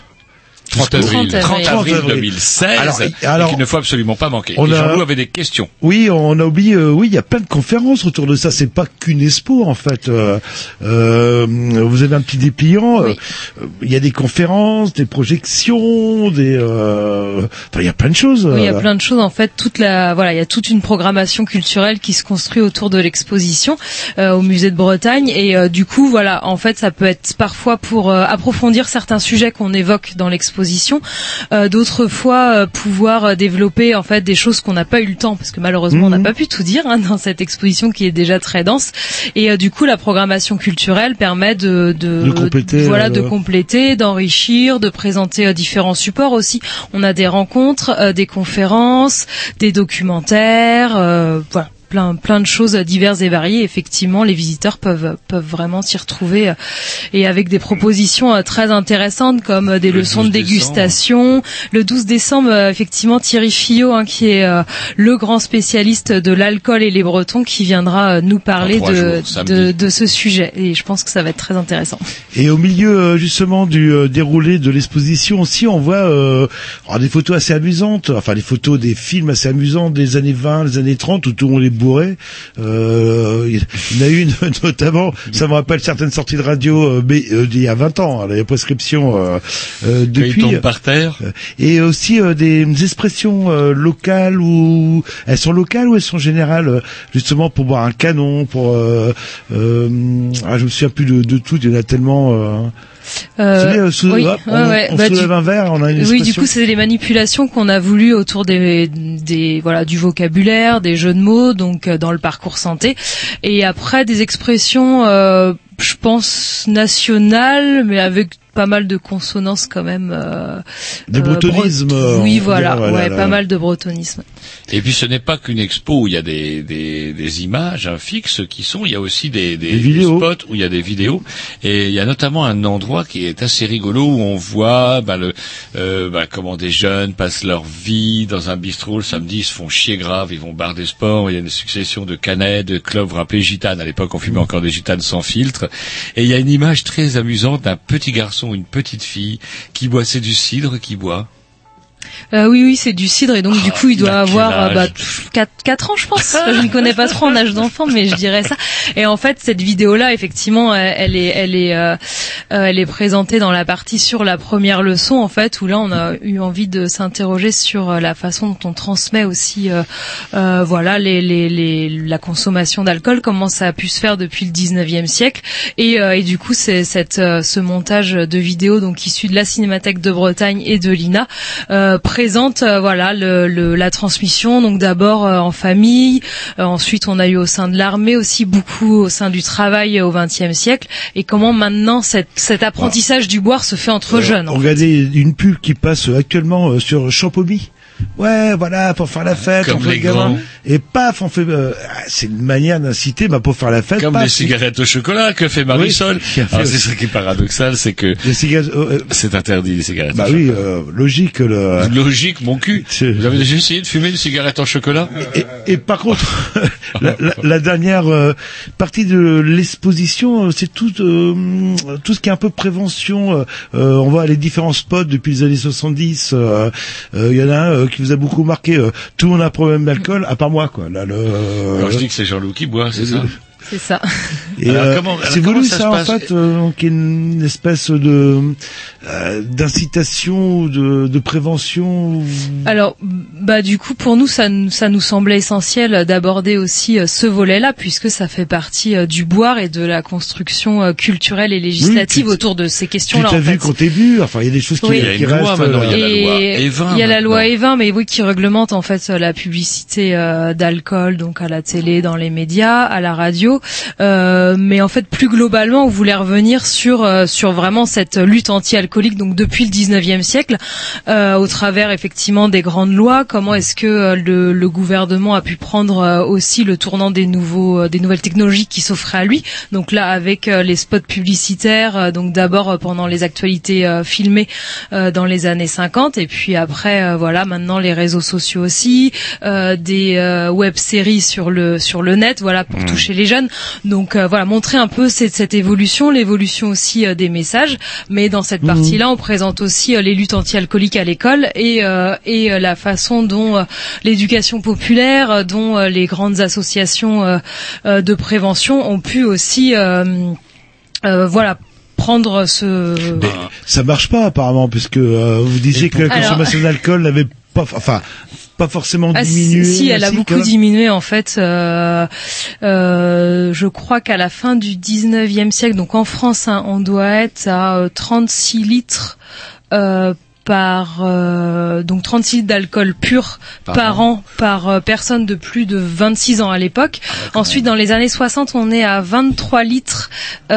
trente avril. trente avril deux mille seize, Alors, alors, et qu'il ne faut absolument pas manquer. on Et a- Jean-Loup avait des questions. Oui, on a oublié. Euh, oui, il y a plein de conférences autour de ça. C'est pas qu'une expo en fait. Euh, euh, vous avez un petit dépliant. euh, Il y a des conférences, des projections, des. Euh, enfin, il y a plein de choses. Oui, il y a euh. plein de choses. En fait, toute la, voilà, il y a toute une programmation culturelle qui se construit autour de l'exposition euh, au musée de Bretagne. Et euh, du coup, voilà, en fait, ça peut être parfois pour euh, approfondir certains sujets qu'on évoque dans l'exposition. Euh, d'autres fois, euh, pouvoir euh, développer en fait des choses qu'on n'a pas eu le temps, parce que malheureusement, on n'a pas pu tout dire hein, dans cette exposition qui est déjà très dense. Et euh, du coup, la programmation culturelle permet de, de, De compléter, voilà, euh, de compléter, d'enrichir, de présenter euh, différents supports aussi. On a des rencontres, euh, des conférences, des documentaires, euh, voilà. Plein, plein de choses diverses et variées. Effectivement, les visiteurs peuvent peuvent vraiment s'y retrouver euh, et avec des propositions euh, très intéressantes comme euh, des Le leçons de douze dégustation. Le douze décembre, euh, effectivement, Thierry Fillot, hein, qui est euh, le grand spécialiste de l'alcool et les Bretons, qui viendra euh, nous parler trois de, jours, samedi. de de ce sujet. Et je pense que ça va être très intéressant. Et au milieu euh, justement du euh, déroulé de l'exposition aussi, on voit euh, alors, des photos assez amusantes, enfin des photos des films assez amusants des années vingt, des années trente, où tout le monde est bourré. Euh, il y en a une notamment, ça me rappelle certaines sorties de radio euh, mais, euh, d'il y a vingt ans, hein, les prescriptions euh, euh, depuis. Quand ils tombent par terre. Euh, Et aussi euh, des expressions euh, locales, ou elles sont locales ou elles sont générales, euh, justement pour boire un canon, pour euh, euh, ah, je me souviens plus de, de tout, il y en a tellement. Euh, Euh, Vous savez, euh, sous- oui, hop, on, ouais, ouais. on Bah, soulève du- un verre, on a une Oui, expression. du coup, c'est les manipulations qu'on a voulu autour des, des, voilà, du vocabulaire, des jeux de mots, donc euh, dans le parcours santé, et après des expressions, euh, je pense nationales, mais avec pas mal de consonances quand même. Euh, Des euh, bretonismes, bret- euh, Oui, on voilà, dirait, ouais, voilà, pas là. mal de bretonismes. Et puis ce n'est pas qu'une expo où il y a des, des, des images hein, fixes qui sont, il y a aussi des, des, Des vidéos. des spots où il y a des vidéos. Et il y a notamment un endroit qui est assez rigolo où on voit ben, le, euh, ben, comment des jeunes passent leur vie dans un bistrot le samedi, ils se font chier grave, ils vont au bar des sports, il y a une succession de canettes, de clubs rappelés gitanes. À l'époque, on fumait encore des gitanes sans filtre. Et il y a une image très amusante d'un petit garçon, une petite fille qui boit, c'est du cidre qui boit. Euh, oui, oui, c'est du cidre et donc du coup il doit il a quel avoir euh, bah, âge quatre, quatre ans je pense. Je ne connais pas trop en âge d'enfant mais je dirais ça. Et en fait cette vidéo-là effectivement elle, elle est, elle est, euh, euh, elle est présentée dans la partie sur la première leçon en fait où là on a eu envie de s'interroger sur euh, la façon dont on transmet aussi, euh, euh, voilà, les, les, les, la consommation d'alcool, comment ça a pu se faire depuis le dix-neuvième siècle et, euh, et du coup c'est cette, euh, ce montage de vidéos donc issu de la Cinémathèque de Bretagne et de l'I N A. Euh, présente euh, voilà le, le, la transmission donc d'abord euh, en famille, euh, ensuite on a eu au sein de l'armée aussi beaucoup au sein du travail euh, au vingtième siècle et comment maintenant cette, cet apprentissage du boire se fait entre Euh, jeunes. en Regardez une pub qui passe actuellement euh, sur Champomy. Ouais, voilà, pour faire la fête, Comme on fait les le gamin. grands. Et paf, on fait. euh, ah, c'est une manière d'inciter, bah, pour faire la fête. Comme paf, les c'est- cigarettes au chocolat que fait Marisol. Oui, qui a fait Alors c'est aussi. ça qui est paradoxal, c'est que Les cigarettes. euh, euh, c'est interdit les cigarettes. bah au oui, chocolat. euh, logique le. Logique, mon cul. C'est- Vous avez déjà essayé de fumer une cigarette en chocolat? Et, et par contre, la, la, la dernière euh, partie de l'exposition, euh, c'est tout, euh, tout ce qui est un peu prévention. euh, euh, on voit les différents spots depuis les années soixante-dix. Il euh, euh, y en a un euh, qui vous a beaucoup marqué. euh, tout le monde a un problème d'alcool, à part moi, quoi. Là, le, Alors je dis que c'est Jean-Loup qui boit, c'est ça? C'est ça. Et Alors, euh, comment- alors, c'est comment voulu ça ça, se en passe fait, euh, qu'il y ait une espèce de euh, d'incitation, ou de, de prévention. ou- Alors, bah du coup, pour nous, ça, nous- ça nous semblait essentiel d'aborder aussi euh, ce volet-là, puisque ça fait partie euh, du boire et de la construction euh, culturelle et législative Oui, puis- autour de ces Tu questions-là. t'as en vu fait. quand t'es bu, enfin il y a des choses qui, Oui. Il y a qui une loi restent. maintenant, il y a la Et loi E vingt il y a la loi maintenant. E vingt, mais oui, qui réglemente en fait la publicité euh, d'alcool, donc à la télé, dans les médias, à la radio. sociaux, euh, mais en fait plus globalement on voulait revenir sur euh, sur vraiment cette lutte anti-alcoolique, donc depuis le dix-neuvième siècle, euh, au travers effectivement des grandes lois. Comment est-ce que euh, le, le gouvernement a pu prendre euh, aussi le tournant des nouveaux euh, des nouvelles technologies qui s'offraient à lui. Donc là avec euh, les spots publicitaires, euh, donc d'abord euh, pendant les actualités euh, filmées euh, dans les années cinquante, et puis après euh, voilà maintenant les réseaux sociaux aussi, euh, des euh, web-séries sur le sur le net, voilà pour mmh. toucher les jeunes. Donc euh, voilà, montrer un peu cette, cette évolution, l'évolution aussi euh, des messages. Mais dans cette mmh. partie-là, on présente aussi euh, les luttes anti-alcooliques à l'école et euh, et euh, la façon dont euh, l'éducation populaire, euh, dont euh, les grandes associations euh, euh, de prévention ont pu aussi euh, euh, voilà prendre ce. Mais ça marche pas apparemment, puisque euh, vous disiez que la consommation Alors... d'alcool n'avait pas, enfin, pas forcément ah, diminué. Si, si elle a beaucoup diminué en fait. Euh, euh, je crois qu'à la fin du dix-neuvième siècle, donc en France, hein, on doit être à euh, trente-six litres. Euh, par euh, donc trente-six litres d'alcool pur par, par an, an par euh, personne de plus de vingt-six ans à l'époque. Ah, Ensuite, même. Dans les années soixante, on est à vingt-trois litres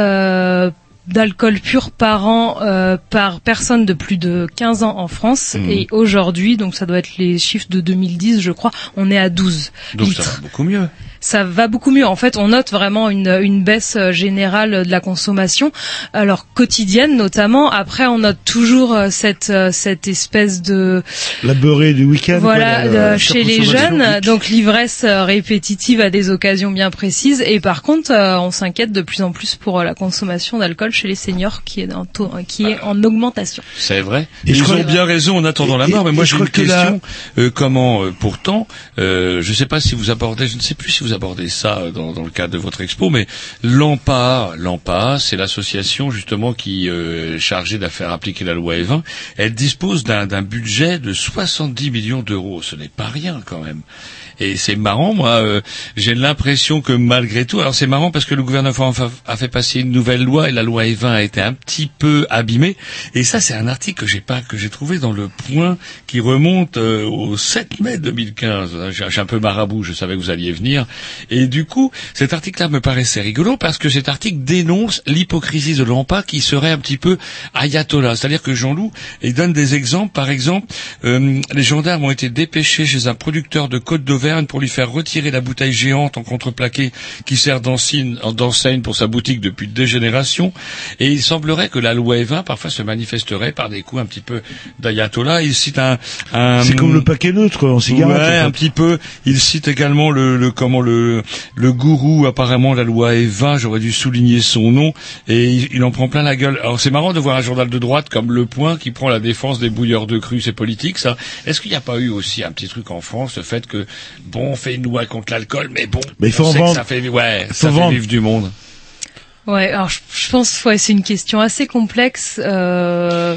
euh, d'alcool pur par an euh, par personne de plus de quinze ans en France. Mmh. Et aujourd'hui, donc ça doit être les chiffres de deux mille dix, je crois, on est à douze donc litres. Ça va beaucoup mieux. Ça va beaucoup mieux. En fait, on note vraiment une, une baisse générale de la consommation, alors quotidienne notamment. Après, on note toujours cette cette espèce de la beurrée du week-end. Voilà, quoi, la, chez les jeunes, vite. Donc l'ivresse répétitive à des occasions bien précises. Et par contre, on s'inquiète de plus en plus pour la consommation d'alcool chez les seniors, qui est en taux, qui est en augmentation. C'est vrai. Et ils ont bien raison en attendant et, la mort. Mais moi, j'ai une question. La... Euh, comment, euh, pourtant, euh, je ne sais pas si vous abordez, je ne sais plus si vous abordez ça dans, dans le cadre de votre expo, mais l'A M P A, l'A M P A, c'est l'association justement qui euh, est chargée de faire appliquer la loi E vingt. Elle dispose d'un, d'un budget de soixante-dix millions d'euros. Ce n'est pas rien quand même. Et c'est marrant, moi, euh, j'ai l'impression que malgré tout, alors c'est marrant parce que le gouvernement a fait passer une nouvelle loi et la loi E vingt a été un petit peu abîmée. Et ça, c'est un article que j'ai pas, que j'ai trouvé dans Le Point qui remonte euh, au sept mai deux mille quinze. J'ai, j'ai un peu marabout, je savais que vous alliez venir. Et du coup, cet article-là me paraissait rigolo parce que cet article dénonce l'hypocrisie de l'A M P A qui serait un petit peu ayatollah. C'est-à-dire que Jean-Loup, il donne des exemples. Par exemple, euh, les gendarmes ont été dépêchés chez un producteur de Côte d'Auvergne pour lui faire retirer la bouteille géante en contreplaqué qui sert d'enseigne, d'enseigne pour sa boutique depuis des générations. Et il semblerait que la loi E vingt parfois se manifesterait par des coups un petit peu d'ayatollah. Il cite un, un c'est comme le paquet neutre en cigarette. Ouais, un petit peu. Il cite également le, le comment le le gourou apparemment la loi E vingt. J'aurais dû souligner son nom et il, il en prend plein la gueule. Alors c'est marrant de voir un journal de droite comme Le Point qui prend la défense des bouilleurs de cru. C'est politique ça. Est-ce qu'il n'y a pas eu aussi un petit truc en France, le fait que bon, on fait une loi contre l'alcool, mais bon, mais il faut on en sait vendre. Que ça fait, ouais, ça fait vivre du monde. Ouais, alors je, je pense, ouais, c'est une question assez complexe. Euh...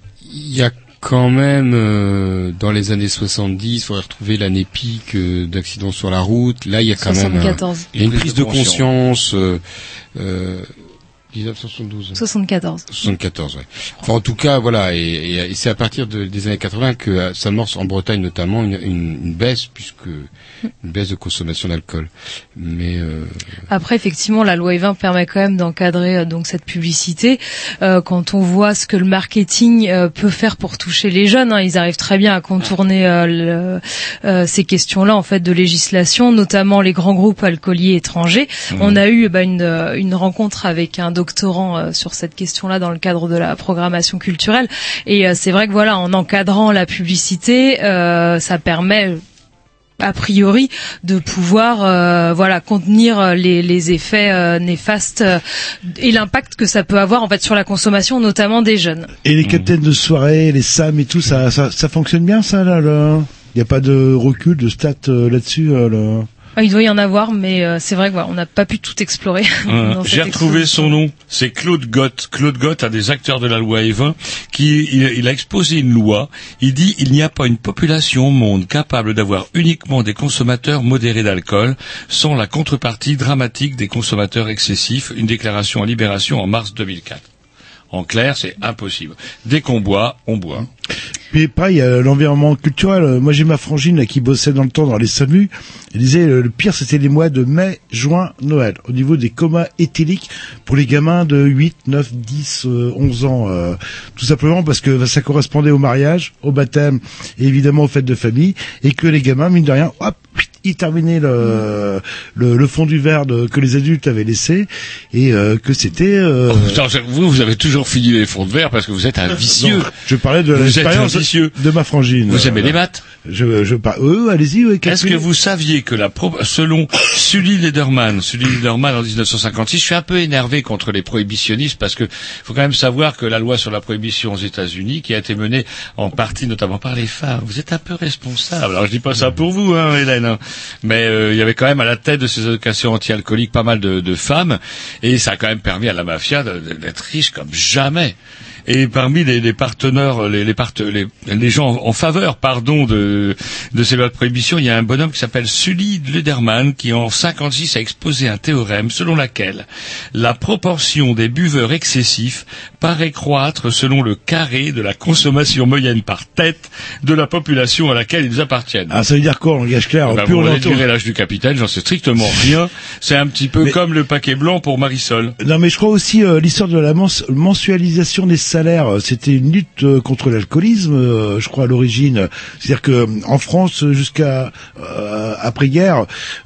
Il y a quand même, euh, dans les années soixante-dix, il faudrait retrouver l'année pic euh, d'accidents sur la route. Là, il y a quand soixante-quatorze. même un, il y a une prise de conscience. Euh, euh, dix-neuf cent soixante-douze. soixante-quatorze. soixante-quatorze, ouais. Enfin, en tout cas, voilà, et, et, et c'est à partir de, des années quatre-vingts que s'amorce en Bretagne notamment une, une, une baisse, puisque une baisse de consommation d'alcool. Mais euh... après, effectivement, la loi E vingt permet quand même d'encadrer euh, donc cette publicité. Euh, quand on voit ce que le marketing euh, peut faire pour toucher les jeunes, hein, ils arrivent très bien à contourner euh, le, euh, ces questions-là en fait de législation, notamment les grands groupes alcooliers étrangers. Mmh. On a eu bah, une, une rencontre avec un doctorant euh, sur cette question-là dans le cadre de la programmation culturelle. Et euh, c'est vrai que voilà, en encadrant la publicité, euh, ça permet a priori de pouvoir euh, voilà contenir les, les effets euh, néfastes euh, et l'impact que ça peut avoir en fait sur la consommation notamment des jeunes. Et les capitaines de soirée, les S A M et tout ça, ça, ça fonctionne bien ça là, là. Il n'y a pas de recul, de stats euh, là-dessus euh, là. Il doit y en avoir, mais euh, c'est vrai que voilà, on n'a pas pu tout explorer. Euh, j'ai retrouvé son nom, c'est Claude Gott. Claude Gott, un des acteurs de la loi E vingt, qui il, il a exposé une loi. Il dit il n'y a pas une population au monde capable d'avoir uniquement des consommateurs modérés d'alcool, sans la contrepartie dramatique des consommateurs excessifs. Une déclaration à Libération en mars deux mille quatre. En clair, c'est impossible. Dès qu'on boit, on boit. Puis pareil, euh, l'environnement culturel. euh, Moi, j'ai ma frangine là, qui bossait dans le temps dans les S A M U. Elle disait euh, le pire, c'était les mois de mai, juin, Noël. Au niveau des comas éthyliques pour les gamins de huit, neuf, dix, euh, onze ans. euh, tout simplement parce que ça correspondait au mariage, au baptême et évidemment aux fêtes de famille. Et que les gamins, mine de rien, hop, ils terminaient le, le, le fond du verre de, que les adultes avaient laissé. Et euh, que c'était... Euh... Oh, putain, vous, vous avez toujours fini les fonds de verre parce que vous êtes un vicieux. Non, je parlais de vous l'expérience de ma frangine. Vous aimez les maths? Je, je par... euh, allez-y. Ouais, Est-ce que vous saviez que la pro... selon Sully Lederman, Sully Lederman en dix-neuf cent cinquante-six, je suis un peu énervé contre les prohibitionnistes parce que faut quand même savoir que la loi sur la prohibition aux États-Unis, qui a été menée en partie notamment par les femmes, vous êtes un peu responsable. Alors je dis pas ça pour vous, hein, Hélène, hein. Mais euh, il y avait quand même à la tête de ces allocations anti-alcooliques pas mal de, de femmes, et ça a quand même permis à la mafia de, de, d'être riche comme jamais. Et parmi les, les partenaires, les, les, part, les, les gens en, en faveur, pardon, de, de ces lois de prohibition, il y a un bonhomme qui s'appelle Sully Lederman qui en cinquante-six a exposé un théorème selon laquelle la proportion des buveurs excessifs paraît croître selon le carré de la consommation moyenne par tête de la population à laquelle ils appartiennent. Ah, ça veut dire quoi en langage clair? Eh ben, Plus vous on allez entend... dire l'âge du capitaine, j'en sais strictement rien. C'est un petit peu mais... comme le paquet blanc pour Marisol. Non, mais je crois aussi euh, l'histoire de la mens- mensualisation des salaire, c'était une lutte euh, contre l'alcoolisme, euh, je crois à l'origine. C'est-à-dire que en France, jusqu'à euh, après-guerre,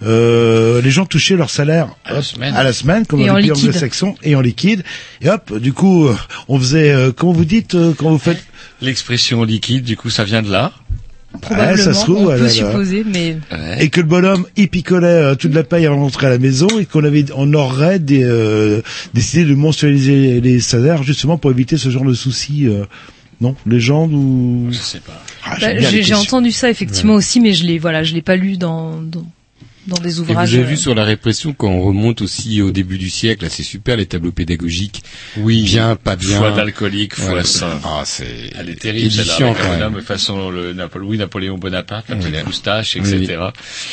euh, les gens touchaient leur salaire à la hop, semaine, à la semaine comme et dans en les pays liquide. anglo-saxons, et en liquide. Et hop, du coup, euh, on faisait, euh, comment vous dites, euh, quand vous faites l'expression liquide, du coup, ça vient de là. Probablement, ouais, ça se trouve, on ouais, peut là, là. supposer, mais... Ouais. Et que le bonhomme, il picolait euh, toute la paille avant d'entrer à la maison, et qu'on avait, on aurait des, euh, décidé de mensualiser les salaires justement pour éviter ce genre de soucis. Euh, non, légende ou... Je sais pas. Ah, Bah, j'aime bien les j'ai, j'ai questions. entendu ça effectivement Ouais. aussi, mais je l'ai, voilà, je l'ai pas lu dans, dans, dans des Et vous ouvrages. avez vu euh, sur la répression quand on remonte aussi au début du siècle, là c'est super les tableaux pédagogiques. Oui. Bien, pas bien. Fois d'alcoolique, fois Ouais. ça. Ah, c'est Elle est terrible, celle-là, édifiant avec quand un même. homme façon le Napo- Louis Napoléon Bonaparte, la petite Oui. moustache, et Oui. cetera.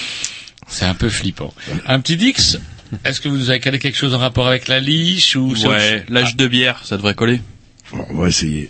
C'est un peu flippant. Un petit Dix, est-ce que vous nous avez calé quelque chose en rapport avec la liche ou c'est Ouais, autre- l'âge de bière, ça devrait coller. Bon, on va essayer.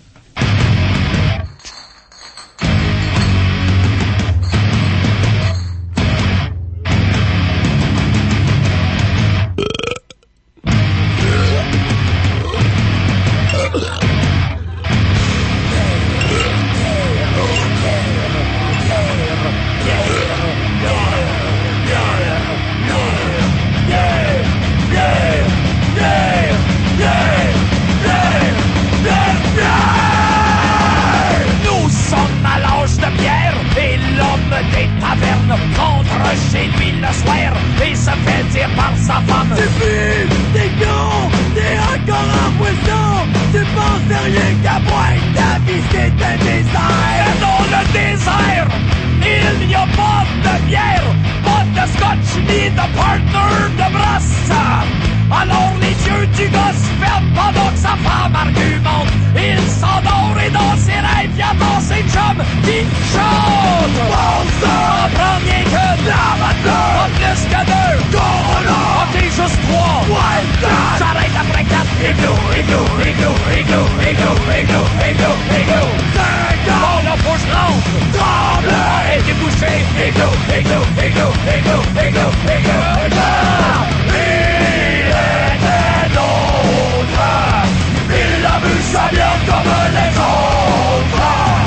Nous sommes à l'âge de pierre et l'homme des tavernes rentre chez lui le soir et se fait dire par sa femme: Tu fumes, t'es con, t'es encore un poisson, tu penses de rien qu'à boire, ta vie c'est un désert. Et dans le désert, il n'y a pas de bière, pas de scotch ni de partner de brasse. Alors les yeux du gosse ferment pendant que sa femme argumente. Il s'endort et dans ses rêves il attend ses chums qui chantent. Monster, en prend rien que Lavateur, pas plus que deux. Corona, ok juste trois. Wild Card, j'arrête après quatre. Igloo, igloo, igloo, igloo, igloo, igloo, igloo, igloo. Cinq ans, bon là faut que je rentre. Tremble, et débouché. Igloo, igloo, igloo, igloo, igloo, igloo, igloo. Il était d'autres, il a vu sa bière comme les autres.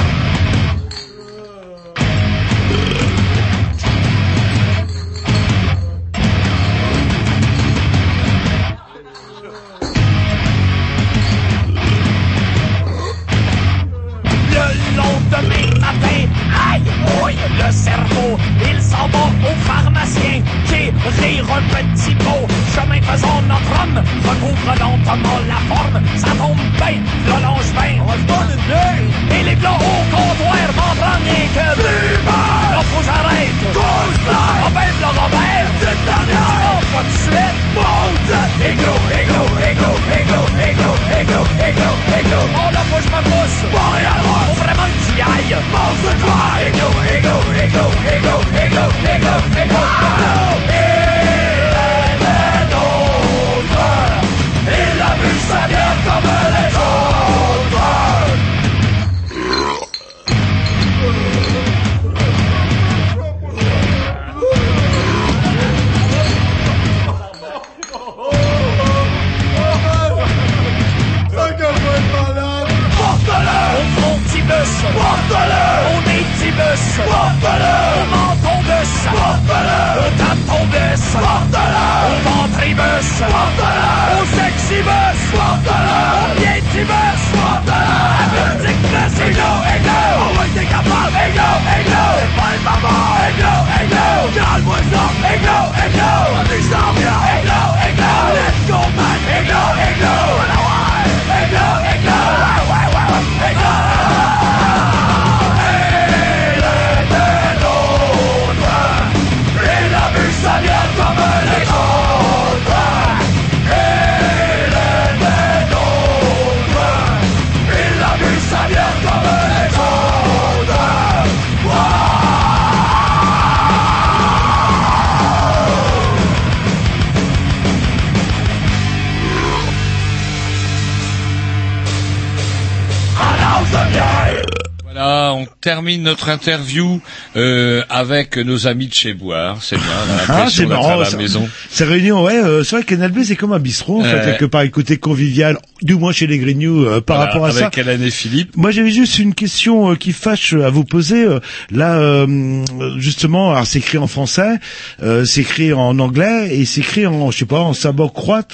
Le lendemain matin, aïe, ouille, le cerveau, il s'en va au pharmacien qui rire un petit pot. Chemin faisant, notre homme recouvre lentement la forme. Ça tombe bien, le longe bien, on se donne une nuit. Et les plats au comptoir m'en prennent rien que plus mal. Là faut que j'arrête, cause là, on baisse le Robert, cette dernière, on pas de suite, monte. Églou, églou, églou, églou, églou, églou, églou, églou. Oh là faut que je me pousse, bon et alors, faut vraiment que tu y ailles. Mange de toi, églou, églou, églou, églou, églou, églou, églou, églou. Il est d'autres, il a vu sa bière comme Au menton-bus, au tampon-bus, au ventribus, au sexy-bus, au piétibus, à multiplex. Églo, églo, oh oui t'es capable. Églo, églo, c'est pas le moment. Églo, églo, calme-moi ça. Églo, églo, on s'en vient. Églo, églo, let's go man. Églo, églo, églo, églo, ouais, ouais, ouais, ouais, églo. Ça vient comme les autres. Il est des nôtres. Il a vu ça vient comme les autres. Voilà, on termine notre interview euh, avec nos amis de chez Boire. C'est bien, on a Ah, l'impression c'est d'être marrant. à la ça- maison. Ces réunions, ouais, euh, c'est vrai que Canal B, c'est comme un bistrot, en fait, Ouais. quelque part, écoutez, convivial, du moins chez les Grignoux, euh, par Voilà, rapport à ça. avec Hélène et Philippe. Moi, j'avais juste une question euh, qui fâche euh, à vous poser. euh, là, euh, justement, alors c'est écrit en français, euh, c'est écrit en anglais et c'est écrit en, je sais pas, en sabot-croate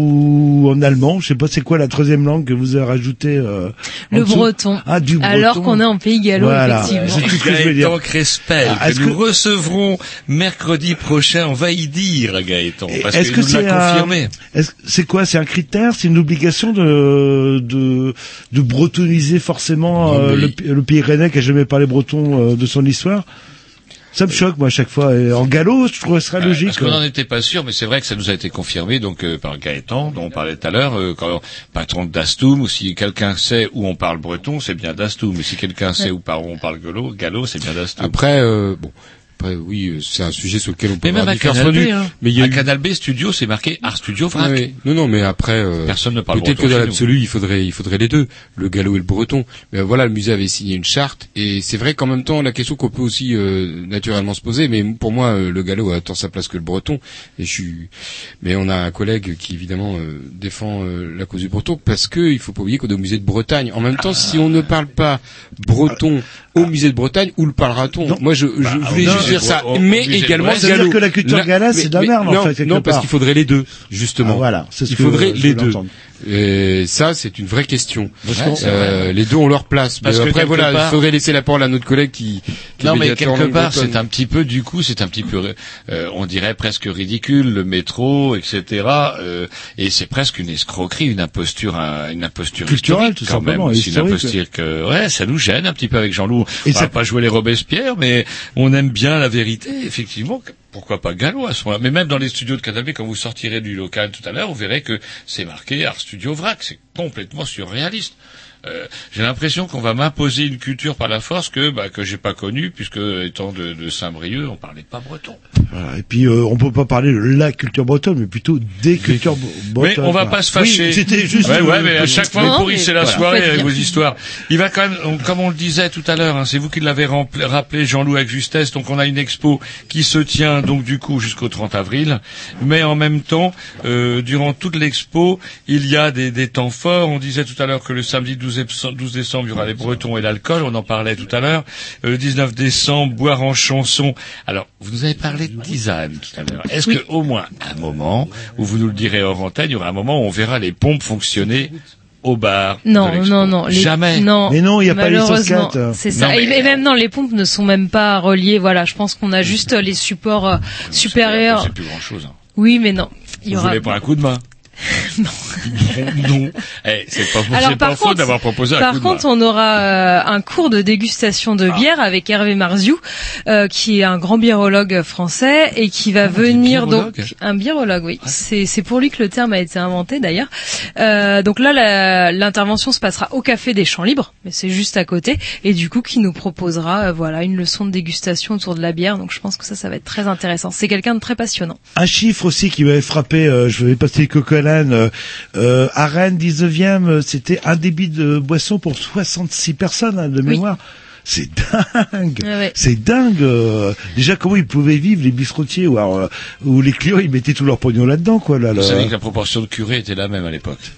ou en allemand. Je sais pas, c'est quoi la troisième langue que vous avez rajoutée euh, en Le dessous breton. Ah, du breton. Alors qu'on est en pays gallo, Voilà. effectivement. C'est tout ce que je veux dire. Gaëtan Crespel, Ah, est-ce que nous que- recevrons mercredi prochain. On va y dire, Gaëtan, parce Est-ce qu'il que nous c'est l'a un- confirmé. est-ce- c'est quoi? C'est un critère? C'est une obligation de de de bretoniser forcément Non, euh, mais- le, pi- le pays rennais qui a jamais parlé breton euh, de son histoire? Ça me choque, moi, à chaque fois. Et en gallo, je trouve que ce serait Euh, logique. Parce qu'on quoi. n'en était pas sûr, mais c'est vrai que ça nous a été confirmé donc euh, par Gaëtan, dont on parlait tout à l'heure, euh, quand patron d'Astoum, ou si quelqu'un sait où on parle breton, c'est bien d'Astoum. Mais si quelqu'un sait où par- on parle gallo, gallo, c'est bien d'Astoum. Après, euh, bon, après oui, euh, c'est un sujet sur lequel on peut Mais même avoir à différents Canal B, points de vue. hein. Mais il y a à eu- Canal B Studio, c'est marqué Art Studio Vrac. Ah oui. Non, non, mais après, euh, Personne ne parle peut-être breton que dans chez l'absolu, il faudrait, il faudrait les deux, le gallo et le breton. Mais euh, voilà, le musée avait signé une charte, et c'est vrai qu'en même temps, la question qu'on peut aussi euh, naturellement se poser, mais pour moi, euh, le gallo a tant sa place que le breton. Et je suis, mais on a un collègue qui évidemment euh, défend euh, la cause du breton parce que il faut pas oublier qu'on est au musée de Bretagne. En même temps, si on ne parle pas breton au musée de Bretagne, où le parlera-t-on? Moi, je, je Bah, voulais non, juste dire au- ça, au- au mais musée de également Brest. Ça veut gallo. dire que la culture Là- galaise, mais- c'est de la mais merde, en non, fait, quelque non, parce part. qu'il faudrait les deux, justement. Ah, voilà, c'est ce Il que faudrait je les voulais deux. entendre. Et ça, c'est une vraie question. Ouais, c'est Euh, les deux ont leur place. Parce mais que après, quelque voilà, part- il faudrait laisser la parole à notre collègue qui, qui Non, est mais médiateur en quelque langue part, bretonne. c'est un petit peu, du coup, c'est un petit peu, euh, on dirait presque ridicule, le métro, et cetera. Euh, et c'est presque une escroquerie, une imposture, un- une imposture Culturelle, historique, tout quand simplement, même. et C'est une historique. imposture que, ouais, ça nous gêne un petit peu avec Jean-Loup. Et On ça- va pas jouer les Robespierre, mais on aime bien la vérité, effectivement. Pourquoi pas gallo à ce moment-là? Mais même dans les studios de Canal B, quand vous sortirez du local tout à l'heure, vous verrez que c'est marqué Art Studio Vrac. C'est complètement surréaliste. Euh, j'ai l'impression qu'on va m'imposer une culture par la force que bah, que j'ai pas connue, puisque étant de, de Saint-Brieuc, on parlait pas breton. Voilà. Et puis, euh, on peut pas parler de la culture bretonne, mais plutôt des cultures b- Mais bretonnes. on va quoi. pas se fâcher. Oui, c'était juste. Ouais, ouais, euh, mais à chaque fois, Non, vous pourrissez mais la voilà. soirée Faites avec bien. vos histoires. Il va quand même, on- comme on le disait tout à l'heure, hein, c'est vous qui l'avez rempli- rappelé, Jean-Loup, avec justesse. Donc, on a une expo qui se tient, donc, du coup, jusqu'au trente avril. Mais en même temps, euh, durant toute l'expo, il y a des, des temps forts. On disait tout à l'heure que le samedi douze décembre, il y aura les Bretons et l'alcool. On en parlait tout à l'heure. Euh, Le dix-neuf décembre, boire en chanson. Alors, vous nous avez parlé de tisane tout à l'heure. Est-ce Oui. que, au moins, un moment, où vous nous le direz hors antenne, il y aura un moment où on verra les pompes fonctionner au bar? de Non, l'expo? non, non. les- Jamais. Non. Mais non, il y a pas les Malheureusement, licence quatre. c'est ça. Non, Et- mais- Et même non, les pompes ne sont même pas reliées. Voilà, je pense qu'on a juste les supports euh, supérieurs. C'est plus grand chose. Hein. Oui, mais non. Il y Vous aura. voulez pas un coup de main? non. non. Eh, c'est pas, Alors, c'est par pas contre, faute d'avoir proposé un Par coup de contre, main. on aura euh, un cours de dégustation de bière avec Hervé Marziou, euh, qui est un grand biérologue français et qui va venir donc biérologue un biérologue. Oui, c'est c'est pour lui que le terme a été inventé d'ailleurs. Euh, donc là, la- l'intervention se passera au Café des Champs Libres, mais c'est juste à côté, et du coup, qui nous proposera euh, voilà une leçon de dégustation autour de la bière. Donc je pense que ça, ça va être très intéressant. C'est quelqu'un de très passionnant. Un chiffre aussi qui m'avait frappé, euh, je vais passer les coq à l'âne, euh, euh, à Rennes, dix-neuvième, euh, c'était un débit de boisson pour soixante-six personnes, hein, de Oui. mémoire. C'est dingue, Ouais, ouais. c'est dingue. euh. Déjà, comment ils pouvaient vivre les bistrotiers ou, alors, euh, ou les clients, ils mettaient tout leur pognon là-dedans, quoi. Là, Vous là. savez que la proportion de curés était la même à l'époque.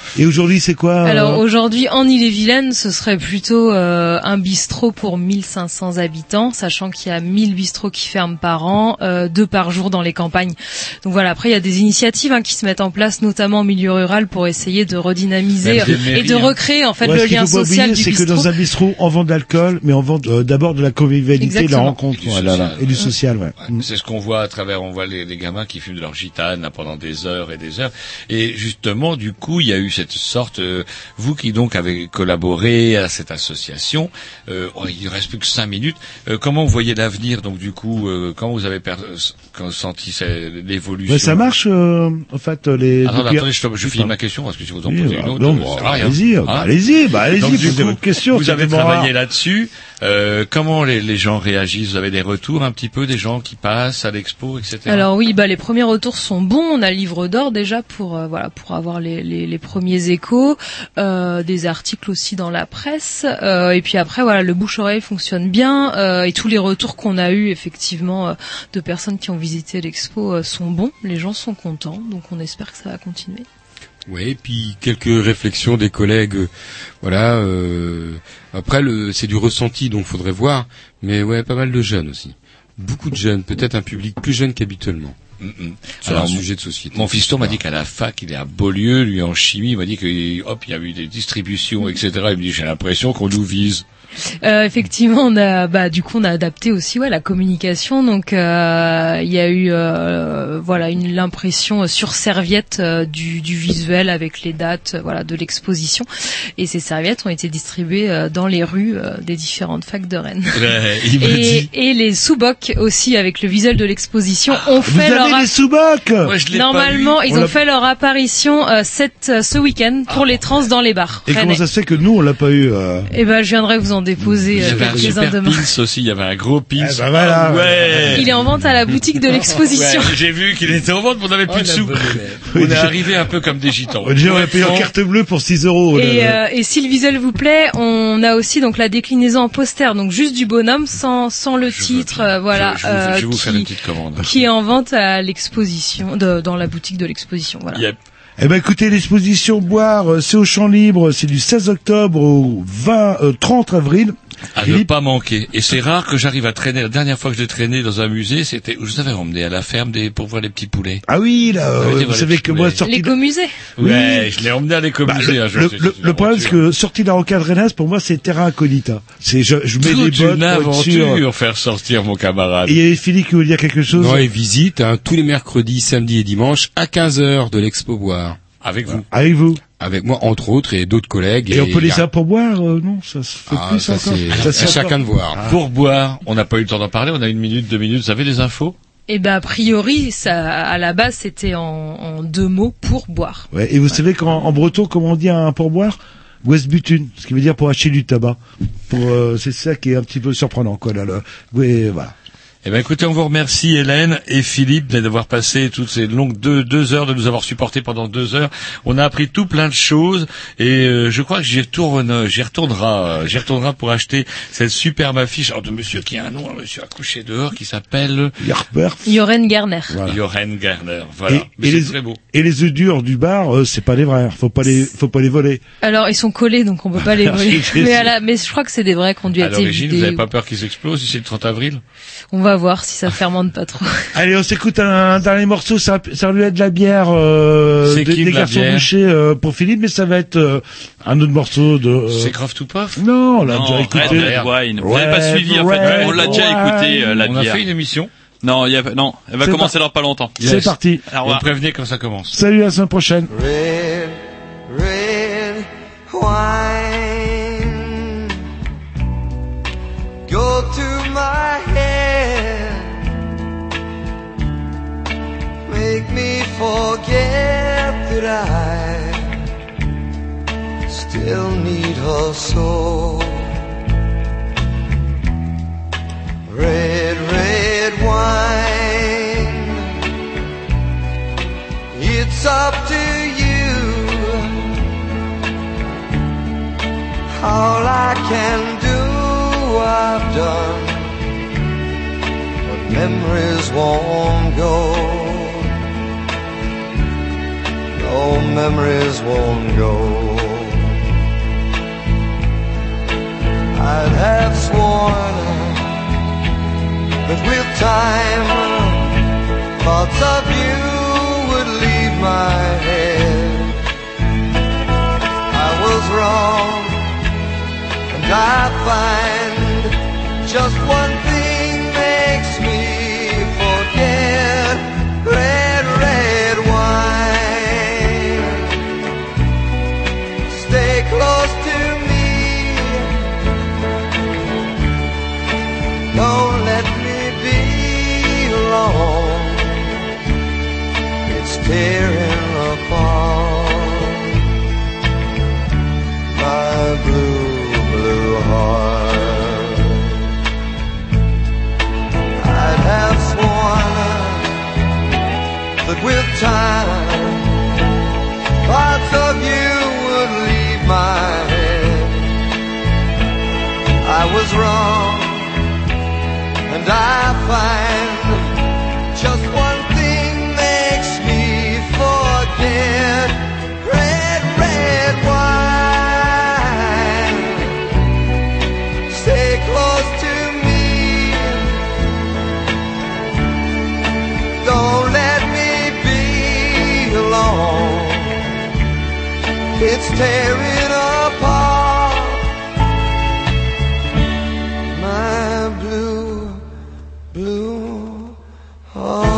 Et aujourd'hui, c'est quoi euh... Alors aujourd'hui, en Ille-et-Vilaine, ce serait plutôt euh, un bistrot pour mille cinq cents habitants, sachant qu'il y a mille bistrots qui ferment par an, euh, deux par jour dans les campagnes. Donc voilà, après il y a des initiatives hein, qui se mettent en place, notamment en milieu rural, pour essayer de redynamiser euh, et de recréer en fait ouais, le lien social du c'est bistrot. Que dans un bistrot, on vend de l'alcool, mais on vend euh, d'abord de la convivialité, Exactement. de la rencontre, du voilà, social. et du social. Ouais. Ouais, c'est ce qu'on voit à travers, on voit les, les gamins qui fument de leur gitane là, pendant des heures et des heures. Et justement, du coup, il y a eu cette sorte, euh, vous qui donc avez collaboré à cette association, euh, il ne reste plus que cinq minutes. Euh, comment vous voyez l'avenir? Donc du coup, euh, comment vous avez per- euh, senti l'évolution? Ouais, ça marche, euh, en fait, les. Attends, depuis... attendez, je, je finis ma question parce que si vous en oui, posez bah, une autre, non, euh, bah, ça sert à rien. allez-y, Hein bah, allez-y, bah, allez-y, donc, du posez coup, votre question. Vous avez bon travaillé rare. là-dessus. Euh, comment les, les gens réagissent? Vous avez des retours un petit peu des gens qui passent à l'expo, et cetera. Alors oui, bah les premiers retours sont bons. On a le livre d'or déjà pour euh, voilà pour avoir les, les, les premiers échos, euh, des articles aussi dans la presse. Euh, et puis après voilà, le bouche-oreille fonctionne bien euh, et tous les retours qu'on a eu effectivement euh, de personnes qui ont visité l'expo euh, sont bons. Les gens sont contents, donc on espère que ça va continuer. Ouais, et puis quelques réflexions des collègues, euh, voilà. Euh, après, le, c'est du ressenti, donc faudrait voir. Mais ouais, pas mal de jeunes aussi. Beaucoup de jeunes, peut-être un public plus jeune qu'habituellement. Mm-mm. Sur Alors, un sujet de société. Mon fiston m'a dit qu'à la fac, il est à Beaulieu, lui en chimie, il m'a dit que hop, il y a eu des distributions, et cetera. Il me dit j'ai l'impression qu'on nous vise. Euh, effectivement, on a, bah, du coup, on a adapté aussi, ouais, la communication. Donc, euh, il y a eu, euh, voilà, une l'impression sur serviette euh, du, du visuel avec les dates, euh, voilà, de l'exposition. Et ces serviettes ont été distribuées euh, dans les rues euh, des différentes facs de Rennes. Ouais, il me et, dit. et les sous-bocs aussi, avec le visuel de l'exposition, ont Vous fait leur. avez les sous-bocs Ouais, je l'ai Normalement, pas vu. ils On ont l'a- fait leur apparition euh, cette, euh, ce week-end pour les trans dans les bars. Et comment Rennais. ça se fait que nous, on l'a pas eu euh... Eh ben, je viendrai vous en déposer Il y euh, avait un quelques-uns super demain. pins aussi, il y avait un gros pins. Eh ben voilà. Ah ouais. Il est en vente à la boutique de l'exposition. Ouais, j'ai vu qu'il était en vente, mais on n'avait plus de sous. On est arrivé un peu comme des gitans. On dit, on a payé en carte bleue pour six euros. Et, là. euh, et si le visuel vous plaît, on a aussi donc la déclinaison en poster, donc juste du bonhomme sans sans le titre, euh, voilà, Je, je, vous, euh, je vais vous qui, faire une petite commande. qui est en vente à l'exposition, de, dans la boutique de l'exposition. Voilà. Yep. Eh ben écoutez, l'exposition Boire, euh, c'est au Champ Libre, c'est du seize octobre au vingt, euh, trente avril. À ne Philippe pas manquer. Et c'est rare que j'arrive à traîner. La dernière fois que j'ai traîné dans un musée, c'était où je vous avais emmené à la ferme des, pour voir les petits poulets. Ah oui, là, euh, Ah oui, vous voilà, savez les que moi, poulets. sorti de... L'écomusée. Ouais, je l'ai emmené à l'écomusée Bah, un le, jour. le, c'est- le, c'est une le problème, c'est aventure. que sorti de la rocade rennaise, pour moi, c'est terra incognita. C'est, je, je mets Toute des bottes une pour être sûr. aventure, faire sortir mon camarade. Et il y a Philippe qui veut dire quelque chose. Non, et visite hein, tous les mercredis, samedis et dimanches à quinze heures de l'Expo Boire. Avec vous. Avec vous. Avec moi, entre autres, et d'autres collègues. Et, on peut il y les a- avoir pour boire, euh, non, ça se fait Ah, plus ça, encore. c'est se à fait chacun encore. de voir. Ah. Pour boire, on n'a pas eu le temps d'en parler, on a une minute, deux minutes. Vous avez des infos? Et ben a priori, ça, à la base, c'était en, en deux mots pour boire. Ouais, et vous savez qu'en en breton, comment on dit un pourboire? Westbutun, ce qui veut dire pour acheter du tabac. Pour, euh, c'est ça qui est un petit peu surprenant, quoi, là, là. Oui, voilà. Eh ben, écoutez, on vous remercie, Hélène et Philippe, d'avoir passé toutes ces longues deux, deux heures, de nous avoir supportés pendant deux heures. On a appris tout plein de choses, et euh, je crois que j'y retourne, j'y retournera, euh, j'y retournera pour acheter cette superbe affiche, alors de monsieur qui a un nom, un monsieur accouché dehors, qui s'appelle Yarper. Joren Garner. Voilà. Johan Garner. Voilà. Et, Mais et c'est les, très beau. et les œufs durs du bar, euh, c'est pas les vrais. Faut pas les, faut pas les voler. Alors ils sont collés, donc on peut pas les voler. mais, à la, mais je crois que c'est des vrais qui ont dû À être l'origine, vous évidés. n'avez pas peur qu'ils explosent ici le trente avril? On va voir si ça fermente pas trop. Allez, on s'écoute un, un dernier morceau. Ça, ça lui être de la bière, euh, C'est des, qui, des de la garçons bière bouchés euh, pour Philippe, mais ça va être euh, un autre morceau de. Euh... C'est Croft ou Puff? Non, on l'a Non, déjà écouté. Red Red Wine. Vous n'avez pas Red, suivi, en fait. Red On l'a déjà Wine. écouté, euh, la On a bière. fait une émission. Non, il y a, non, elle va C'est commencer par- dans pas longtemps. C'est Yes. parti. Au Vous revoir. prévenez quand ça commence. Salut, à la semaine prochaine. Red, red wine, go to my head, make me forget that I still need her so. Red, red wine, it's up to you. All I can do, I've done, but memories won't go. old memories won't go. I'd have sworn that with time thoughts of you would leave my head. I was wrong, and I find just one thing makes me forget. Red, red wine. Stay close to me. Don't let me be alone. It's tearing apart my blue, blue heart. I'd have sworn that with time thoughts of you would leave my head. I was wrong, and I find just one thing makes me forget. Red, red wine. Stay close to me. Don't let me be alone. It's tearing apart my blue, blue heart.